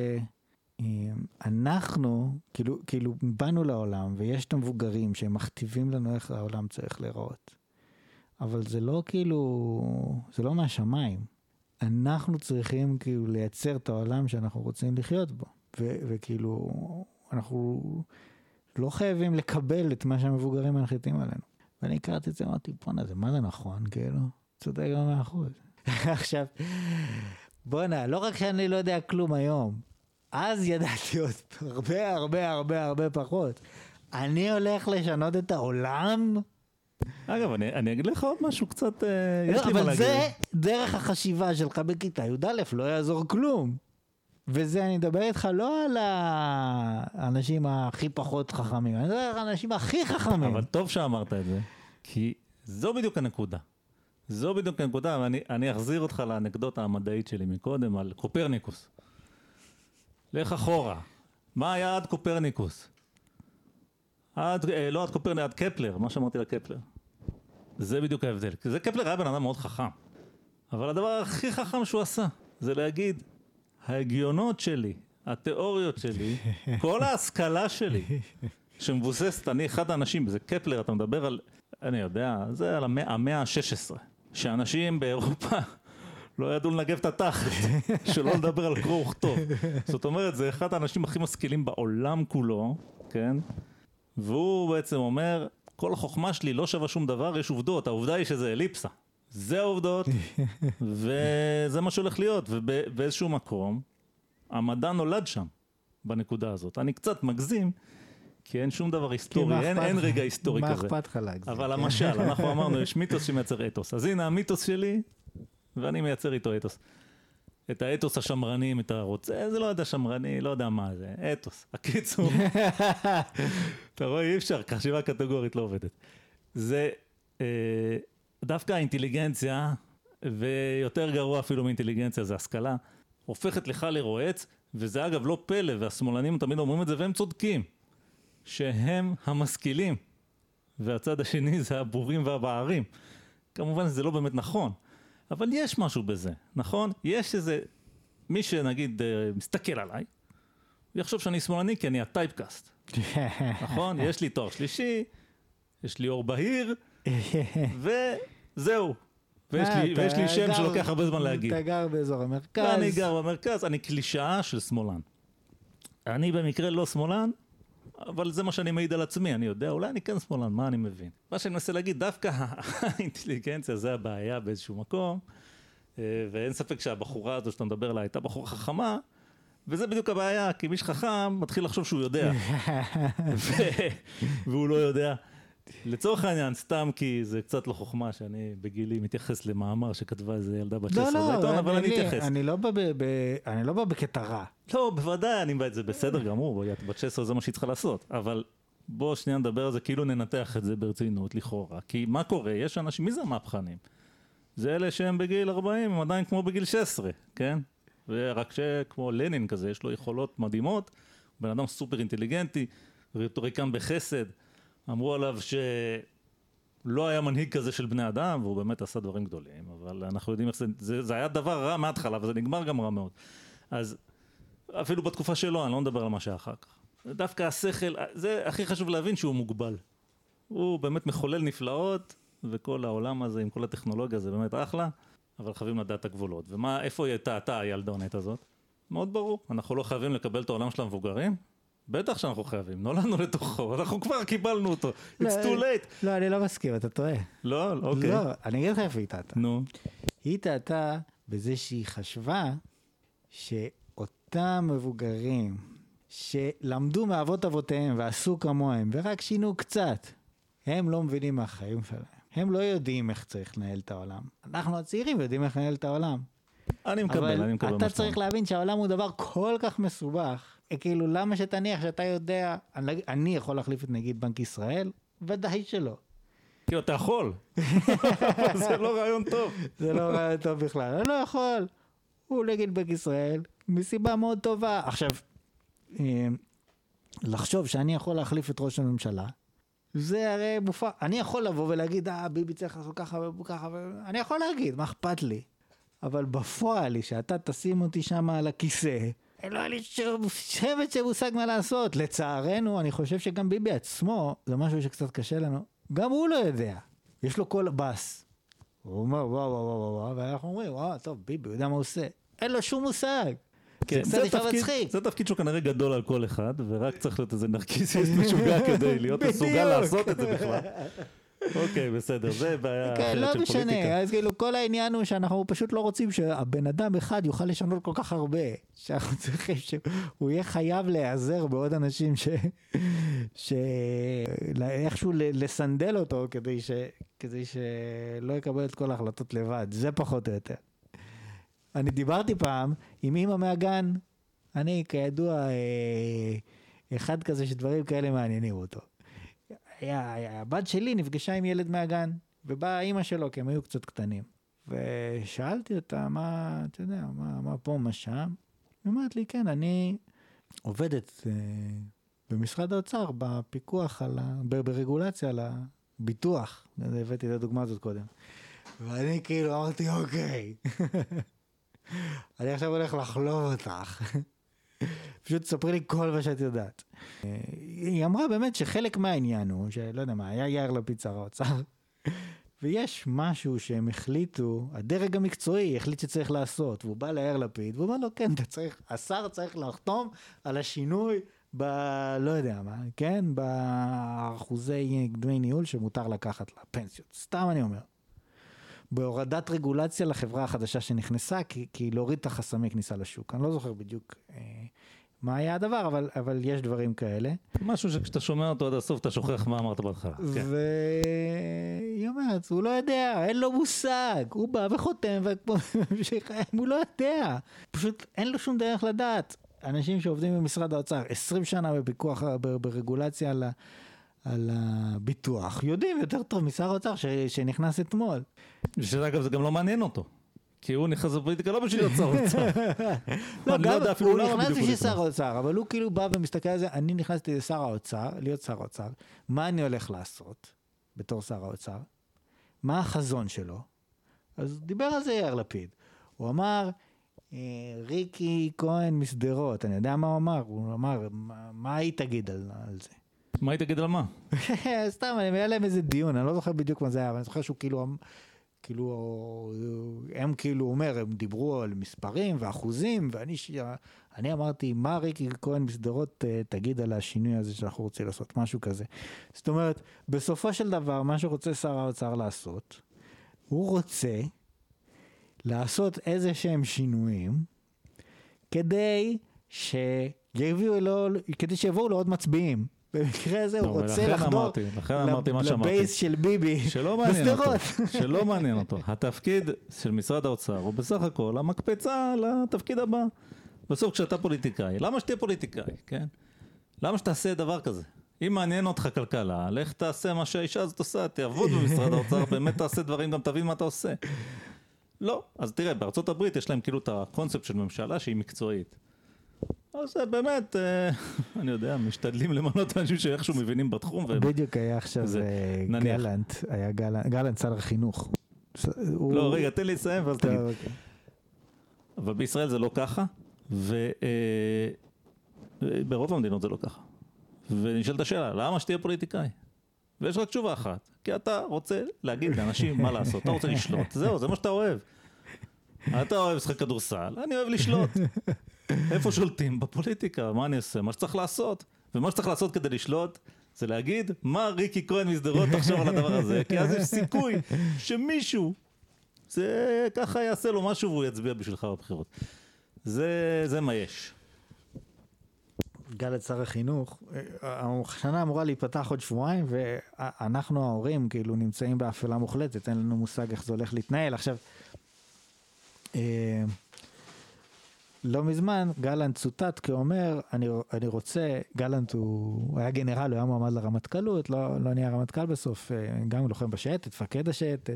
שאנחנו, כאילו, כאילו באנו לעולם ויש את המבוגרים שהם מכתיבים לנו איך העולם צריך להיראות. אבל זה לא כאילו, זה לא מהשמיים. אנחנו צריכים כאילו לייצר את העולם שאנחנו רוצים לחיות בו. ו- וכאילו, אנחנו לא חייבים לקבל את מה שהמבוגרים מנחיתים עלינו. ואני קראתי את זה, אמרתי, בוא'נה, זה מה זה נכון, כאילו? צודק גם מאחוז. עכשיו, בוא'נה, לא רק שאני לא יודע כלום היום, אז ידעתי עוד הרבה הרבה הרבה הרבה פחות. אני הולך לשנות את העולם? אגב, אני, אני אגיד לך עוד משהו קצת, יש לא, לי מה אבל להגיד. זה דרך החשיבה שלך בכיתה י"א, לא יעזור כלום. וזה אני מדבר איתך לא על האנשים הכי פחות חכמים, אני מדבר על האנשים הכי חכמים. אבל טוב שאמרת את זה, כי זו בדיוק הנקודה. זו בדיוק הנקודה, ואני אני אחזיר אותך לאנקדוטה המדעית שלי מקודם, על קופרניקוס. לך אחורה. מה היה עד קופרניקוס? עד, אה, לא עד קופרניקוס, עד קפלר, מה שאמרתי לקפלר. זה בדיוק ההבדל. זה קפלר היה בן אדם מאוד חכם. אבל הדבר הכי חכם שהוא עשה, זה להגיד, ההגיונות שלי, התיאוריות שלי, כל ההשכלה שלי, שמבוססת, אני אחד האנשים, זה קפלר, אתה מדבר על, אני יודע, זה על המאה, המאה ה-שש עשרה, שאנשים באירופה לא ידעו לנגב את התחת, שלא לדבר על קרוא וכתוב. זאת אומרת, זה אחד האנשים הכי משכילים בעולם כולו, כן? והוא בעצם אומר, כל החוכמה שלי לא שווה שום דבר, יש עובדות, העובדה היא שזה אליפסה. זה העובדות, וזה מה שהולך להיות, ובאיזשהו מקום, המדע נולד שם, בנקודה הזאת. אני קצת מגזים, כי אין שום דבר היסטורי, אין, אין רגע היסטורי כזה. מה אכפת לך להגזים? אבל למשל, אנחנו אמרנו, יש מיתוס שמייצר אתוס. אז הנה המיתוס שלי, ואני מייצר איתו אתוס. את האתוס השמרני, אם אתה רוצה, זה לא יודע שמרני, לא יודע מה זה, אתוס. הקיצור, אתה רואה, אי אפשר, חשיבה קטגורית לא עובדת. זה אה, דווקא האינטליגנציה, ויותר גרוע אפילו מאינטליגנציה, זה השכלה, הופכת לך לרועץ, וזה אגב לא פלא, והשמאלנים תמיד אומרים את זה, והם צודקים, שהם המשכילים, והצד השני זה הבורים והבערים. כמובן זה לא באמת נכון, אבל יש משהו בזה, נכון? יש איזה, מי שנגיד מסתכל עליי, הוא יחשוב שאני שמאלני כי אני הטייפקאסט, נכון? יש לי תואר שלישי, יש לי אור בהיר, וזהו. ויש לי, ויש לי שם שלוקח הרבה זמן להגיד. אתה גר באזור המרכז. אני גר במרכז, אני קלישאה של שמאלן. אני במקרה לא שמאלן, אבל זה מה שאני מעיד על עצמי, אני יודע, אולי אני כן שמאלן, מה אני מבין? מה שאני מנסה להגיד, דווקא האינטליגנציה זה הבעיה באיזשהו מקום, ואין ספק שהבחורה הזו שאתה מדבר עליה הייתה בחורה חכמה, וזה בדיוק הבעיה, כי מי שחכם מתחיל לחשוב שהוא יודע, והוא לא יודע. לצורך העניין, סתם כי זה קצת לא חוכמה שאני בגילי מתייחס למאמר שכתבה איזה ילדה בת שש עשרה בעיתון, אבל אני אתייחס. אני לא בא בקטע רע. לא, בוודאי, אני, זה בסדר גמור, בת שש עשרה זה מה שהיא צריכה לעשות, אבל בוא שנייה נדבר על זה, כאילו ננתח את זה ברצינות, לכאורה. כי מה קורה? יש אנשים, מי זה המהפכנים? זה אלה שהם בגיל ארבעים, הם עדיין כמו בגיל שש עשרה, כן? ורק שכמו לנין כזה, יש לו יכולות מדהימות, בן אדם סופר אינטליגנטי, רטוריקן בחסד, אמרו עליו שלא היה מנהיג כזה של בני אדם, והוא באמת עשה דברים גדולים, אבל אנחנו יודעים איך זה, זה, זה היה דבר רע מההתחלה, וזה נגמר גם רע מאוד. אז אפילו בתקופה שלו, אני לא מדבר על מה שהיה אחר כך. דווקא השכל, זה הכי חשוב להבין שהוא מוגבל. הוא באמת מחולל נפלאות, וכל העולם הזה עם כל הטכנולוגיה זה באמת אחלה, אבל חייבים לדעת את הגבולות. ומה, איפה הייתה אתה הילדונת הזאת? מאוד ברור, אנחנו לא חייבים לקבל את העולם של המבוגרים? בטח שאנחנו חייבים, נולדנו לתוכו, אנחנו כבר קיבלנו אותו, it's too late. לא, אני לא מסכים, אתה טועה. לא, אוקיי. לא, אני אגיד לך איפה היא טעתה. נו. היא טעתה בזה שהיא חשבה שאותם מבוגרים שלמדו מאבות אבותיהם ועשו כמוהם ורק שינו קצת, הם לא מבינים מהחיים שלהם. הם לא יודעים איך צריך לנהל את העולם. אנחנו הצעירים יודעים איך לנהל את העולם. אני מקבל, אני מקבל. אבל אתה צריך להבין שהעולם הוא דבר כל כך מסובך. כאילו, למה שתניח שאתה יודע, אני, אני יכול להחליף את נגיד בנק ישראל? ודאי שלא. כאילו, אתה יכול. זה לא רעיון טוב. זה לא רעיון טוב בכלל. אני לא יכול. הוא נגיד בנק ישראל, מסיבה מאוד טובה. עכשיו, לחשוב שאני יכול להחליף את ראש הממשלה, זה הרי מופע. אני יכול לבוא ולהגיד, אה, ביבי צריך לעשות ככה וככה, אני יכול להגיד, מה אכפת לי? אבל בפועל, שאתה תשים אותי שם על הכיסא, לא היה לי שום שבט שמושג מה לעשות. לצערנו, אני חושב שגם ביבי עצמו, זה משהו שקצת קשה לנו, גם הוא לא יודע. יש לו כל בס. הוא אומר, וואו, וואו, וואו, וואו, ואנחנו אומרים, וואו, טוב, ביבי, הוא יודע מה הוא עושה. אין לו שום מושג. כן, זה, זה, תפקיד, זה תפקיד שהוא כנראה גדול על כל אחד, ורק צריך להיות איזה נרקיסיסט משוגע כדי להיות מסוגל לעשות את זה בכלל. אוקיי, בסדר, זה בעיה אחרת של פוליטיקה. לא משנה, אז כאילו כל העניין הוא שאנחנו פשוט לא רוצים שהבן אדם אחד יוכל לשנות כל כך הרבה, שאנחנו צריכים שהוא יהיה חייב להיעזר בעוד אנשים שאיכשהו לסנדל אותו כדי שלא יקבל את כל ההחלטות לבד, זה פחות או יותר. אני דיברתי פעם עם אמא מהגן, אני כידוע אחד כזה שדברים כאלה מעניינים אותו. הבת שלי נפגשה עם ילד מהגן, ובאה האמא שלו, כי הם היו קצת קטנים. ושאלתי אותה, מה, אתה יודע, מה, מה פה, מה שם? היא אמרת לי, כן, אני עובדת אה, במשרד האוצר, בפיקוח, על ה, ברגולציה על הביטוח. הבאתי את הדוגמה הזאת קודם. ואני כאילו אמרתי, אוקיי. אני עכשיו הולך לחלוב אותך. פשוט תספרי לי כל מה שאת יודעת. היא אמרה באמת שחלק מהעניין הוא, שלא יודע מה, היה יאיר לפיד שר האוצר, ויש משהו שהם החליטו, הדרג המקצועי החליט שצריך לעשות, והוא בא ליאיר לפיד, והוא אומר לו, כן, אתה צריך, השר צריך לחתום על השינוי ב... לא יודע מה, כן? באחוזי דמי ניהול שמותר לקחת לפנסיות. סתם אני אומר. בהורדת רגולציה לחברה החדשה שנכנסה, כי, כי להוריד את החסמי כניסה לשוק. אני לא זוכר בדיוק אה, מה היה הדבר, אבל, אבל יש דברים כאלה. משהו שכשאתה שומע אותו עד הסוף, אתה שוכח מה אמרת בהתחלה. כן. והיא אומרת, הוא לא יודע, אין לו מושג, הוא בא וחותם, הוא לא יודע. פשוט אין לו שום דרך לדעת. אנשים שעובדים במשרד האוצר, עשרים שנה בפיקוח, ברגולציה על ה... על הביטוח, יודעים יותר טוב משר האוצר ש... שנכנס אתמול. שזה אגב, זה גם לא מעניין אותו. כי הוא נכנס לפוליטיקה לא בשביל להיות שר האוצר. לא, גם הוא נכנס בשביל שר האוצר, אבל הוא כאילו בא ומסתכל על זה, אני נכנסתי לשר האוצר, להיות שר האוצר, מה אני הולך לעשות בתור שר האוצר? מה החזון שלו? אז דיבר על זה יאיר לפיד. הוא אמר, ריקי כהן מסדרות, אני יודע מה הוא אמר, הוא אמר, מה היא תגיד על, על זה? מה היא תגיד על מה? סתם, אני היה להם איזה דיון, אני לא זוכר בדיוק מה זה היה, אבל אני זוכר שהוא כאילו, כאילו, הם כאילו אומר, הם דיברו על מספרים ואחוזים, ואני אני אמרתי, מה ריקי כהן בסדרות תגיד על השינוי הזה שאנחנו רוצים לעשות, משהו כזה. זאת אומרת, בסופו של דבר, מה שרוצה שר האוצר לעשות, הוא רוצה לעשות איזה שהם שינויים, כדי שיביאו לו, כדי שיבואו לו עוד מצביעים. במקרה הזה הוא רוצה לחדור לבייס של ביבי. שלא מעניין אותו. שלא מעניין אותו. התפקיד של משרד האוצר הוא בסך הכל המקפצה לתפקיד הבא. בסוף כשאתה פוליטיקאי, למה שתהיה פוליטיקאי, כן? למה שתעשה דבר כזה? אם מעניין אותך כלכלה, לך תעשה מה שהאישה הזאת עושה, תעבוד במשרד האוצר, באמת תעשה דברים, גם תבין מה אתה עושה. לא, אז תראה, בארצות הברית יש להם כאילו את הקונספט של ממשלה שהיא מקצועית. אז באמת, אני יודע, משתדלים למנות אנשים שאיכשהו מבינים בתחום. בדיוק היה עכשיו גלנט, היה גלנט שר החינוך. לא, רגע, תן לי לסיים ואז תגיד. אבל בישראל זה לא ככה, וברוב המדינות זה לא ככה. ונשאלת השאלה, למה שתהיה פוליטיקאי? ויש רק תשובה אחת, כי אתה רוצה להגיד לאנשים מה לעשות, אתה רוצה לשלוט, זהו, זה מה שאתה אוהב. אתה אוהב לשחק כדורסל, אני אוהב לשלוט. איפה שולטים? בפוליטיקה, מה אני אעשה? מה שצריך לעשות. ומה שצריך לעשות כדי לשלוט, זה להגיד מה ריקי כהן מסדרות תחשוב על הדבר הזה, כי אז יש סיכוי שמישהו, זה ככה יעשה לו משהו והוא יצביע בשבילך בבחירות. זה, זה מה יש. גלנט שר החינוך, השנה אמורה להיפתח עוד שבועיים, ואנחנו ההורים כאילו נמצאים באפלה מוחלטת, אין לנו מושג איך זה הולך להתנהל. עכשיו, לא מזמן גלנט צוטט כאומר, אני, אני רוצה, גלנט הוא, הוא היה גנרל, הוא היה מועמד לרמטכ"לות, לא, לא נהיה רמטכ"ל בסוף, גם לוחם בשייטת, פקד השייטת,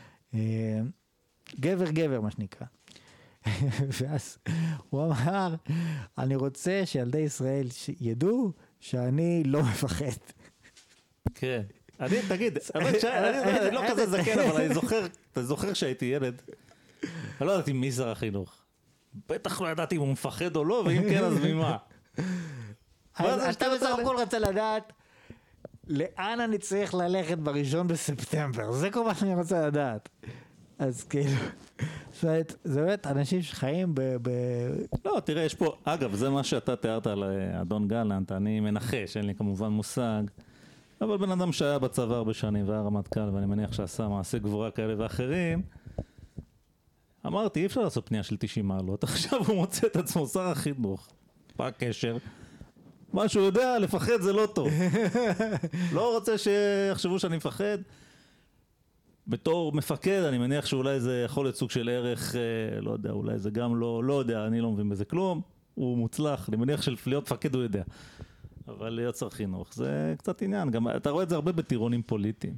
גבר גבר מה שנקרא. ואז הוא אמר, אני רוצה שילדי ישראל ידעו שאני לא מפחד. כן. אני, תגיד, אני לא כזה זקן, אבל אני זוכר, אתה זוכר שהייתי ילד, אני לא ידעתי מי שר החינוך. בטח לא ידעתי אם הוא מפחד או לא, ואם כן אז ממה. אתה בסך הכל רוצה לדעת לאן אני צריך ללכת בראשון בספטמבר, זה כל מה שאני רוצה לדעת. אז כאילו, זה באמת אנשים שחיים ב... לא, תראה, יש פה, אגב, זה מה שאתה תיארת על אדון גלנט, אני מנחש, אין לי כמובן מושג, אבל בן אדם שהיה בצבא הרבה שנים והיה רמטכ"ל, ואני מניח שעשה מעשה גבורה כאלה ואחרים, אמרתי, אי אפשר לעשות פנייה של תשעים מעלות, עכשיו הוא מוצא את עצמו שר החינוך, מה הקשר? מה שהוא יודע, לפחד זה לא טוב. לא רוצה שיחשבו שאני מפחד. בתור מפקד, אני מניח שאולי זה יכול להיות סוג של ערך, לא יודע, אולי זה גם לא, לא יודע, אני לא מבין בזה כלום, הוא מוצלח, אני מניח שלהיות מפקד הוא יודע. אבל להיות שר חינוך, זה קצת עניין, גם, אתה רואה את זה הרבה בטירונים פוליטיים.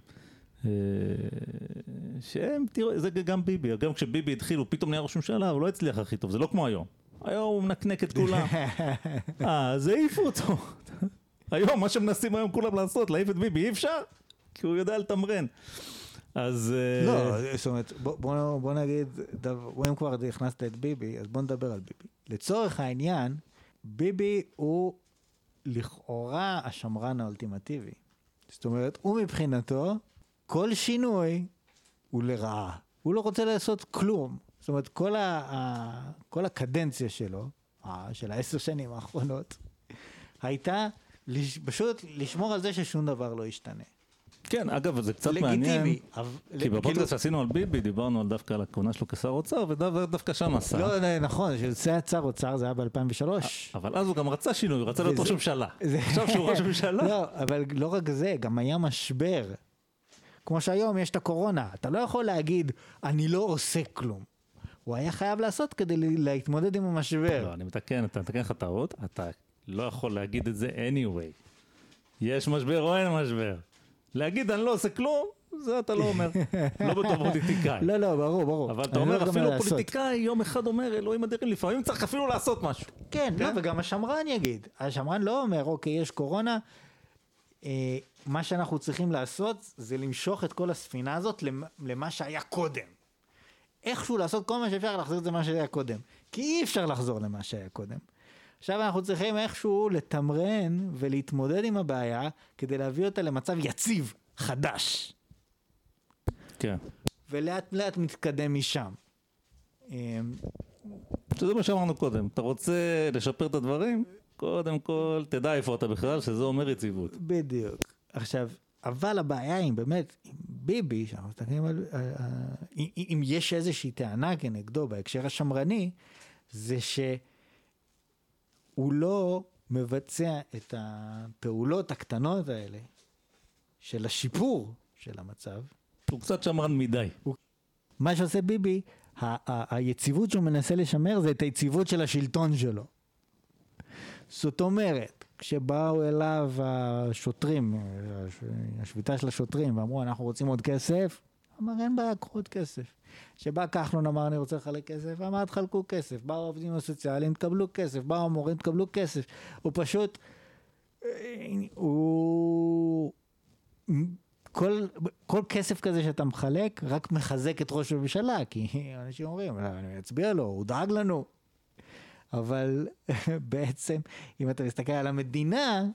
שהם, תראו, זה גם ביבי, גם כשביבי התחיל, הוא פתאום נהיה ראש ממשלה, הוא לא הצליח הכי טוב, זה לא כמו היום. היום הוא מנקנק את כולם. אה, זה העיפו אותו. היום, מה שמנסים היום כולם לעשות, להעיף את ביבי, אי אפשר? כי הוא יודע לתמרן. אז... לא, זאת אומרת, בוא, בוא נגיד, אם כבר הכנסת את ביבי, אז בוא נדבר על ביבי. לצורך העניין, ביבי הוא לכאורה השמרן האולטימטיבי. זאת אומרת, הוא מבחינתו, כל שינוי הוא לרעה. הוא לא רוצה לעשות כלום. זאת אומרת, כל, ה, כל הקדנציה שלו, של העשר שנים האחרונות, הייתה לש, פשוט לשמור על זה ששום דבר לא ישתנה. כן, אגב, זה קצת מעניין, כי בפודקאסט שעשינו על ביבי, דיברנו על דווקא על הכהונה שלו כשר אוצר, ודווקא שם עשה. לא, נכון, שזה היה שר אוצר, זה היה ב-אלפיים ושלוש. אבל אז הוא גם רצה שינוי, הוא רצה להיות ראש ממשלה. עכשיו שהוא ראש ממשלה. לא, אבל לא רק זה, גם היה משבר. כמו שהיום יש את הקורונה, אתה לא יכול להגיד, אני לא עושה כלום. הוא היה חייב לעשות כדי להתמודד עם המשבר. לא, אני מתקן, אתה מתקן לך טעות, אתה לא יכול להגיד את זה anyway. יש משבר או אין משבר. להגיד אני לא עושה כלום, זה אתה לא אומר. לא בתור פוליטיקאי. לא, לא, ברור, ברור. אבל אתה אומר, אפילו פוליטיקאי יום אחד אומר, אלוהים אדירים, לפעמים צריך אפילו לעשות משהו. כן, לא, וגם השמרן יגיד. השמרן לא אומר, אוקיי, יש קורונה, מה שאנחנו צריכים לעשות זה למשוך את כל הספינה הזאת למה שהיה קודם. איכשהו לעשות כל מה שאפשר להחזיר את זה מה שהיה קודם. כי אי אפשר לחזור למה שהיה קודם. עכשיו אנחנו צריכים איכשהו לתמרן ולהתמודד עם הבעיה כדי להביא אותה למצב יציב, חדש. כן. ולאט לאט מתקדם משם. שזה מה שאמרנו קודם. אתה רוצה לשפר את הדברים? קודם כל, תדע איפה אתה בכלל, שזה אומר יציבות. בדיוק. עכשיו, אבל הבעיה היא באמת, עם ביבי, שאנחנו מסתכלים על, אם יש איזושהי טענה כנגדו בהקשר השמרני, זה שהוא לא מבצע את הפעולות הקטנות האלה, של השיפור של המצב. הוא קצת שמרן מדי. מה שעושה ביבי, היציבות שהוא מנסה לשמר, זה את היציבות של השלטון שלו. זאת אומרת, כשבאו אליו השוטרים, השביתה של השוטרים, ואמרו, אנחנו רוצים עוד כסף, אמר, אין בעיה, קחו עוד כסף. שבא כחלון אמר, אני רוצה לחלק כסף, אמר, תחלקו כסף. באו העובדים הסוציאליים, תקבלו כסף. באו המורים, תקבלו כסף. הוא פשוט, הוא... כל, כל כסף כזה שאתה מחלק, רק מחזק את ראש הממשלה, כי אנשים אומרים, אני אצביע לו, הוא דאג לנו. אבל בעצם, אם אתה מסתכל על המדינה,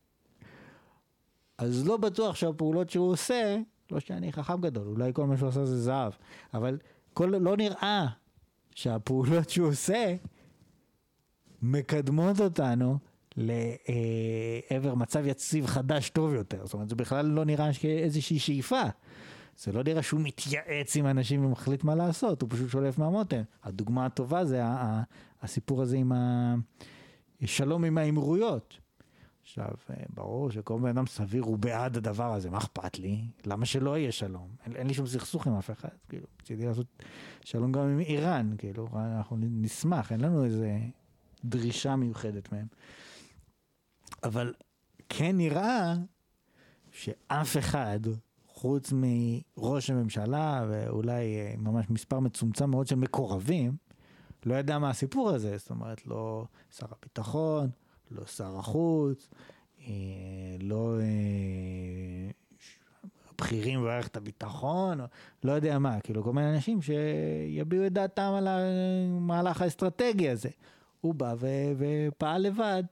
אז לא בטוח שהפעולות שהוא עושה, לא שאני חכם גדול, אולי כל מה שהוא עושה זה זהב, אבל כל, לא נראה שהפעולות שהוא עושה מקדמות אותנו לעבר מצב יציב חדש טוב יותר. זאת אומרת, זה בכלל לא נראה איזושהי שאיפה. זה לא נראה שהוא מתייעץ עם אנשים ומחליט מה לעשות, הוא פשוט שולף מהמותן. הדוגמה הטובה זה הסיפור הזה עם השלום עם האמירויות. עכשיו, ברור שכל בן אדם סביר הוא בעד הדבר הזה, מה אכפת לי? למה שלא יהיה שלום? אין, אין לי שום סכסוך עם אף אחד, כאילו, רציתי לעשות שלום גם עם איראן, כאילו, אנחנו נשמח, אין לנו איזה דרישה מיוחדת מהם. אבל כן נראה שאף אחד, חוץ מראש הממשלה, ואולי ממש מספר מצומצם מאוד של מקורבים, לא ידע מה הסיפור הזה, זאת אומרת, לא שר הביטחון, לא שר החוץ, לא בכירים במערכת הביטחון, לא יודע מה, כאילו כל מיני אנשים שיביעו את דעתם על המהלך האסטרטגי הזה. הוא בא ו- ופעל לבד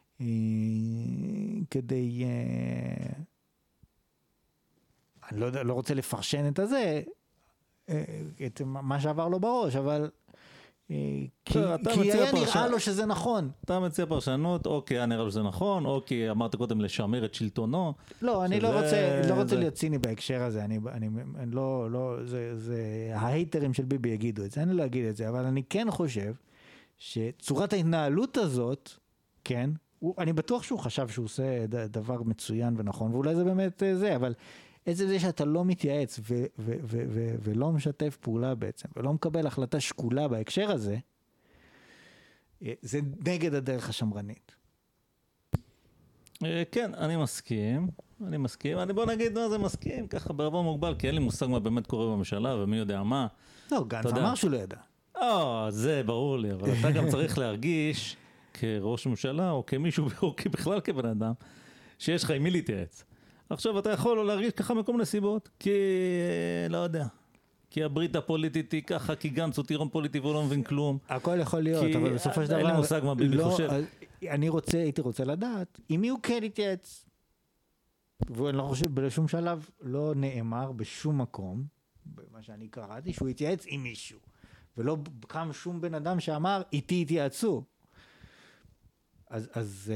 כדי, אני לא יודע, לא רוצה לפרשן את הזה, את מה שעבר לו בראש, אבל כי היה נראה לו שזה נכון. אתה מציע פרשנות, או כי היה נראה לו שזה נכון, או כי אמרת קודם לשמר את שלטונו. לא, אני לא רוצה להיות ציני בהקשר הזה, אני לא, לא, זה, ההייטרים של ביבי יגידו את זה, אני לא אגיד את זה, אבל אני כן חושב שצורת ההתנהלות הזאת, כן, אני בטוח שהוא חשב שהוא עושה דבר מצוין ונכון, ואולי זה באמת זה, אבל איזה זה שאתה לא מתייעץ ו- ו- ו- ו- ולא משתף פעולה בעצם, ולא מקבל החלטה שקולה בהקשר הזה, זה נגד הדרך השמרנית. כן, אני מסכים, אני מסכים, אני בוא נגיד מה זה מסכים, ככה בערבון מוגבל, כי אין לי מושג מה באמת קורה בממשלה, ומי יודע מה. לא, גנץ אמר שהוא לא ידע. או, זה ברור לי, אבל אתה גם צריך להרגיש כראש ממשלה, או כמישהו, או בכלל כבן אדם, שיש לך עם מי להתייעץ. עכשיו אתה יכול לא להרגיש ככה מכל מיני סיבות, כי לא יודע, כי הברית הפוליטית היא ככה, כי גנץ הוא טירון פוליטי והוא לא מבין כלום. הכל יכול להיות, אבל בסופו של דבר... אין לי מושג מה ביבי לא, חושב. אני רוצה, הייתי רוצה לדעת, עם מי הוא כן התייעץ. ואני לא חושב, בשום שלב לא נאמר בשום מקום, במה שאני קראתי, שהוא התייעץ עם מישהו. ולא קם שום בן אדם שאמר, איתי התייעצו. אז... אז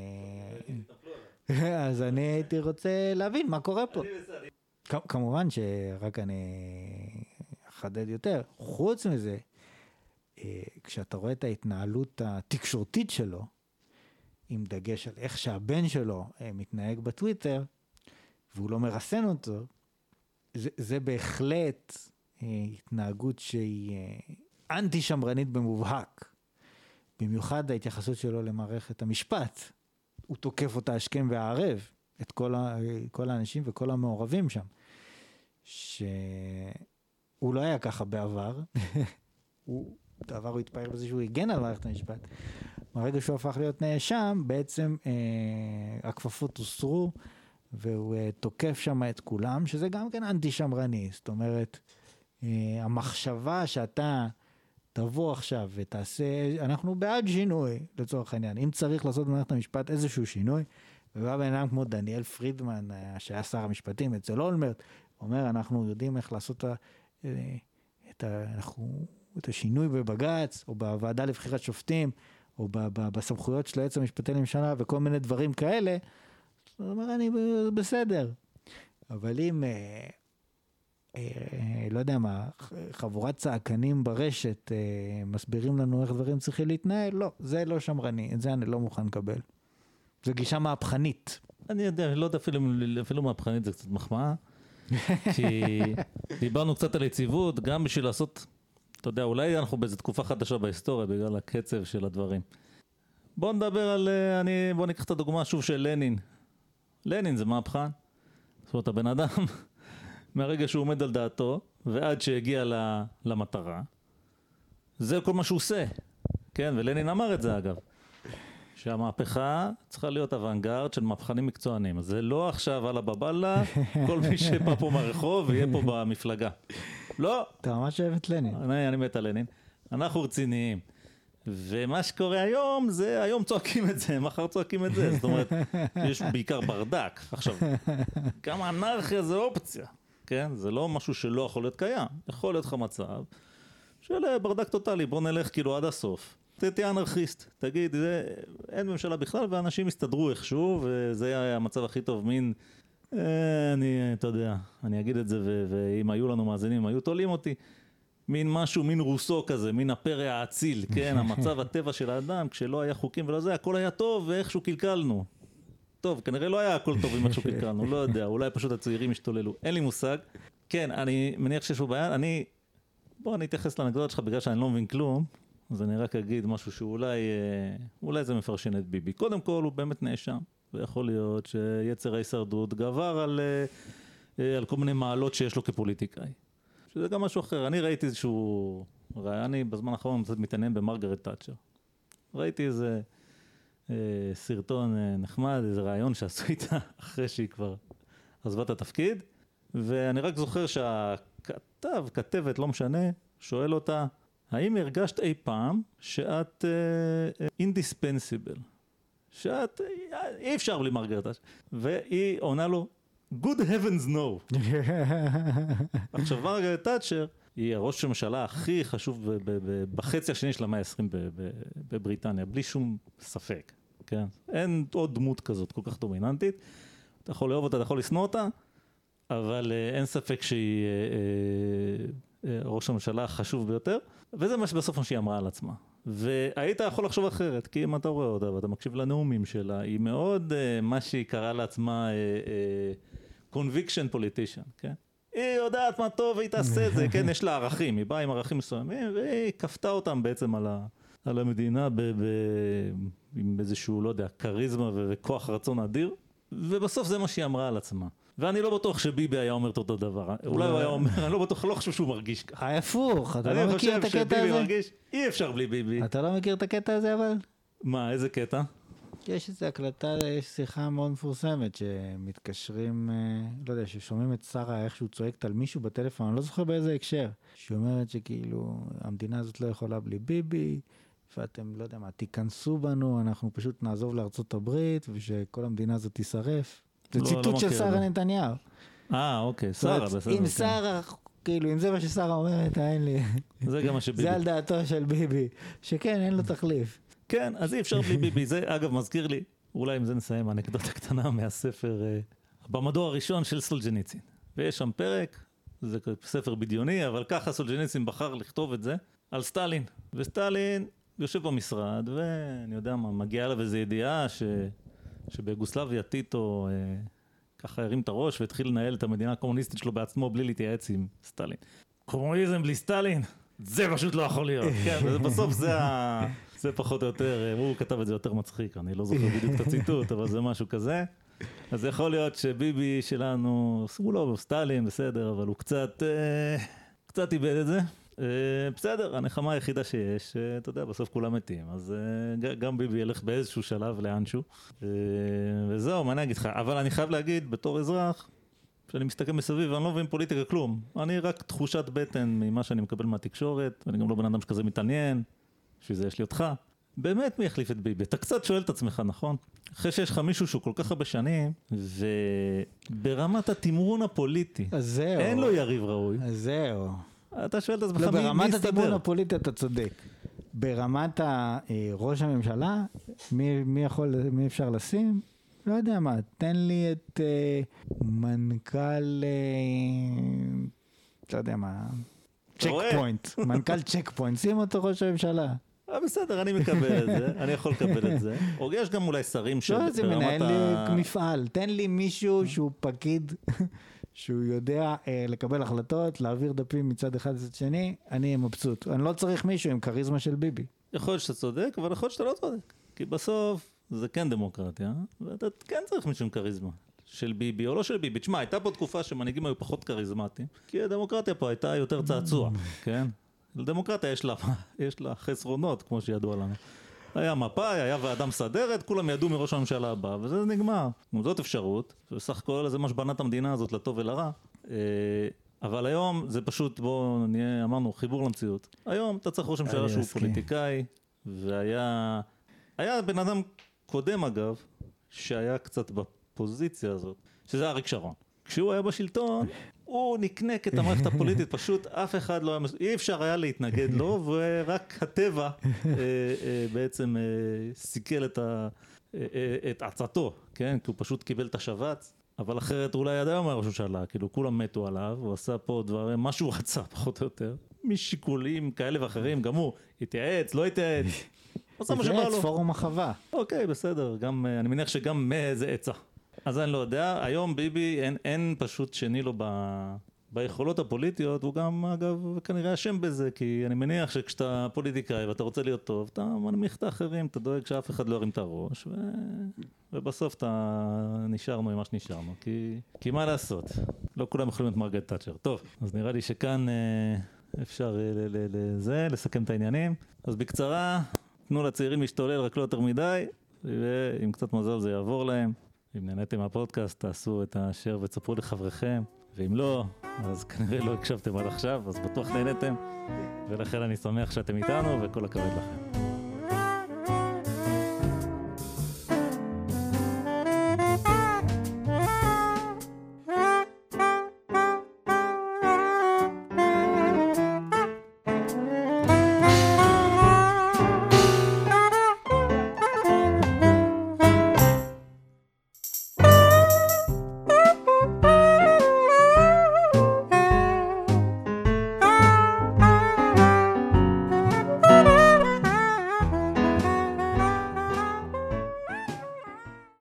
אז אני הייתי רוצה להבין מה קורה פה. כמובן שרק אני אחדד יותר. חוץ מזה, כשאתה רואה את ההתנהלות התקשורתית שלו, עם דגש על איך שהבן שלו מתנהג בטוויטר, והוא לא מרסן אותו, זה, זה בהחלט התנהגות שהיא אנטי שמרנית במובהק. במיוחד ההתייחסות שלו למערכת המשפט. הוא תוקף אותה השכם והערב, את כל, ה, כל האנשים וכל המעורבים שם, שהוא לא היה ככה בעבר, הוא, בעבר הוא התפאר בזה שהוא הגן על מערכת המשפט, ברגע שהוא הפך להיות נאשם, בעצם אה, הכפפות הוסרו, והוא אה, תוקף שם את כולם, שזה גם כן אנטי שמרני, זאת אומרת, אה, המחשבה שאתה תבוא עכשיו ותעשה, אנחנו בעד שינוי לצורך העניין, אם צריך לעשות במערכת המשפט איזשהו שינוי, ובא בן אדם כמו דניאל פרידמן, שהיה שר המשפטים אצל אולמרט, אומר אנחנו יודעים איך לעשות את, ה, אנחנו, את השינוי בבג"ץ, או בוועדה לבחירת שופטים, או ב, ב, בסמכויות של היועץ המשפטי לממשלה, וכל מיני דברים כאלה, הוא אומר אני בסדר, אבל אם... לא יודע מה, חבורת צעקנים ברשת מסבירים לנו איך דברים צריכים להתנהל, לא, זה לא שמרני, את זה אני לא מוכן לקבל. זו גישה מהפכנית. אני יודע, לא יודע, אפילו, אפילו מהפכנית זה קצת מחמאה, כי דיברנו קצת על יציבות, גם בשביל לעשות, אתה יודע, אולי אנחנו באיזו תקופה חדשה בהיסטוריה, בגלל הקצב של הדברים. בוא נדבר על, אני, בוא ניקח את הדוגמה שוב של לנין. לנין זה מהפכן. זאת אומרת, הבן אדם, מהרגע שהוא עומד על דעתו, ועד שהגיע למטרה, זה כל מה שהוא עושה. כן, ולנין אמר את זה אגב. שהמהפכה צריכה להיות אוונגרד של מהפכנים מקצוענים. אז זה לא עכשיו על הבבלה, כל מי שבא פה מהרחוב ויהיה פה במפלגה. לא. אתה ממש אוהב את לנין. אני, אני מת על לנין. אנחנו רציניים. ומה שקורה היום, זה היום צועקים את זה, מחר צועקים את זה. זאת אומרת, יש בעיקר ברדק. עכשיו, גם אנרכיה זה אופציה. כן? זה לא משהו שלא יכול להיות קיים. יכול להיות לך מצב של ברדק טוטלי. בוא נלך כאילו עד הסוף. תהיה אנרכיסט, תגיד, זה, אין ממשלה בכלל ואנשים יסתדרו איכשהו וזה היה המצב הכי טוב, מין, אה, אני, אתה יודע, אני אגיד את זה ו- ואם היו לנו מאזינים, היו תולים אותי, מין משהו, מין רוסו כזה, מין הפרא האציל, כן, המצב הטבע של האדם, כשלא היה חוקים ולא זה, הכל היה טוב ואיכשהו קלקלנו. טוב, כנראה לא היה הכל טוב עם איכשהו קלקלנו, לא יודע, אולי פשוט הצעירים השתוללו, אין לי מושג. כן, אני מניח שיש לו בעיה, אני, בוא אני אתייחס לאנקדוטה שלך בגלל שאני לא מבין כלום. אז אני רק אגיד משהו שאולי, אולי זה מפרשן את ביבי. קודם כל הוא באמת נאשם, ויכול להיות שיצר ההישרדות גבר על, על כל מיני מעלות שיש לו כפוליטיקאי. שזה גם משהו אחר. אני ראיתי איזשהו, אני בזמן האחרון קצת מתעניין במרגרט תאצ'ר. ראיתי איזה אה, סרטון אה, נחמד, איזה רעיון שעשו איתה אחרי שהיא כבר עזבה את התפקיד, ואני רק זוכר שהכתב, כתבת, לא משנה, שואל אותה, האם הרגשת אי פעם שאת אינדיספנסיבל? שאת, אי אפשר בלי מרגרט תאצ'ר. והיא עונה לו, good heavens no. עכשיו מרגרט תאצ'ר היא הראש הממשלה הכי חשוב בחצי השני של המאה ה-עשרים בבריטניה, בלי שום ספק. כן? אין עוד דמות כזאת כל כך דומיננטית. אתה יכול לאהוב אותה, אתה יכול לשנוא אותה, אבל אין ספק שהיא ראש הממשלה החשוב ביותר. וזה מה שבסוף מה שהיא אמרה על עצמה. והיית יכול לחשוב אחרת, כי אם אתה רואה אותה ואתה מקשיב לנאומים שלה, היא מאוד, uh, מה שהיא קראה לעצמה, uh, uh, conviction politician, כן? היא יודעת מה טוב והיא תעשה את זה, כן? יש לה ערכים, היא באה עם ערכים מסוימים, והיא כפתה אותם בעצם על, ה, על המדינה ב, ב, עם איזשהו, לא יודע, קריזמה וכוח רצון אדיר, ובסוף זה מה שהיא אמרה על עצמה. ואני לא בטוח שביבי היה אומר את אותו דבר. אולי הוא היה אומר, אני לא בטוח, לא חושב שהוא מרגיש ככה. ההפוך, אתה לא מכיר את הקטע הזה? אני חושב שביבי מרגיש, אי אפשר בלי ביבי. אתה לא מכיר את הקטע הזה אבל? מה, איזה קטע? יש איזו הקלטה, יש שיחה מאוד מפורסמת שמתקשרים, לא יודע, ששומעים את שרה איך שהוא צועקת על מישהו בטלפון, אני לא זוכר באיזה הקשר, שאומרת שכאילו המדינה הזאת לא יכולה בלי ביבי, ואתם, לא יודע מה, תיכנסו בנו, אנחנו פשוט נעזוב לארצות הברית, ושכל המדינה הזאת תישרף. זה ציטוט של שרה נתניהו. אה, אוקיי, שרה, בסדר. אם שרה, כאילו, אם זה מה ששרה אומרת, אין לי. זה גם מה שביבי. זה על דעתו של ביבי, שכן, אין לו תחליף. כן, אז אי אפשר בלי ביבי. זה, אגב, מזכיר לי, אולי עם זה נסיים, אנקדוטה קטנה מהספר, במדור הראשון של סולג'ניצין. ויש שם פרק, זה ספר בדיוני, אבל ככה סולג'ניצין בחר לכתוב את זה, על סטלין. וסטלין יושב במשרד, ואני יודע מה, מגיעה אליו איזו ידיעה ש... שבגוסלביה טיטו אה, ככה הרים את הראש והתחיל לנהל את המדינה הקומוניסטית שלו בעצמו בלי להתייעץ עם סטלין. קומוניזם בלי סטלין? זה פשוט לא יכול להיות. כן, בסוף זה, ה... זה פחות או יותר, הוא כתב את זה יותר מצחיק, אני לא זוכר בדיוק את הציטוט, אבל זה משהו כזה. אז יכול להיות שביבי שלנו, הוא לא סטלין, בסדר, אבל הוא קצת, אה, קצת איבד את זה. בסדר, הנחמה היחידה שיש, אתה יודע, בסוף כולם מתים, אז גם ביבי ילך באיזשהו שלב לאנשהו, וזהו, מה אני אגיד לך, אבל אני חייב להגיד, בתור אזרח, שאני מסתכל מסביב, אני לא מבין פוליטיקה כלום, אני רק תחושת בטן ממה שאני מקבל מהתקשורת, ואני גם לא בן אדם שכזה מתעניין, בשביל זה יש לי אותך, באמת מי יחליף את ביבי? אתה קצת שואל את עצמך, נכון? אחרי שיש לך מישהו שהוא כל כך הרבה שנים, וברמת התמרון הפוליטי, אין לו יריב ראוי. אז זהו. אתה שואל את עצמך לא, מי, ברמת מי התמרון הפוליטי אתה צודק. ברמת ראש הממשלה, מי, מי יכול, מי אפשר לשים? לא יודע מה, תן לי את uh, מנכ"ל, uh, לא יודע מה, צ'ק פוינט, מנכ"ל צ'ק פוינט, שים אותו ראש הממשלה. בסדר, אני מקבל את זה, אני יכול לקבל את זה. או יש גם אולי שרים של... לא, זה מנהל לי מפעל, תן לי מישהו שהוא פקיד, שהוא יודע אה, לקבל החלטות, להעביר דפים מצד אחד לצד שני, אני מבסוט. אני לא צריך מישהו עם קריזמה של ביבי. יכול להיות שאתה צודק, אבל יכול להיות שאתה לא צודק. כי בסוף זה כן דמוקרטיה, ואתה כן צריך מישהו עם כריזמה. של ביבי או לא של ביבי. תשמע, הייתה פה תקופה שמנהיגים היו פחות כריזמטיים, כי הדמוקרטיה פה הייתה יותר צעצוע, כן? לדמוקרטיה יש לה, יש לה חסרונות, כמו שידוע לנו. היה מפאי, היה ועדה מסדרת, כולם ידעו מראש הממשלה הבא, וזה נגמר. זאת אפשרות, וסך הכל זה מה שבנה את המדינה הזאת לטוב ולרע. אבל היום זה פשוט, בואו נהיה, אמרנו, חיבור למציאות. היום אתה צריך ראש הממשלה שהוא פוליטיקאי, והיה היה בן אדם קודם אגב, שהיה קצת בפוזיציה הזאת, שזה אריק שרון. כשהוא היה בשלטון, הוא נקנק את המערכת הפוליטית, פשוט אף אחד לא היה, אי אפשר היה להתנגד לו, ורק הטבע בעצם סיכל את, את עצתו, כן? כי הוא פשוט קיבל את השבץ, אבל אחרת אולי עד היום היה ראש ממשלה, כאילו כולם מתו עליו, הוא עשה פה דברים, מה שהוא רצה פחות או יותר, משיקולים כאלה ואחרים, גם הוא התייעץ, לא התייעץ, עשה מה שבא לו. זה פורום החווה. אוקיי, בסדר, גם, אני מניח שגם מאיזה עצה. אז אני לא יודע, היום ביבי אין, אין פשוט שני לו ב, ביכולות הפוליטיות, הוא גם אגב כנראה אשם בזה, כי אני מניח שכשאתה פוליטיקאי ואתה רוצה להיות טוב, אתה מנמיך את האחרים, אתה דואג שאף אחד לא ירים את הראש, ו... ובסוף אתה נשארנו עם מה שנשארנו, כי, כי מה לעשות, לא כולם יכולים להיות מרגרט תאצ'ר. טוב, אז נראה לי שכאן אה, אפשר ל- ל- ל- זה, לסכם את העניינים. אז בקצרה, תנו לצעירים להשתולל רק לא יותר מדי, ועם קצת מזל זה יעבור להם. אם נהניתם מהפודקאסט, תעשו את השאר ותספרו לחבריכם, ואם לא, אז כנראה לא הקשבתם עד עכשיו, אז בטוח נהניתם, ולכן אני שמח שאתם איתנו, וכל הכבוד לכם.